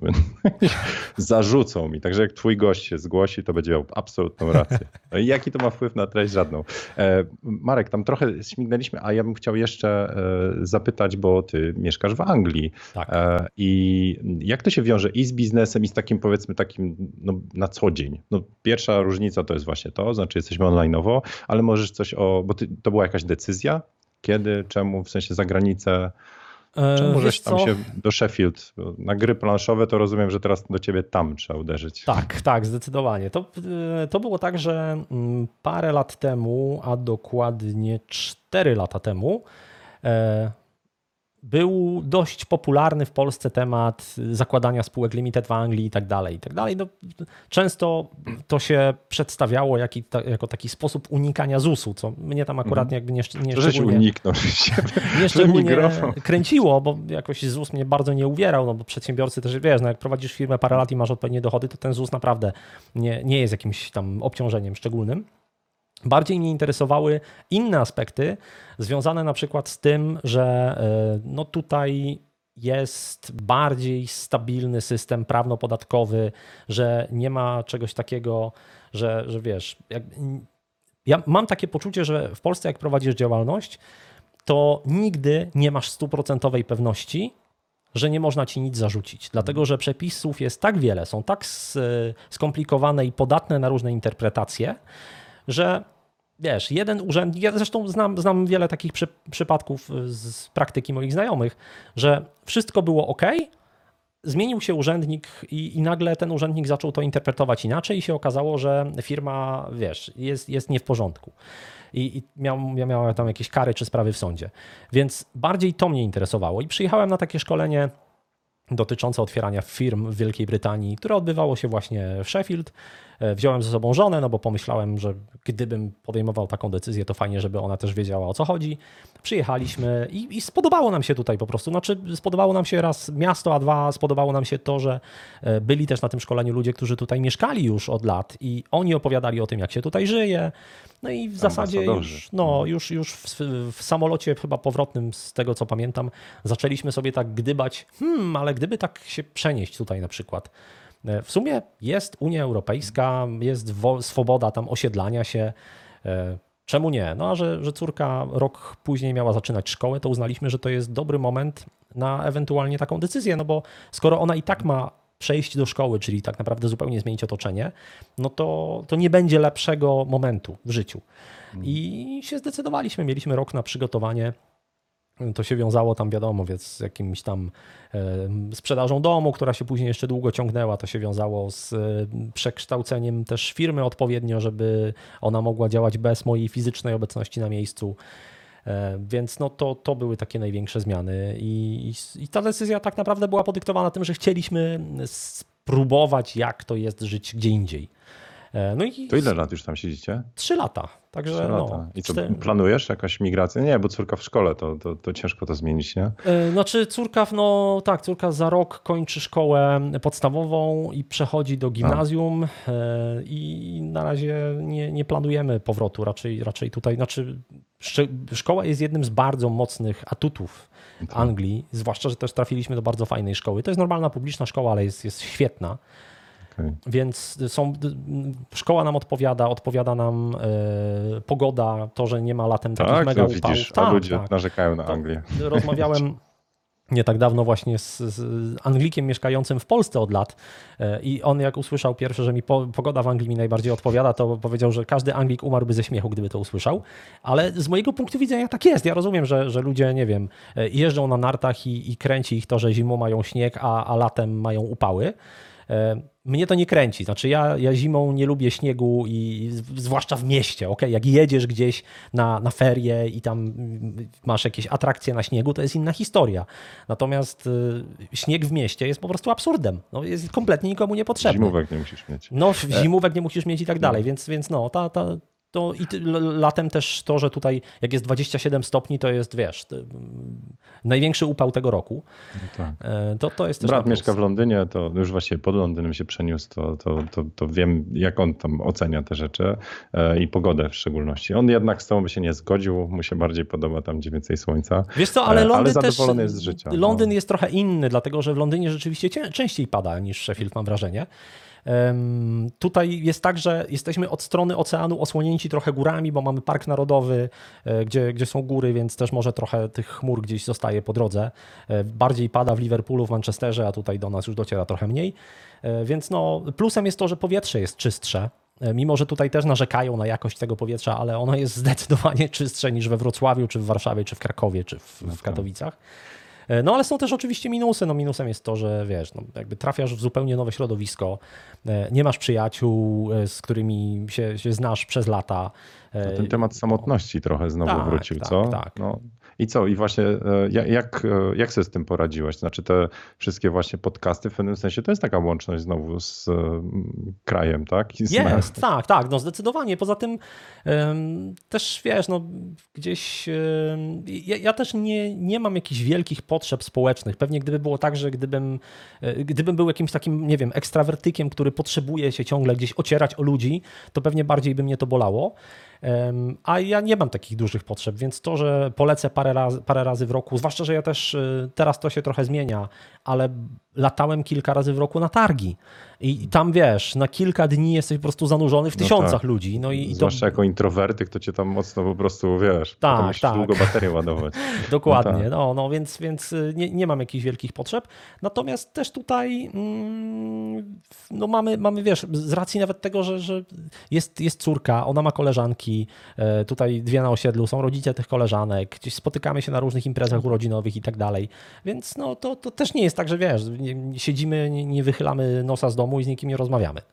Zarzucą mi. Także jak twój gość się zgłosi, to będzie miał absolutną rację. No i jaki to ma wpływ na treść? Żadną. Marek, tam trochę śmignęliśmy, a ja bym chciał jeszcze zapytać, bo ty mieszkasz w Anglii. Tak. I jak to się wiąże i z biznesem, i z takim, powiedzmy, takim no, na co dzień? No, pierwsza różnica to jest właśnie to, znaczy jesteśmy online'owo, ale możesz coś o, bo ty, to była jakaś decyzja? Kiedy, czemu, w sensie za granicę? Czemu żeś tam się do Sheffield, na gry planszowe, to rozumiem, że teraz do ciebie tam trzeba uderzyć. Tak, tak, zdecydowanie. To, to było tak, że parę lat temu, a dokładnie cztery lata temu, był dość popularny w Polsce temat zakładania spółek limited w Anglii i tak dalej, i tak dalej. No, często to się przedstawiało jak, jako taki sposób unikania zusu, co mnie tam akurat jakby nie, nie szczególnie, uniknął, nie szczególnie kręciło, bo jakoś ZUS mnie bardzo nie uwierał, no bo przedsiębiorcy też, wiesz, no jak prowadzisz firmę parę lat i masz odpowiednie dochody, to ten ZUS naprawdę nie, nie jest jakimś tam obciążeniem szczególnym. Bardziej mnie interesowały inne aspekty związane na przykład z tym, że no tutaj jest bardziej stabilny system prawno-podatkowy, że nie ma czegoś takiego, że, że wiesz, jak, ja mam takie poczucie, że w Polsce jak prowadzisz działalność, to nigdy nie masz stuprocentowej pewności, że nie można ci nic zarzucić, dlatego że przepisów jest tak wiele, są tak skomplikowane i podatne na różne interpretacje, że wiesz, jeden urzędnik, ja zresztą znam, znam wiele takich przy, przypadków z praktyki moich znajomych, że wszystko było ok, zmienił się urzędnik i, i nagle ten urzędnik zaczął to interpretować inaczej i się okazało, że firma, wiesz, jest, jest nie w porządku. I, i miał, miała tam jakieś kary czy sprawy w sądzie. Więc bardziej to mnie interesowało i przyjechałem na takie szkolenie dotyczące otwierania firm w Wielkiej Brytanii, które odbywało się właśnie w Sheffield. Wziąłem ze sobą żonę, no bo pomyślałem, że gdybym podejmował taką decyzję, to fajnie, żeby ona też wiedziała, o co chodzi. Przyjechaliśmy i, i spodobało nam się tutaj po prostu. Znaczy spodobało nam się raz miasto, a dwa spodobało nam się to, że byli też na tym szkoleniu ludzie, którzy tutaj mieszkali już od lat i oni opowiadali o tym, jak się tutaj żyje. No i w zasadzie już, no, już, już w, w samolocie chyba powrotnym, z tego co pamiętam, zaczęliśmy sobie tak gdybać, hmm, ale gdyby tak się przenieść tutaj na przykład. W sumie jest Unia Europejska, jest wo- swoboda tam osiedlania się. Czemu nie? No a że, że córka rok później miała zaczynać szkołę, to uznaliśmy, że to jest dobry moment na ewentualnie taką decyzję, no bo skoro ona i tak ma przejść do szkoły, czyli tak naprawdę zupełnie zmienić otoczenie, no to, to nie będzie lepszego momentu w życiu. I się zdecydowaliśmy, mieliśmy rok na przygotowanie. To się wiązało tam, wiadomo, więc z jakimś tam e, sprzedażą domu, która się później jeszcze długo ciągnęła. To się wiązało z e, przekształceniem też firmy odpowiednio, żeby ona mogła działać bez mojej fizycznej obecności na miejscu. E, więc no to, to były takie największe zmiany i, i, i ta decyzja tak naprawdę była podyktowana tym, że chcieliśmy spróbować, jak to jest żyć gdzie indziej. No i to ile lat już tam siedzicie? Trzy lata. Także, Trzy lata. No, I co, cztery... planujesz jakaś migrację? Nie, bo córka w szkole, to, to, to ciężko to zmienić, nie? Znaczy córka, no tak, córka za rok kończy szkołę podstawową i przechodzi do gimnazjum A. i na razie nie, nie planujemy powrotu, raczej, raczej tutaj, znaczy szkoła jest jednym z bardzo mocnych atutów tak. Anglii, zwłaszcza, że też trafiliśmy do bardzo fajnej szkoły. To jest normalna publiczna szkoła, ale jest, jest świetna. Okay. Więc są, szkoła nam odpowiada, odpowiada nam e, pogoda, to, że nie ma latem tak, takich mega no, upałów. Widzisz, tak, a ludzie tak. narzekają na Anglię. To rozmawiałem nie tak dawno właśnie z, z Anglikiem mieszkającym w Polsce od lat e, i on jak usłyszał pierwsze, że mi po, pogoda w Anglii mi najbardziej odpowiada, to powiedział, że każdy Anglik umarłby ze śmiechu, gdyby to usłyszał. Ale z mojego punktu widzenia tak jest. Ja rozumiem, że, że ludzie, nie wiem, jeżdżą na nartach i, i kręci ich to, że zimą mają śnieg, a, a latem mają upały. Mnie to nie kręci. Znaczy ja, ja zimą nie lubię śniegu i zwłaszcza w mieście. Okay? Jak jedziesz gdzieś na, na ferie i tam masz jakieś atrakcje na śniegu, to jest inna historia. Natomiast y, śnieg w mieście jest po prostu absurdem. No, jest kompletnie nikomu niepotrzebny. Zimówek nie musisz mieć. No zimówek nie musisz mieć i tak dalej. Więc, więc no, ta, ta, to i ty, latem też to, że tutaj jak jest dwadzieścia siedem stopni, to jest, wiesz, to, największy upał tego roku. No tak. to, to jest też Brat mieszka w Londynie, to już właściwie pod Londynem się przeniósł, to, to, to, to wiem, jak on tam ocenia te rzeczy i pogodę w szczególności. On jednak z tobą by się nie zgodził, mu się bardziej podoba tam, gdzie więcej słońca. Wiesz co, ale Londyn ale zadowolony też, jest z życia. Londyn no. jest trochę inny, dlatego że w Londynie rzeczywiście częściej pada niż Sheffield, mam wrażenie. Um, tutaj jest tak, że jesteśmy od strony oceanu osłonięci trochę górami, bo mamy park narodowy, e, gdzie, gdzie są góry, więc też może trochę tych chmur gdzieś zostaje po drodze. E, bardziej pada w Liverpoolu, w Manchesterze, a tutaj do nas już dociera trochę mniej. E, więc no, plusem jest to, że powietrze jest czystsze. E, mimo, że tutaj też narzekają na jakość tego powietrza, ale ono jest zdecydowanie czystsze niż we Wrocławiu, czy w Warszawie, czy w Krakowie, czy w, w Katowicach. No ale są też oczywiście minusy. No minusem jest to, że wiesz, no, jakby trafiasz w zupełnie nowe środowisko, nie masz przyjaciół, z którymi się, się znasz przez lata. No, ten temat samotności trochę znowu tak, wrócił, tak, co? Tak. No. I co? I właśnie jak, jak sobie z tym poradziłeś? Znaczy te wszystkie właśnie podcasty w pewnym sensie to jest taka łączność znowu z krajem, tak? I z jest, tak, tak, no zdecydowanie. Poza tym um, też wiesz, no gdzieś um, ja, ja też nie, nie mam jakichś wielkich potrzeb społecznych. Pewnie gdyby było tak, że gdybym, gdybym był jakimś takim, nie wiem, ekstrawertykiem, który potrzebuje się ciągle gdzieś ocierać o ludzi, to pewnie bardziej by mnie to bolało. A ja nie mam takich dużych potrzeb, więc to, że polecę parę razy, parę razy w roku, zwłaszcza, że ja też teraz to się trochę zmienia, ale latałem kilka razy w roku na targi i tam wiesz, na kilka dni jesteś po prostu zanurzony w tysiącach no tak. ludzi. No i, i zwłaszcza to... jako introwertyk, to cię tam mocno po prostu, wiesz, tak, potem musisz tak. długo baterię ładować. Dokładnie, no, tak. no, no więc, więc nie, nie mam jakichś wielkich potrzeb. Natomiast też tutaj mm, no mamy, mamy, wiesz, z racji nawet tego, że, że jest, jest córka, ona ma koleżanki, tutaj dwie na osiedlu, są rodzice tych koleżanek, gdzieś spotykamy się na różnych imprezach urodzinowych i tak dalej. Więc no to, to też nie jest tak, że wiesz, nie, siedzimy, nie, nie wychylamy nosa z domu i z nikim nie rozmawiamy.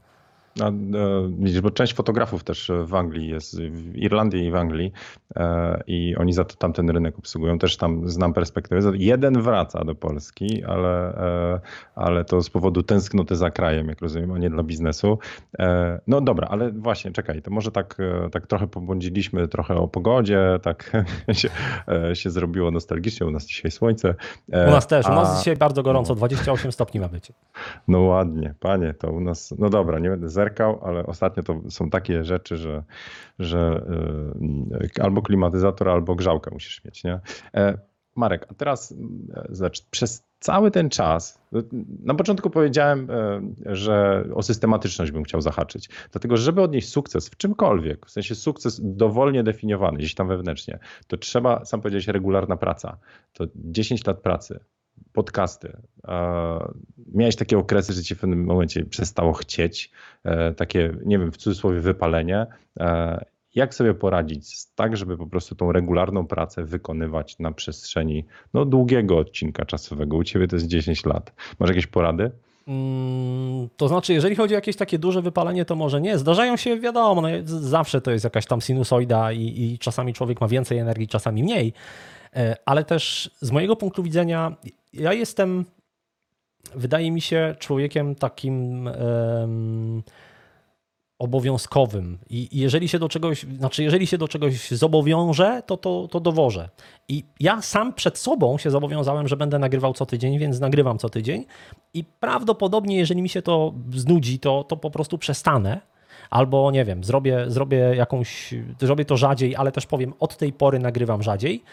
A, e, widzisz, bo część fotografów też w Anglii jest, w Irlandii i w Anglii e, i oni za to tamten rynek obsługują. Też tam znam perspektywę. Jeden wraca do Polski, ale, e, ale to z powodu tęsknoty za krajem, jak rozumiem, a nie dla biznesu. E, no dobra, ale właśnie, czekaj, to może tak, tak trochę pobłądziliśmy, trochę o pogodzie, tak się, e, się zrobiło nostalgicznie. U nas dzisiaj słońce. E, u nas też, u nas a, dzisiaj bardzo gorąco, dwadzieścia osiem stopni ma być. No ładnie, panie, to u nas, no dobra, nie będę zerkał, ale ostatnio to są takie rzeczy, że, że y, albo klimatyzator, albo grzałkę musisz mieć, nie? E, Marek, a teraz zobacz, przez cały ten czas, na początku powiedziałem, że o systematyczność bym chciał zahaczyć, dlatego żeby odnieść sukces w czymkolwiek, w sensie sukces dowolnie definiowany, gdzieś tam wewnętrznie, to trzeba, sam powiedziałeś, regularna praca, to dziesięć lat pracy, podcasty. Miałeś takie okresy, że ci w pewnym momencie przestało chcieć, takie, nie wiem, w cudzysłowie wypalenie. Jak sobie poradzić tak, żeby po prostu tą regularną pracę wykonywać na przestrzeni no, długiego odcinka czasowego? U ciebie to jest dziesięć lat. Masz jakieś porady? Hmm, to znaczy, jeżeli chodzi o jakieś takie duże wypalenie, to może nie. Zdarzają się, wiadomo, no, zawsze to jest jakaś tam sinusoida i, i czasami człowiek ma więcej energii, czasami mniej. Ale też z mojego punktu widzenia, ja jestem, wydaje mi się, człowiekiem takim um, obowiązkowym. I jeżeli się do czegoś, znaczy jeżeli się do czegoś zobowiążę, to, to, to dowożę. I ja sam przed sobą się zobowiązałem, że będę nagrywał co tydzień, więc nagrywam co tydzień. I prawdopodobnie, jeżeli mi się to znudzi, to, to po prostu przestanę. Albo nie wiem, zrobię, zrobię jakąś, zrobię to rzadziej, ale też powiem, od tej pory nagrywam rzadziej.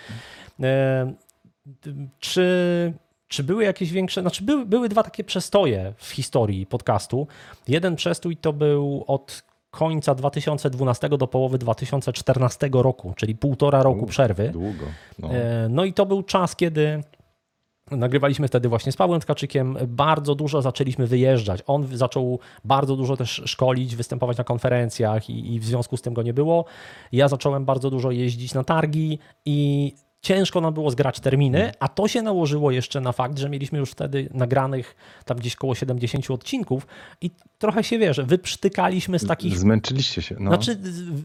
Czy, czy były jakieś większe, znaczy były, były dwa takie przestoje w historii podcastu. Jeden przestój to był od końca dwa tysiące dwunastego do połowy dwa tysiące czternastego roku, czyli półtora roku przerwy. Długo. No. no i to był czas, kiedy nagrywaliśmy wtedy właśnie z Pawłem Tkaczykiem, bardzo dużo zaczęliśmy wyjeżdżać. On zaczął bardzo dużo też szkolić, występować na konferencjach i, i w związku z tym go nie było. Ja zacząłem bardzo dużo jeździć na targi i ciężko nam było zgrać terminy, a to się nałożyło jeszcze na fakt, że mieliśmy już wtedy nagranych tam gdzieś koło siedemdziesiąt odcinków i trochę się, wiesz, wyprztykaliśmy z takich... Zmęczyliście się. No. Znaczy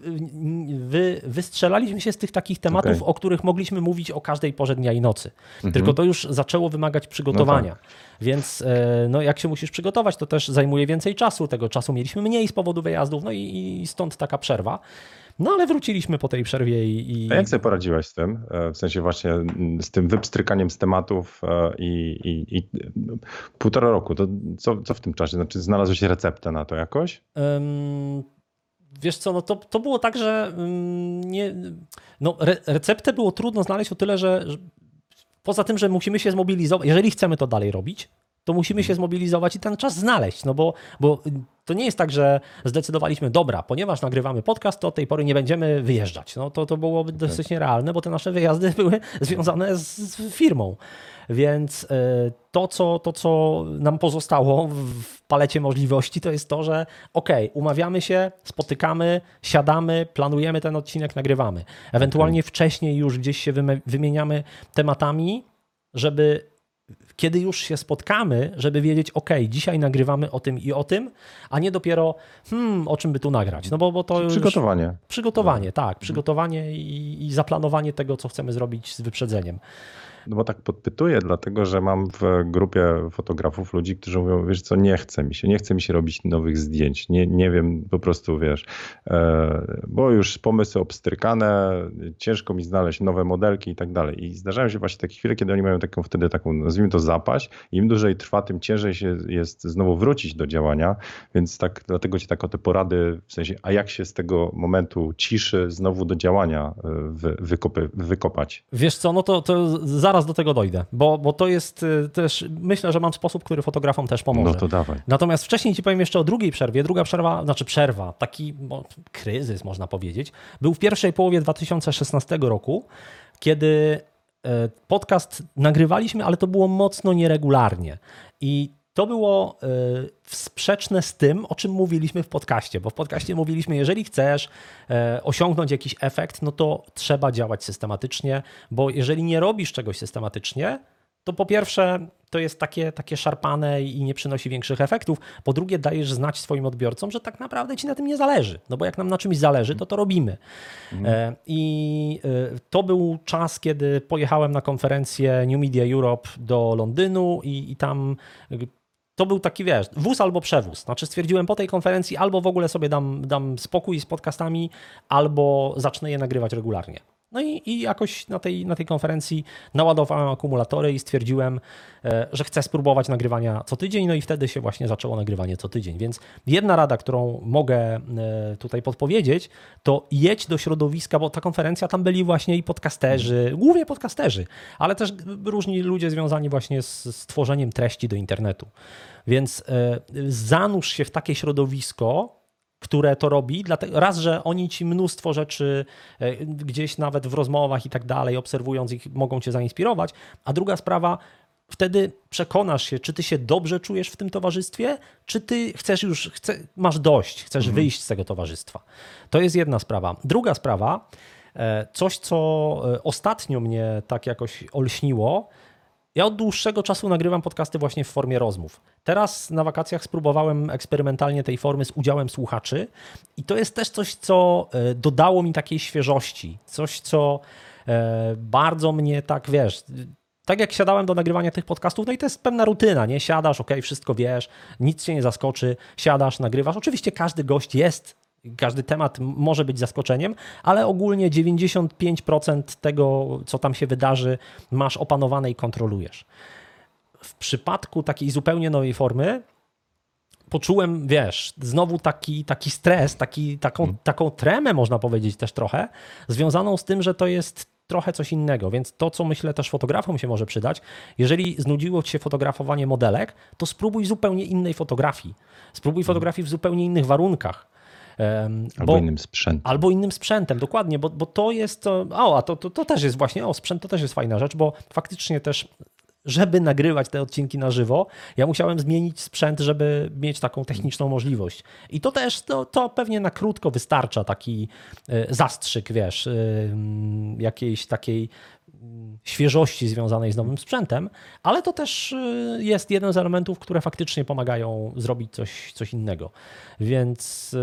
wy, wystrzelaliśmy się z tych takich tematów, okay. o których mogliśmy mówić o każdej porze dnia i nocy. Mhm. Tylko to już zaczęło wymagać przygotowania. No tak. Więc no, jak się musisz przygotować, to też zajmuje więcej czasu. Tego czasu mieliśmy mniej z powodu wyjazdów, no i, i stąd taka przerwa. No ale wróciliśmy po tej przerwie i... A jak sobie poradziłaś z tym? W sensie właśnie z tym wypstrykaniem z tematów i, i, i półtora roku. To co, co w tym czasie? Znaczy znalazłeś receptę na to jakoś? Um, wiesz co, no to, to było tak, że um, nie, no re, receptę było trudno znaleźć o tyle, że, że poza tym, że musimy się zmobilizować, jeżeli chcemy to dalej robić, to musimy się zmobilizować i ten czas znaleźć, no bo, bo to nie jest tak, że zdecydowaliśmy, dobra, ponieważ nagrywamy podcast, to od tej pory nie będziemy wyjeżdżać. No to, to byłoby dosyć nierealne, bo te nasze wyjazdy były związane z, z firmą. Więc to co, to, co nam pozostało w palecie możliwości, to jest to, że okej, okay, umawiamy się, spotykamy, siadamy, planujemy ten odcinek, nagrywamy. Ewentualnie okay. wcześniej już gdzieś się wymieniamy tematami, żeby kiedy już się spotkamy, żeby wiedzieć, ok, dzisiaj nagrywamy o tym i o tym, a nie dopiero, hmm, o czym by tu nagrać. No bo, bo to Przygotowanie. Już, przygotowanie, tak. Przygotowanie i, i zaplanowanie tego, co chcemy zrobić z wyprzedzeniem. No bo tak podpytuję, dlatego że mam w grupie fotografów ludzi, którzy mówią, wiesz co, nie chce mi się, nie chce mi się robić nowych zdjęć, nie, nie wiem, po prostu wiesz, bo już pomysły obstrykane, ciężko mi znaleźć nowe modelki i tak dalej. I zdarzają się właśnie takie chwile, kiedy oni mają taką wtedy taką, nazwijmy to zapaść, im dłużej trwa, tym ciężej się jest znowu wrócić do działania, więc tak dlatego ci tak o te porady, w sensie, a jak się z tego momentu ciszy znowu do działania wy, wykopy, wykopać? Wiesz co, no to, to zaraz do tego dojdę, bo, bo to jest też, myślę, że mam sposób, który fotografom też pomoże. No to dawaj. Natomiast wcześniej ci powiem jeszcze o drugiej przerwie. Druga przerwa, znaczy przerwa, taki bo, kryzys można powiedzieć, był w pierwszej połowie dwa tysiące szesnastego roku, kiedy podcast nagrywaliśmy, ale to było mocno nieregularnie i to było sprzeczne z tym, o czym mówiliśmy w podcaście, bo w podcaście mówiliśmy, jeżeli chcesz osiągnąć jakiś efekt, no to trzeba działać systematycznie, bo jeżeli nie robisz czegoś systematycznie, to po pierwsze to jest takie, takie szarpane i nie przynosi większych efektów. Po drugie dajesz znać swoim odbiorcom, że tak naprawdę ci na tym nie zależy. No bo jak nam na czymś zależy, to to robimy. Mhm. I to był czas, kiedy pojechałem na konferencję New Media Europe do Londynu i, i tam to był taki, wiesz, wóz albo przewóz. Znaczy stwierdziłem po tej konferencji albo w ogóle sobie dam, dam spokój z podcastami, albo zacznę je nagrywać regularnie. No i, i jakoś na tej, na tej konferencji naładowałem akumulatory i stwierdziłem, że chcę spróbować nagrywania co tydzień, no i wtedy się właśnie zaczęło nagrywanie co tydzień. Więc jedna rada, którą mogę tutaj podpowiedzieć, to jedź do środowiska, bo ta konferencja, tam byli właśnie i podcasterzy, głównie podcasterzy, ale też różni ludzie związani właśnie z, z tworzeniem treści do internetu. Więc zanurz się w takie środowisko, które to robi, dlatego raz, że oni ci mnóstwo rzeczy gdzieś nawet w rozmowach i tak dalej, obserwując ich, mogą cię zainspirować, a druga sprawa, wtedy przekonasz się, czy ty się dobrze czujesz w tym towarzystwie, czy ty chcesz już, chce, masz dość, chcesz mhm. wyjść z tego towarzystwa. To jest jedna sprawa. Druga sprawa, coś, co ostatnio mnie tak jakoś olśniło, ja od dłuższego czasu nagrywam podcasty właśnie w formie rozmów. Teraz na wakacjach spróbowałem eksperymentalnie tej formy z udziałem słuchaczy i to jest też coś, co dodało mi takiej świeżości. Coś, co bardzo mnie tak, wiesz, tak jak siadałem do nagrywania tych podcastów, no i to jest pewna rutyna, nie? Siadasz, okej, wszystko wiesz, nic cię nie zaskoczy, siadasz, nagrywasz. Oczywiście każdy gość jest, każdy temat może być zaskoczeniem, ale ogólnie dziewięćdziesiąt pięć procent tego, co tam się wydarzy, masz opanowane i kontrolujesz. W przypadku takiej zupełnie nowej formy poczułem, wiesz, znowu taki, taki stres, taki, taką, hmm. taką tremę, można powiedzieć też trochę, związaną z tym, że to jest trochę coś innego, więc to, co myślę też fotografom się może przydać, jeżeli znudziło ci się fotografowanie modelek, to spróbuj zupełnie innej fotografii. Spróbuj hmm. fotografii w zupełnie innych warunkach. Um, albo bo, innym sprzętem. Albo innym sprzętem, dokładnie, bo, bo to jest, o, a to, to, to też jest właśnie, o, sprzęt to też jest fajna rzecz, bo faktycznie też, żeby nagrywać te odcinki na żywo, ja musiałem zmienić sprzęt, żeby mieć taką techniczną możliwość. I to też, to, to pewnie na krótko wystarcza taki zastrzyk, wiesz, jakiejś takiej świeżości związanej z nowym sprzętem, ale to też jest jeden z elementów, które faktycznie pomagają zrobić coś, coś innego. Więc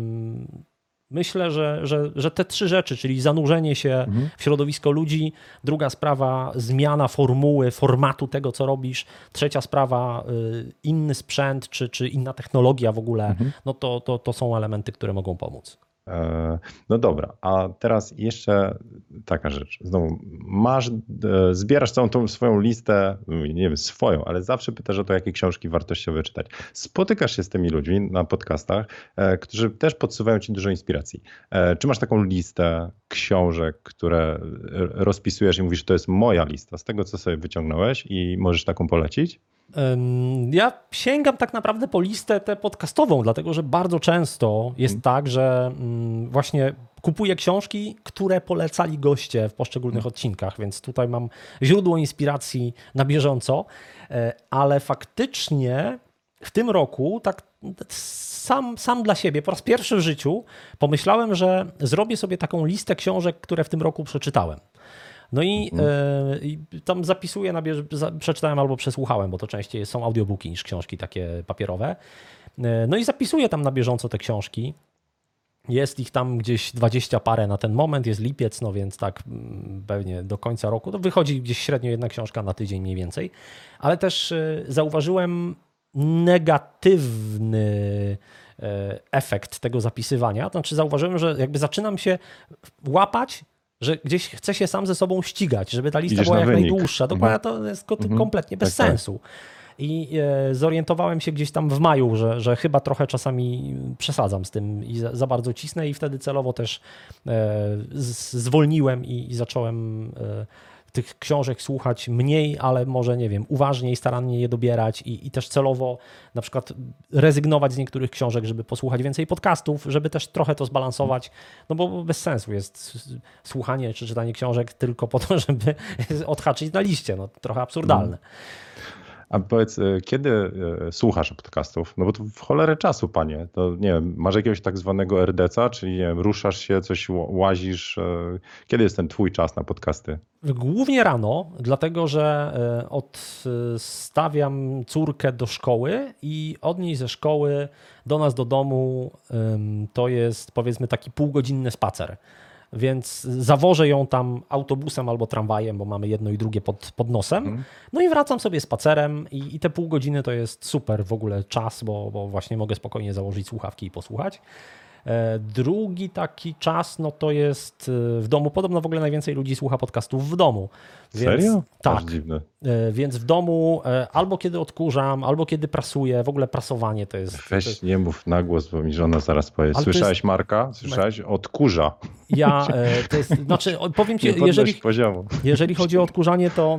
myślę, że, że, że te trzy rzeczy, czyli zanurzenie się mhm. w środowisko ludzi, druga sprawa zmiana formuły, formatu tego, co robisz, trzecia sprawa inny sprzęt, czy, czy inna technologia w ogóle, mhm. no to, to, to są elementy, które mogą pomóc. No dobra, a teraz jeszcze taka rzecz. Znowu masz, zbierasz całą tą swoją listę, nie wiem, swoją, ale zawsze pytasz o to, jakie książki wartościowe czytać. Spotykasz się z tymi ludźmi na podcastach, którzy też podsuwają ci dużo inspiracji. Czy masz taką listę książek, które rozpisujesz i mówisz, to jest moja lista z tego, co sobie wyciągnąłeś i możesz taką polecić? Ja sięgam tak naprawdę po listę tę podcastową, dlatego że bardzo często jest hmm. tak, że właśnie kupuję książki, które polecali goście w poszczególnych hmm. odcinkach, więc tutaj mam źródło inspiracji na bieżąco, ale faktycznie w tym roku tak sam, sam dla siebie po raz pierwszy w życiu pomyślałem, że zrobię sobie taką listę książek, które w tym roku przeczytałem. No i, mhm. y, i tam zapisuję, na bież- za, przeczytałem albo przesłuchałem, bo to częściej są audiobooki niż książki takie papierowe. Y, no i zapisuję tam na bieżąco te książki. Jest ich tam gdzieś dwadzieścia parę na ten moment, jest lipiec, no więc tak pewnie do końca roku. To wychodzi gdzieś średnio jedna książka na tydzień mniej więcej. Ale też y, zauważyłem negatywny y, efekt tego zapisywania. To znaczy zauważyłem, że jakby zaczynam się łapać, że gdzieś chce się sam ze sobą ścigać, żeby ta lista Idziesz była jak wynik. najdłuższa. Dokładnie mhm. to jest mhm. kompletnie bez tak, sensu. Tak. I e, zorientowałem się gdzieś tam w maju, że, że chyba trochę czasami przesadzam z tym i za, za bardzo cisnę i wtedy celowo też e, z, zwolniłem i, i zacząłem e, tych książek słuchać mniej, ale może, nie wiem, uważniej, starannie je dobierać i, i też celowo na przykład rezygnować z niektórych książek, żeby posłuchać więcej podcastów, żeby też trochę to zbalansować, no bo bez sensu jest słuchanie czy czytanie książek tylko po to, żeby odhaczyć na liście, no trochę absurdalne. A powiedz, kiedy słuchasz podcastów? No bo to w cholerę czasu, panie. To nie wiem, masz jakiegoś tak zwanego er de ca, czyli nie wiem, ruszasz się, coś łazisz. Kiedy jest ten twój czas na podcasty? Głównie rano, dlatego że odstawiam córkę do szkoły i od niej ze szkoły do nas do domu to jest powiedzmy taki półgodzinny spacer. Więc zawożę ją tam autobusem albo tramwajem, bo mamy jedno i drugie pod, pod nosem. Mm. No i wracam sobie spacerem i, i te pół godziny to jest super w ogóle czas, bo, bo właśnie mogę spokojnie założyć słuchawki i posłuchać. E, drugi taki czas, no to jest w domu. Podobno w ogóle najwięcej ludzi słucha podcastów w domu. Więc, serio? Tak. Dziwne. E, więc w domu e, albo kiedy odkurzam, albo kiedy prasuję. W ogóle prasowanie to jest... Weź to jest... nie mów na głos, bo mi żona zaraz powie. Słyszałeś jest... Marka? Słyszałeś? Odkurza. Ja, e, to jest, znaczy powiem ci, jeżeli, jeżeli chodzi o odkurzanie, to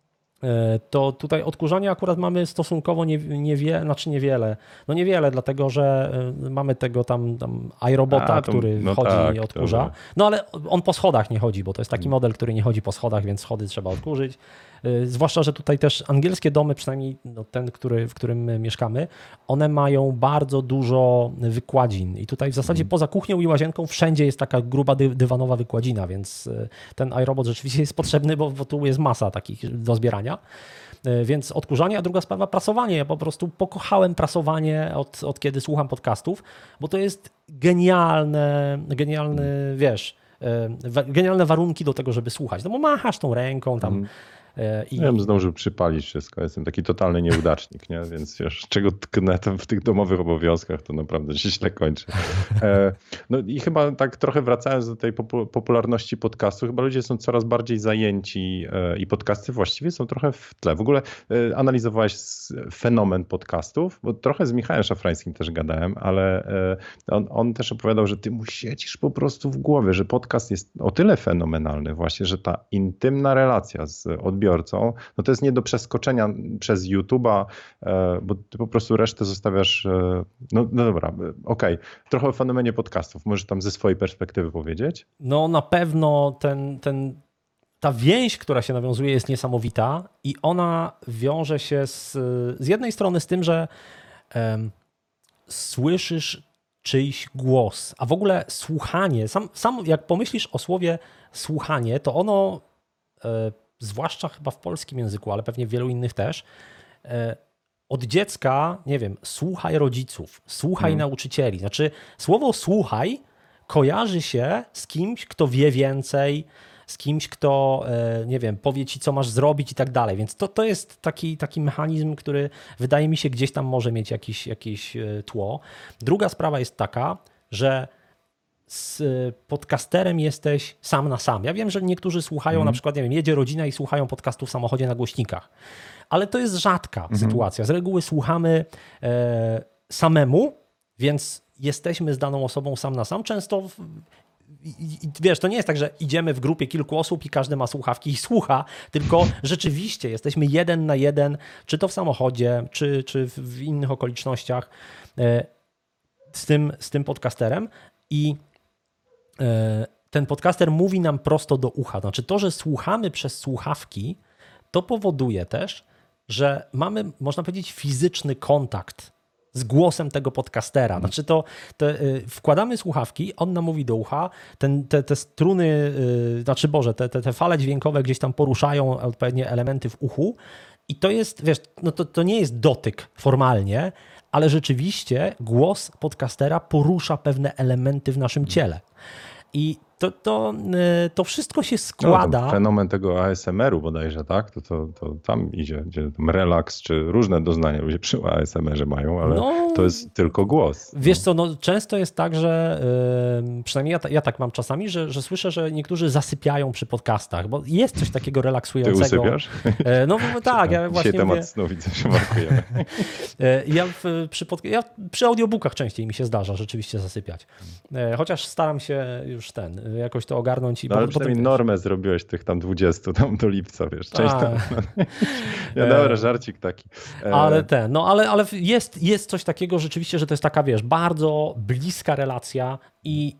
to tutaj odkurzania akurat mamy stosunkowo niewiele, nie znaczy niewiele, no niewiele, dlatego że mamy tego tam, tam iRobota, A, to, który no chodzi tak, i odkurza. To... No ale on po schodach nie chodzi, bo to jest taki model, który nie chodzi po schodach, więc schody trzeba odkurzyć. Zwłaszcza, że tutaj też angielskie domy, przynajmniej no ten, który, w którym my mieszkamy, one mają bardzo dużo wykładzin i tutaj w zasadzie mm. poza kuchnią i łazienką wszędzie jest taka gruba dy, dywanowa wykładzina, więc ten iRobot rzeczywiście jest potrzebny, bo, bo tu jest masa takich do zbierania. Więc odkurzanie, a druga sprawa prasowanie. Ja po prostu pokochałem prasowanie od, od kiedy słucham podcastów, bo to jest genialne, genialny, wiesz, genialne warunki do tego, żeby słuchać. No bo machasz tą ręką tam. Mm. I... Ja bym zdążył przypalić wszystko. Jestem taki totalny nieudacznik, nie? Więc wiesz, czego tknę w tych domowych obowiązkach, to naprawdę się źle kończy. No i chyba tak trochę wracając do tej popularności podcastu, chyba ludzie są coraz bardziej zajęci i podcasty właściwie są trochę w tle. W ogóle analizowałeś fenomen podcastów, bo trochę z Michałem Szafrańskim też gadałem, ale on, on też opowiadał, że ty mu siedzisz po prostu w głowie, że podcast jest o tyle fenomenalny właśnie, że ta intymna relacja z odbiorcą, no to jest nie do przeskoczenia przez YouTube'a, bo ty po prostu resztę zostawiasz, no, no dobra, okej. Okay. Trochę o fenomenie podcastów, możesz tam ze swojej perspektywy powiedzieć? No na pewno ten, ten, ta więź, która się nawiązuje, jest niesamowita i ona wiąże się z, z jednej strony z tym, że um, słyszysz czyjś głos, a w ogóle słuchanie, sam, sam jak pomyślisz o słowie słuchanie, to ono e, zwłaszcza chyba w polskim języku, ale pewnie w wielu innych też, od dziecka, nie wiem, słuchaj rodziców, słuchaj hmm. nauczycieli. Znaczy słowo słuchaj kojarzy się z kimś, kto wie więcej, z kimś, kto, nie wiem, powie ci, co masz zrobić i tak dalej. Więc to, to jest taki, taki mechanizm, który wydaje mi się gdzieś tam może mieć jakiś, jakieś tło. Druga sprawa jest taka, że z podcasterem jesteś sam na sam. Ja wiem, że niektórzy słuchają, mm. na przykład, nie wiem, jedzie rodzina i słuchają podcastu w samochodzie na głośnikach, ale to jest rzadka mm. sytuacja. Z reguły słuchamy e, samemu, więc jesteśmy z daną osobą sam na sam. Często, w, i, i, wiesz, to nie jest tak, że idziemy w grupie kilku osób i każdy ma słuchawki i słucha, tylko rzeczywiście jesteśmy jeden na jeden, czy to w samochodzie, czy, czy w innych okolicznościach e, z tym, z tym podcasterem i ten podcaster mówi nam prosto do ucha. Znaczy to, że słuchamy przez słuchawki, to powoduje też, że mamy, można powiedzieć, fizyczny kontakt z głosem tego podcastera. Znaczy to, to wkładamy słuchawki, on nam mówi do ucha, ten, te, te struny, znaczy Boże, te, te, te fale dźwiękowe gdzieś tam poruszają odpowiednie elementy w uchu i to jest, wiesz, no to, to nie jest dotyk formalnie, ale rzeczywiście głos podcastera porusza pewne elementy w naszym ciele. I to, to, to wszystko się składa. No, fenomen tego A S M R u bodajże, tak? To, to, to tam idzie, gdzie tam relaks, czy różne doznania ludzie przy A S M R ze mają, ale no, to jest tylko głos. Wiesz no. co, no, często jest tak, że yy, przynajmniej ja, ja tak mam czasami, że, że słyszę, że niektórzy zasypiają przy podcastach, bo jest coś takiego relaksującego. Ty usypiasz? Yy, no tak, ja właśnie Dzisiaj temat mówię, snu widzę, że markujemy. yy, ja, w, przy pod, ja przy audiobookach częściej mi się zdarza rzeczywiście zasypiać. Yy, chociaż staram się już ten jakoś to ogarnąć. I no, ale przynajmniej normę zrobiłeś tych tam dwudziestu tam do lipca, wiesz. Część tam... ja dobra, żarcik taki. Ale ten, no ale, ale jest, jest coś takiego rzeczywiście, że to jest taka, wiesz, bardzo bliska relacja i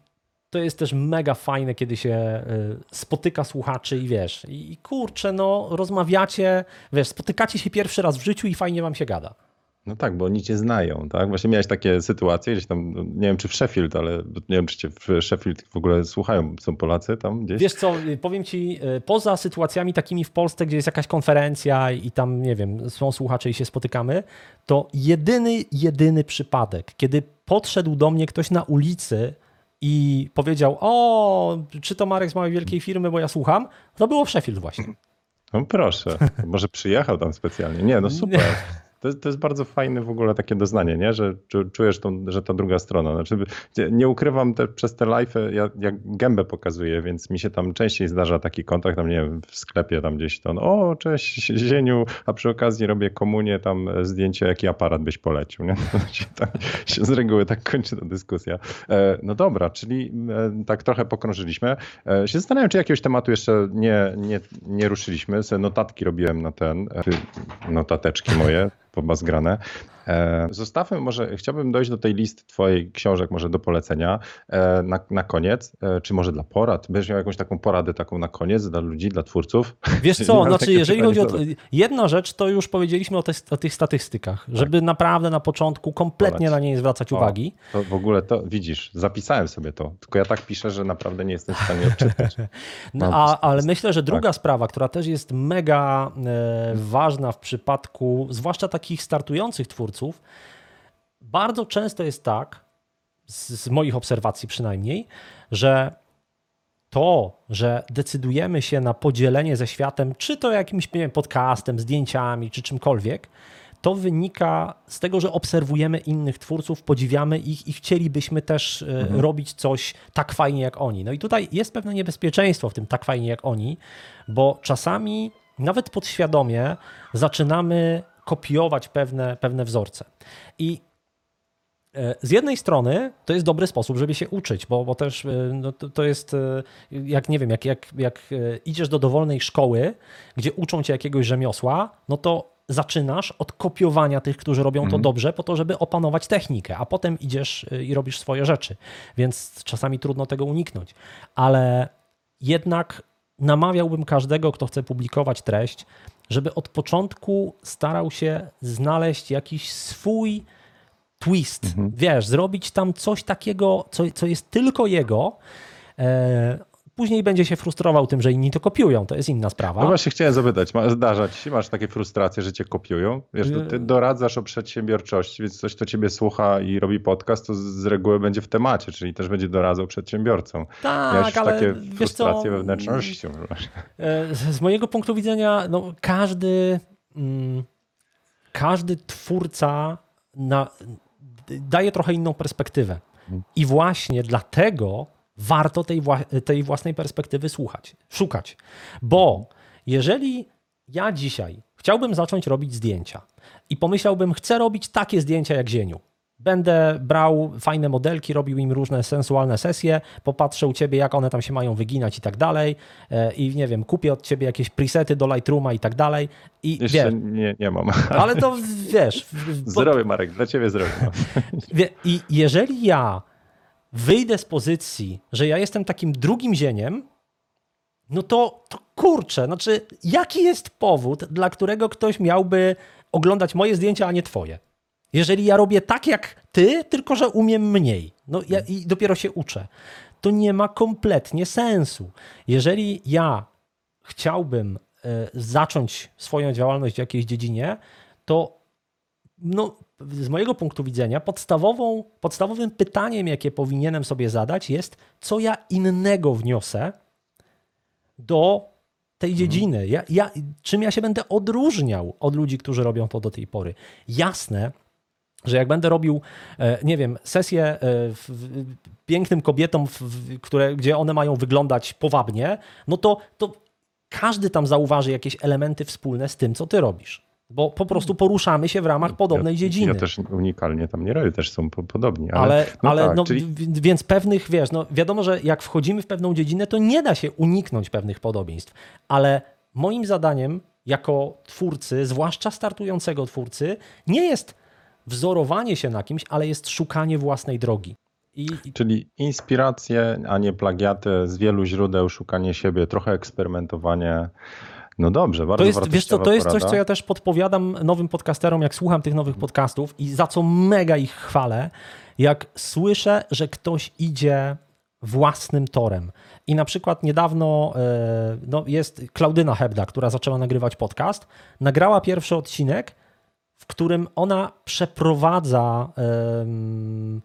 to jest też mega fajne, kiedy się spotyka słuchaczy i wiesz, i kurczę, no rozmawiacie, wiesz, spotykacie się pierwszy raz w życiu i fajnie wam się gada. No tak, bo oni cię znają, tak? Właśnie miałeś takie sytuacje gdzieś tam, nie wiem czy w Sheffield, ale nie wiem czy cię w Sheffield w ogóle słuchają, są Polacy tam gdzieś? Wiesz co, powiem ci, poza sytuacjami takimi w Polsce, gdzie jest jakaś konferencja i tam, nie wiem, są słuchacze i się spotykamy, to jedyny, jedyny przypadek, kiedy podszedł do mnie ktoś na ulicy i powiedział, o, czy to Marek z małej wielkiej firmy, bo ja słucham, to było w Sheffield właśnie. No proszę, może przyjechał tam specjalnie. Nie, no super. To jest, to jest bardzo fajne w ogóle takie doznanie, nie? Że czujesz, tą, że ta druga strona. Znaczy, nie ukrywam, te, przez te live'y ja, ja gębę pokazuję, więc mi się tam częściej zdarza taki kontakt, tam nie wiem, w sklepie tam gdzieś to, o cześć Zieniu, a przy okazji robię komunię, tam zdjęcie, jaki aparat byś polecił, nie? Tam się z reguły tak kończy ta dyskusja. No dobra, czyli tak trochę pokrążyliśmy. Się zastanawiam, czy jakiegoś tematu jeszcze nie, nie, nie ruszyliśmy. Sobie notatki robiłem na ten, notateczki moje, pobazgrane. Zostawmy może, chciałbym dojść do tej listy twojej książek, może do polecenia na, na koniec, czy może dla porad. Będziesz miał jakąś taką poradę taką na koniec dla ludzi, dla twórców? Wiesz co, znaczy jeżeli chodzi o... Jedna rzecz, to już powiedzieliśmy o, te, o tych statystykach, tak. Żeby naprawdę na początku kompletnie Polać. na nie nie zwracać o, uwagi. To w ogóle to, widzisz, zapisałem sobie to, tylko ja tak piszę, że naprawdę nie jestem w stanie odczytać. No, a, ale myślę, że druga tak. sprawa, która też jest mega e, ważna w przypadku, zwłaszcza takich startujących twórców, bardzo często jest tak, z, z moich obserwacji przynajmniej, że to, że decydujemy się na podzielenie ze światem, czy to jakimś nie wiem, podcastem, zdjęciami, czy czymkolwiek, to wynika z tego, że obserwujemy innych twórców, podziwiamy ich i chcielibyśmy też mhm. robić coś tak fajnie jak oni. No i tutaj jest pewne niebezpieczeństwo w tym tak fajnie jak oni, bo czasami nawet podświadomie zaczynamy kopiować pewne, pewne wzorce. I z jednej strony to jest dobry sposób, żeby się uczyć, bo, bo też no, to, to jest, jak nie wiem, jak, jak, jak idziesz do dowolnej szkoły, gdzie uczą cię jakiegoś rzemiosła, no to zaczynasz od kopiowania tych, którzy robią to mm. dobrze, po to, żeby opanować technikę, a potem idziesz i robisz swoje rzeczy. Więc czasami trudno tego uniknąć. Ale jednak namawiałbym każdego, kto chce publikować treść, żeby od początku starał się znaleźć jakiś swój twist. Mhm. Wiesz, zrobić tam coś takiego, co, co jest tylko jego. E, później będzie się frustrował tym, że inni to kopiują. To jest inna sprawa. No właśnie chciałem zapytać, zdarza ci się, masz takie frustracje, że cię kopiują? Wiesz, to ty doradzasz o przedsiębiorczości, więc ktoś, kto ciebie słucha i robi podcast, to z reguły będzie w temacie, czyli też będzie doradzał przedsiębiorcom. Tak, Miałeś ale takie wiesz frustracje co, wewnętrznością. Z mojego punktu widzenia, no, każdy, mm, każdy twórca na, daje trochę inną perspektywę. I właśnie dlatego warto tej, wła- tej własnej perspektywy słuchać, szukać. Bo jeżeli ja dzisiaj chciałbym zacząć robić zdjęcia i pomyślałbym, chcę robić takie zdjęcia jak Zieniu. Będę brał fajne modelki, robił im różne sensualne sesje, popatrzę u ciebie, jak one tam się mają wyginać i tak dalej i nie wiem, kupię od ciebie jakieś presety do Lightrooma i tak dalej. I Jeszcze wiesz, nie, nie mam. ale to wiesz. Zrobię, Marek, dla ciebie zrobię. I jeżeli ja wyjdę z pozycji, że ja jestem takim drugim Zieniem, no to, to kurczę, znaczy jaki jest powód, dla którego ktoś miałby oglądać moje zdjęcia, a nie twoje? Jeżeli ja robię tak jak ty, tylko że umiem mniej, no ja i dopiero się uczę, to nie ma kompletnie sensu. Jeżeli ja chciałbym y, zacząć swoją działalność w jakiejś dziedzinie, to no, z mojego punktu widzenia podstawową, podstawowym pytaniem, jakie powinienem sobie zadać, jest, co ja innego wniosę do tej dziedziny. Ja, ja, czym ja się będę odróżniał od ludzi, którzy robią to do tej pory. Jasne, że jak będę robił, nie wiem, sesję w, w, pięknym kobietom, w, w, które, gdzie one mają wyglądać powabnie, no to, to każdy tam zauważy jakieś elementy wspólne z tym, co ty robisz. Bo po prostu poruszamy się w ramach podobnej ja, dziedziny. Ja też unikalnie tam nie robię, też są po, podobni. Ale, ale, no ale tak, no, czyli... w, więc pewnych, wiesz, no wiadomo, że jak wchodzimy w pewną dziedzinę, to nie da się uniknąć pewnych podobieństw. Ale moim zadaniem jako twórcy, zwłaszcza startującego twórcy, nie jest wzorowanie się na kimś, ale jest szukanie własnej drogi. I, Czyli inspiracje, a nie plagiaty z wielu źródeł, szukanie siebie, trochę eksperymentowanie. No dobrze, bardzo to jest, wartościowa wiesz co, to jest porada. coś, co ja też podpowiadam nowym podcasterom, jak słucham tych nowych podcastów i za co mega ich chwalę, jak słyszę, że ktoś idzie własnym torem. I na przykład niedawno no, jest Klaudyna Hebda, która zaczęła nagrywać podcast, nagrała pierwszy odcinek, w którym ona przeprowadza um,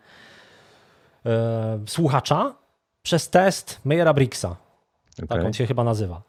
um, słuchacza przez test Myers-Briggsa. Okay. Tak on się chyba nazywa.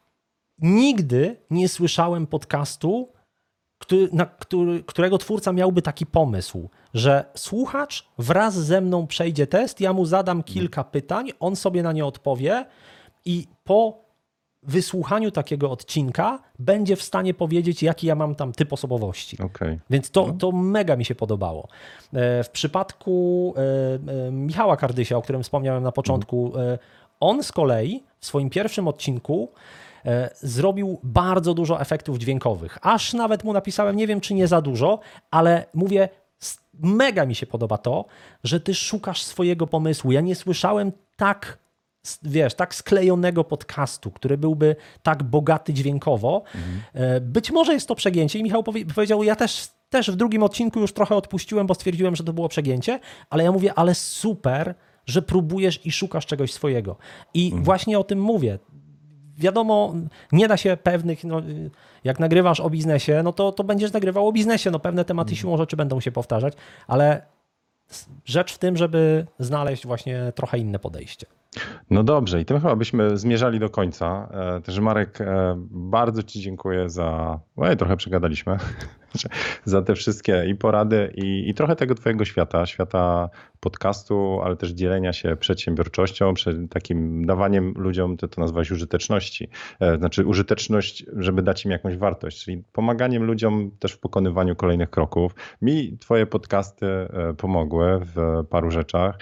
Nigdy nie słyszałem podcastu, który, na który, którego twórca miałby taki pomysł, że słuchacz wraz ze mną przejdzie test, ja mu zadam kilka pytań, on sobie na nie odpowie i po wysłuchaniu takiego odcinka będzie w stanie powiedzieć, jaki ja mam tam typ osobowości. Okay. Więc to, to mega mi się podobało. W przypadku Michała Kardysia, o którym wspomniałem na początku, on z kolei w swoim pierwszym odcinku zrobił bardzo dużo efektów dźwiękowych. Aż nawet mu napisałem, nie wiem czy nie za dużo, ale mówię, mega mi się podoba to, że ty szukasz swojego pomysłu. Ja nie słyszałem tak, wiesz, tak sklejonego podcastu, który byłby tak bogaty dźwiękowo. Mhm. Być może jest to przegięcie i Michał powie- powiedział, ja też, też w drugim odcinku już trochę odpuściłem, bo stwierdziłem, że to było przegięcie, ale ja mówię, ale super, że próbujesz i szukasz czegoś swojego. I mhm. właśnie o tym mówię. Wiadomo, nie da się pewnych, no, jak nagrywasz o biznesie, no to, to będziesz nagrywał o biznesie, no pewne tematy mm. siłą rzeczy będą się powtarzać, ale rzecz w tym, żeby znaleźć właśnie trochę inne podejście. No dobrze, i tym chyba byśmy zmierzali do końca. Także Marek, bardzo ci dziękuję za, ojej, trochę przegadaliśmy, za te wszystkie i porady i, i trochę tego twojego świata, świata podcastu, ale też dzielenia się przedsiębiorczością, przed takim dawaniem ludziom, ty to nazwałeś użyteczności, znaczy użyteczność, żeby dać im jakąś wartość, czyli pomaganiem ludziom też w pokonywaniu kolejnych kroków. Mi twoje podcasty pomogły w paru rzeczach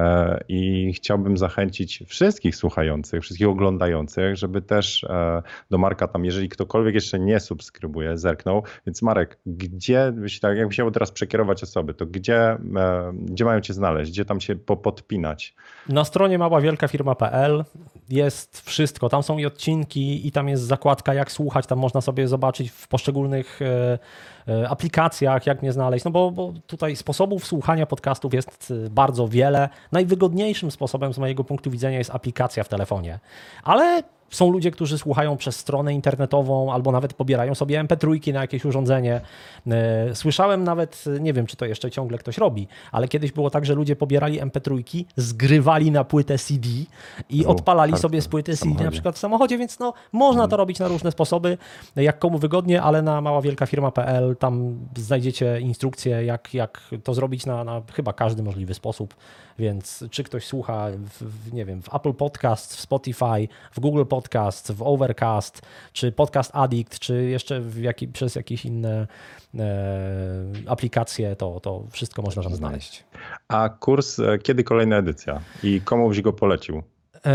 i chciałbym zachęcić wszystkich słuchających, wszystkich oglądających, żeby też do Marka tam, jeżeli ktokolwiek jeszcze nie subskrybuje, zerknął. Więc Marek, gdzie, tak jakbyś chciał teraz przekierować osoby, to gdzie, gdzie mają cię znaleźć, gdzie tam się popodpinać? Na stronie mała wielka firma kropka pe el jest wszystko. Tam są i odcinki, i tam jest zakładka jak słuchać, tam można sobie zobaczyć w poszczególnych aplikacjach, jak mnie znaleźć, no bo, bo tutaj sposobów słuchania podcastów jest bardzo wiele. Najwygodniejszym sposobem z mojego punktu widzenia jest aplikacja w telefonie, ale są ludzie, którzy słuchają przez stronę internetową albo nawet pobierają sobie em pe trzy na jakieś urządzenie. Słyszałem nawet, nie wiem czy to jeszcze ciągle ktoś robi, ale kiedyś było tak, że ludzie pobierali em pe trzy, zgrywali na płytę C D i o, odpalali sobie z płyty C D na przykład w samochodzie, więc no można to robić na różne sposoby, jak komu wygodnie, ale na mała wielka firma kropka pe el tam znajdziecie instrukcje, jak, jak to zrobić na, na chyba każdy możliwy sposób, więc czy ktoś słucha w, w, nie wiem, w Apple Podcast, w Spotify, w Google Podcast, w Overcast, czy Podcast Addict, czy jeszcze w jaki, przez jakieś inne e, aplikacje, to, to wszystko można tam znaleźć. A kurs, kiedy kolejna edycja i komu byś go polecił?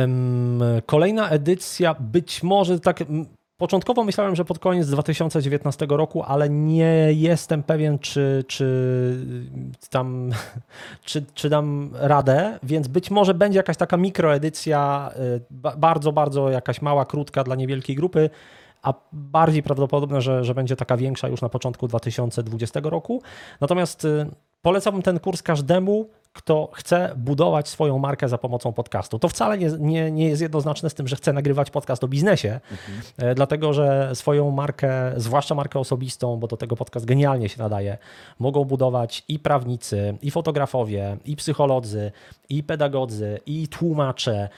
Kolejna edycja być może tak... Początkowo myślałem, że pod koniec dwa tysiące dziewiętnastego roku, ale nie jestem pewien, czy, czy, tam, czy, czy dam radę, więc być może będzie jakaś taka mikroedycja, bardzo, bardzo jakaś mała, krótka dla niewielkiej grupy, a bardziej prawdopodobne, że, że będzie taka większa już na początku dwa tysiące dwudziestego roku. Natomiast polecałbym ten kurs każdemu, kto chce budować swoją markę za pomocą podcastu. To wcale nie, nie, nie jest jednoznaczne z tym, że chce nagrywać podcast o biznesie, mhm. dlatego że swoją markę, zwłaszcza markę osobistą, bo do tego podcast genialnie się nadaje, mogą budować i prawnicy, i fotografowie, i psycholodzy, i pedagodzy, i tłumacze,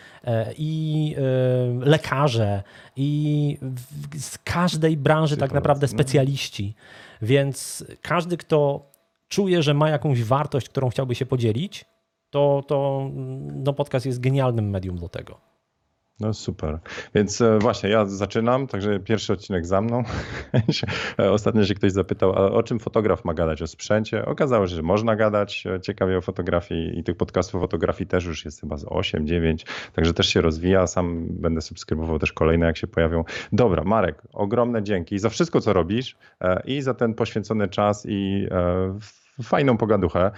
i lekarze, i z każdej branży tak naprawdę specjaliści. Więc każdy, kto czuje, że ma jakąś wartość, którą chciałby się podzielić, to, to no podcast jest genialnym medium do tego. No super. Więc właśnie ja zaczynam, także pierwszy odcinek za mną. Ostatnio się ktoś zapytał, a o czym fotograf ma gadać? O sprzęcie? Okazało się, że można gadać ciekawie o fotografii i tych podcastów o fotografii też już jest chyba z osiem, dziewięć, także też się rozwija. Sam będę subskrybował też kolejne, jak się pojawią. Dobra, Marek, ogromne dzięki za wszystko, co robisz i za ten poświęcony czas i fajną pogaduchę.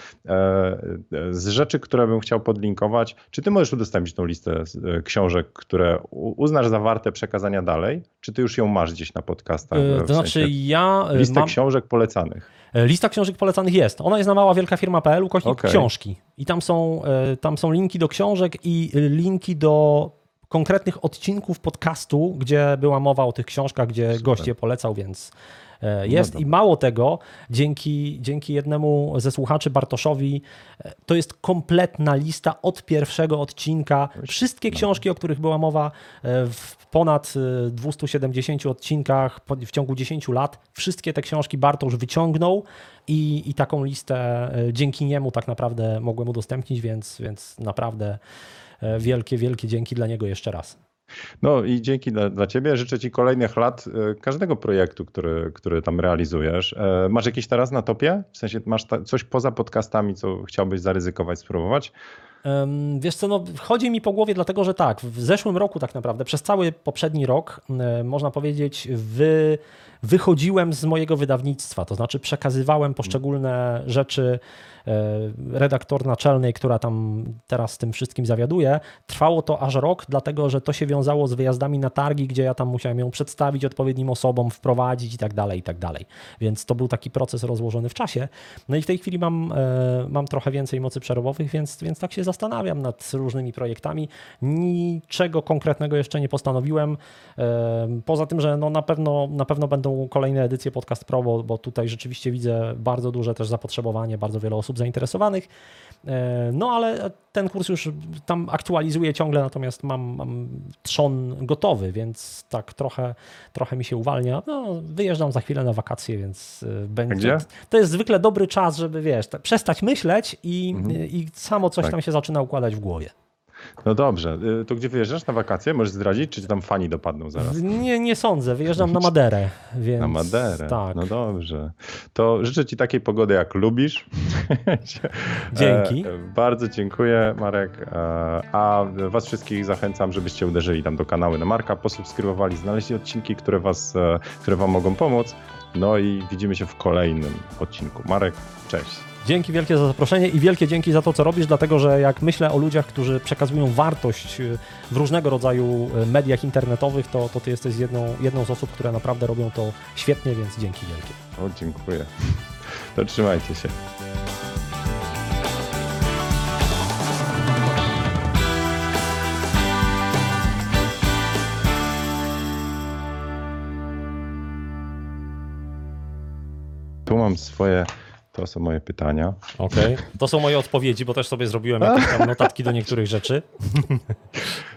Z rzeczy, które bym chciał podlinkować, czy ty możesz udostępnić tą listę książek, które uznasz za warte przekazania dalej? Czy ty już ją masz gdzieś na podcastach? To znaczy sensie ja listę mam... książek polecanych. Lista książek polecanych jest. Ona jest na mała wielka firma kropka p l, ukośnik Okay. książki. I tam są, tam są linki do książek i linki do konkretnych odcinków podcastu, gdzie była mowa o tych książkach, gdzie Super. gość je polecał, więc jest. No I mało tego, dzięki, dzięki jednemu ze słuchaczy, Bartoszowi, to jest kompletna lista od pierwszego odcinka. Wszystkie książki, o których była mowa w ponad dwustu siedemdziesięciu odcinkach w ciągu dziesięciu lat, wszystkie te książki Bartosz wyciągnął i, i taką listę dzięki niemu tak naprawdę mogłem udostępnić, więc, więc naprawdę wielkie, wielkie dzięki dla niego jeszcze raz. No i dzięki dla, dla ciebie. Życzę ci kolejnych lat każdego projektu, który, który tam realizujesz. Masz jakiś teraz na topie? W sensie masz ta, coś poza podcastami, co chciałbyś zaryzykować, spróbować? Wiesz co, no chodzi mi po głowie dlatego, że tak, w zeszłym roku tak naprawdę, przez cały poprzedni rok, można powiedzieć, wy, wychodziłem z mojego wydawnictwa, to znaczy przekazywałem poszczególne rzeczy redaktor naczelnej, która tam teraz tym wszystkim zawiaduje. Trwało to aż rok, dlatego że to się wiązało z wyjazdami na targi, gdzie ja tam musiałem ją przedstawić odpowiednim osobom, wprowadzić i tak dalej, i tak dalej. Więc to był taki proces rozłożony w czasie. No i w tej chwili mam, mam trochę więcej mocy przerobowych, więc, więc tak się zastanawiam nad różnymi projektami. Niczego konkretnego jeszcze nie postanowiłem. Poza tym, że no na pewno, na pewno będą kolejne edycje Podcast Pro, bo, bo tutaj rzeczywiście widzę bardzo duże też zapotrzebowanie, bardzo wiele osób zainteresowanych. No ale ten kurs już tam aktualizuję ciągle, natomiast mam, mam trzon gotowy, więc tak trochę, trochę mi się uwalnia. No, wyjeżdżam za chwilę na wakacje, więc będzie. Gdzie? To jest zwykle dobry czas, żeby wiesz, przestać myśleć i, mhm. i samo coś tak. tam się zaczyna układać w głowie. No dobrze, to gdzie wyjeżdżasz na wakacje? Możesz zdradzić, czy tam fani dopadną zaraz? Nie, nie sądzę, wyjeżdżam na Maderę. Więc... Na Maderę, tak. No dobrze. To życzę ci takiej pogody, jak lubisz. Dzięki. Bardzo dziękuję, Marek. A was wszystkich zachęcam, żebyście uderzyli tam do kanału na Marka, posubskrybowali, znaleźli odcinki, które, was, które wam mogą pomóc. No i widzimy się w kolejnym odcinku. Marek, cześć. Dzięki wielkie za zaproszenie i wielkie dzięki za to, co robisz, dlatego że jak myślę o ludziach, którzy przekazują wartość w różnego rodzaju mediach internetowych, to, to ty jesteś jedną, jedną z osób, które naprawdę robią to świetnie, więc dzięki wielkie. O, dziękuję. To trzymajcie się. Tu mam swoje... To są moje pytania. Okej, okay. To są moje odpowiedzi, bo też sobie zrobiłem jakieś tam notatki do niektórych rzeczy.